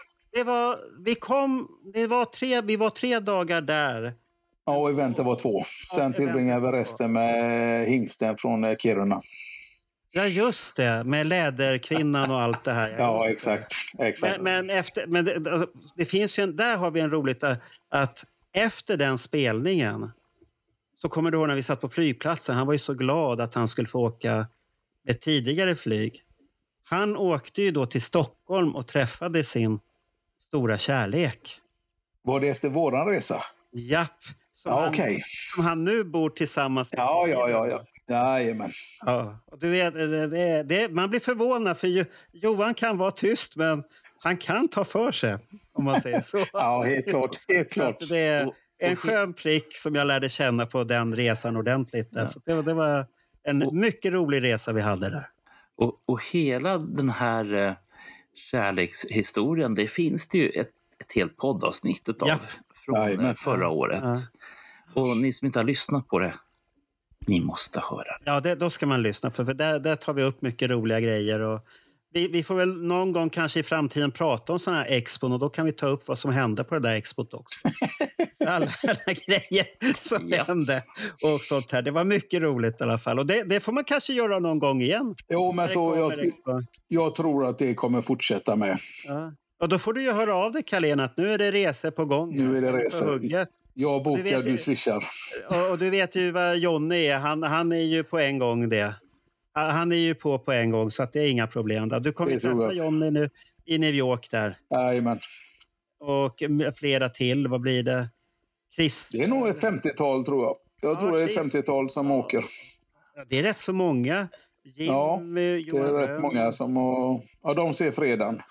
Vi var 3 dagar där. Ja, och eventet var 2. Sen tillbringade vi resten med hingsten från Kiruna. Ja, just det. Med läderkvinnan och allt det här. Ja, exakt. Men det finns ju där har vi en roligt att efter den spelningen så kommer du ihåg när vi satt på flygplatsen. Han var ju så glad att han skulle få åka med tidigare flyg. Han åkte ju då till Stockholm och träffade sin stora kärlek. Var det efter våran resa? Japp. Som han nu bor tillsammans med. Ja. Jajamän. Ja, och du vet, man blir förvånad för Johan kan vara tyst men han kan ta för sig om man säger så. Ja, helt klart. Det är en skön prick som jag lärde känna på den resan ordentligt. Ja. Så det var en mycket rolig resa vi hade där. Och hela den här kärlekshistorien, det finns det ju ett helt poddavsnitt av från förra året. Ja. Och ni som inte har lyssnat på det, ni måste höra det. Ja, då ska man lyssna för där tar vi upp mycket roliga grejer. Och vi får väl någon gång kanske i framtiden prata om sådana här expon och då kan vi ta upp vad som hände på det där expot också. alla grejer som hände och sånt här. Det var mycket roligt i alla fall. Och det får man kanske göra någon gång igen. Jo, men så jag tror att det kommer fortsätta med. Ja. Och då får du ju höra av dig, Carlén, att nu är det resor på gång. Nu är det resor. Jag bokar, du swishar. Och du vet ju vad Johnny är. Han är ju på en gång det. Han är ju på en gång så att det är inga problem. Du kommer träffa Johnny nu i New York där. Jajamän. Och flera till. Vad blir det? Chris? Det är nog ett 50-tal tror jag. Jag tror det är ett 50-tal som åker. Ja, det är rätt så många. Jim, det är rätt många som... de ser fredagen.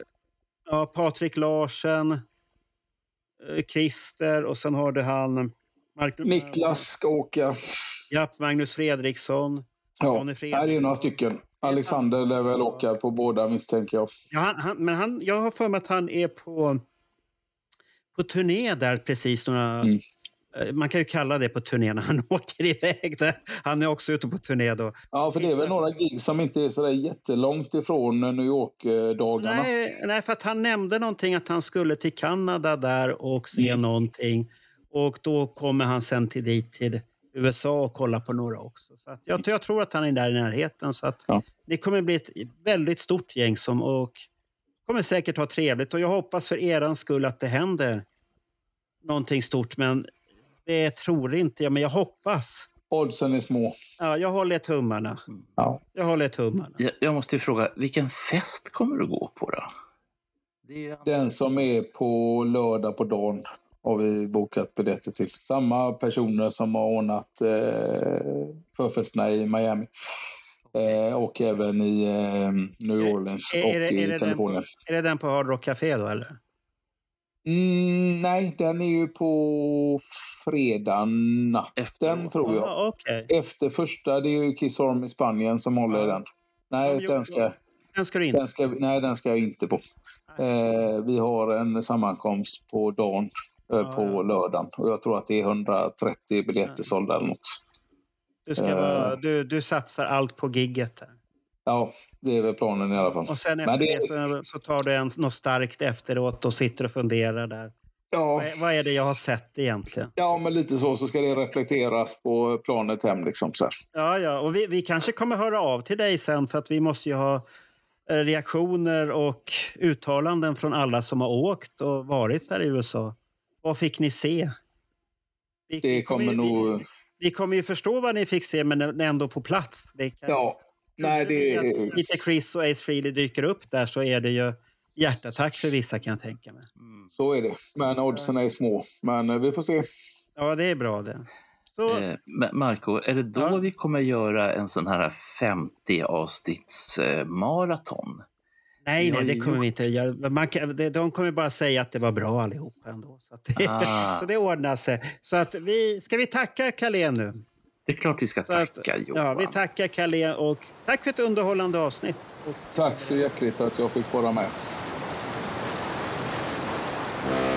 Patrik Larsen... Christer och sen har du han Niklas ska åka. Ja, Magnus Fredriksson. Ja, det är några stycken. Alexander lär väl åka på båda misstänker jag. Ja, jag har för mig att han är på turné där precis några... Man kan ju kalla det på turné när han åker iväg där. Han är också ute på turné då. Ja, för det är väl några gig som inte är så där jättelångt ifrån New York-dagarna. Nej, för att han nämnde någonting att han skulle till Kanada där och se någonting. Och då kommer han sen dit till USA och kolla på några också. Så att jag tror att han är där i närheten. Så att det kommer bli ett väldigt stort gäng som kommer säkert ha trevligt och jag hoppas för eran skull att det händer någonting stort, men det tror inte jag, men jag hoppas. Oddsen är små. Ja, jag håller tummarna. Ja. Jag håller tummarna. Jag måste ju fråga, vilken fest kommer du gå på då? Den som är på lördag på dagen har vi bokat biljetter till. Samma personer som har ordnat förfesterna i Miami. Och även i New Orleans och i Kalifornien. Är det den på Hard Rock Café då, eller? Nej, den är ju på fredag natten, tror jag. Okay. Efter första, det är ju Kiss Army i Spanien som håller i den. Nej, den ska du inte. Den ska jag inte på. Vi har en sammankomst på dagen på lördagen. Och jag tror att det är 130 biljetter sålda eller något. Du satsar allt på gigget här. Ja, det är väl planen i alla fall. Och sen efter det så tar du något starkt efteråt och sitter och funderar där. Ja. Vad är det jag har sett egentligen? Ja, men lite så ska det reflekteras på planet hem liksom så här. Ja, och vi kanske kommer höra av till dig sen, för att vi måste ju ha reaktioner och uttalanden från alla som har åkt och varit där i USA. Vad fick ni se? Vi kommer ju förstå vad ni fick se, men ändå på plats. Lite Chris och Ace Frehley dyker upp där, så är det ju hjärtattack för vissa, kan jag tänka mig. Så är det. Men oddsen är små. Men vi får se. Ja, det är bra det. Så... Marco, är det då vi kommer göra en sån här 50-avsnitts maraton? Nej, det kommer vi inte göra. De kommer bara säga att det var bra allihopa ändå. Så det ordnar sig. Så att ska vi tacka Kalle nu? Det är klart vi ska tacka, Johan. Ja, vi tackar Kalle och tack för ett underhållande avsnitt. Tack så hjärtligt att jag fick vara med.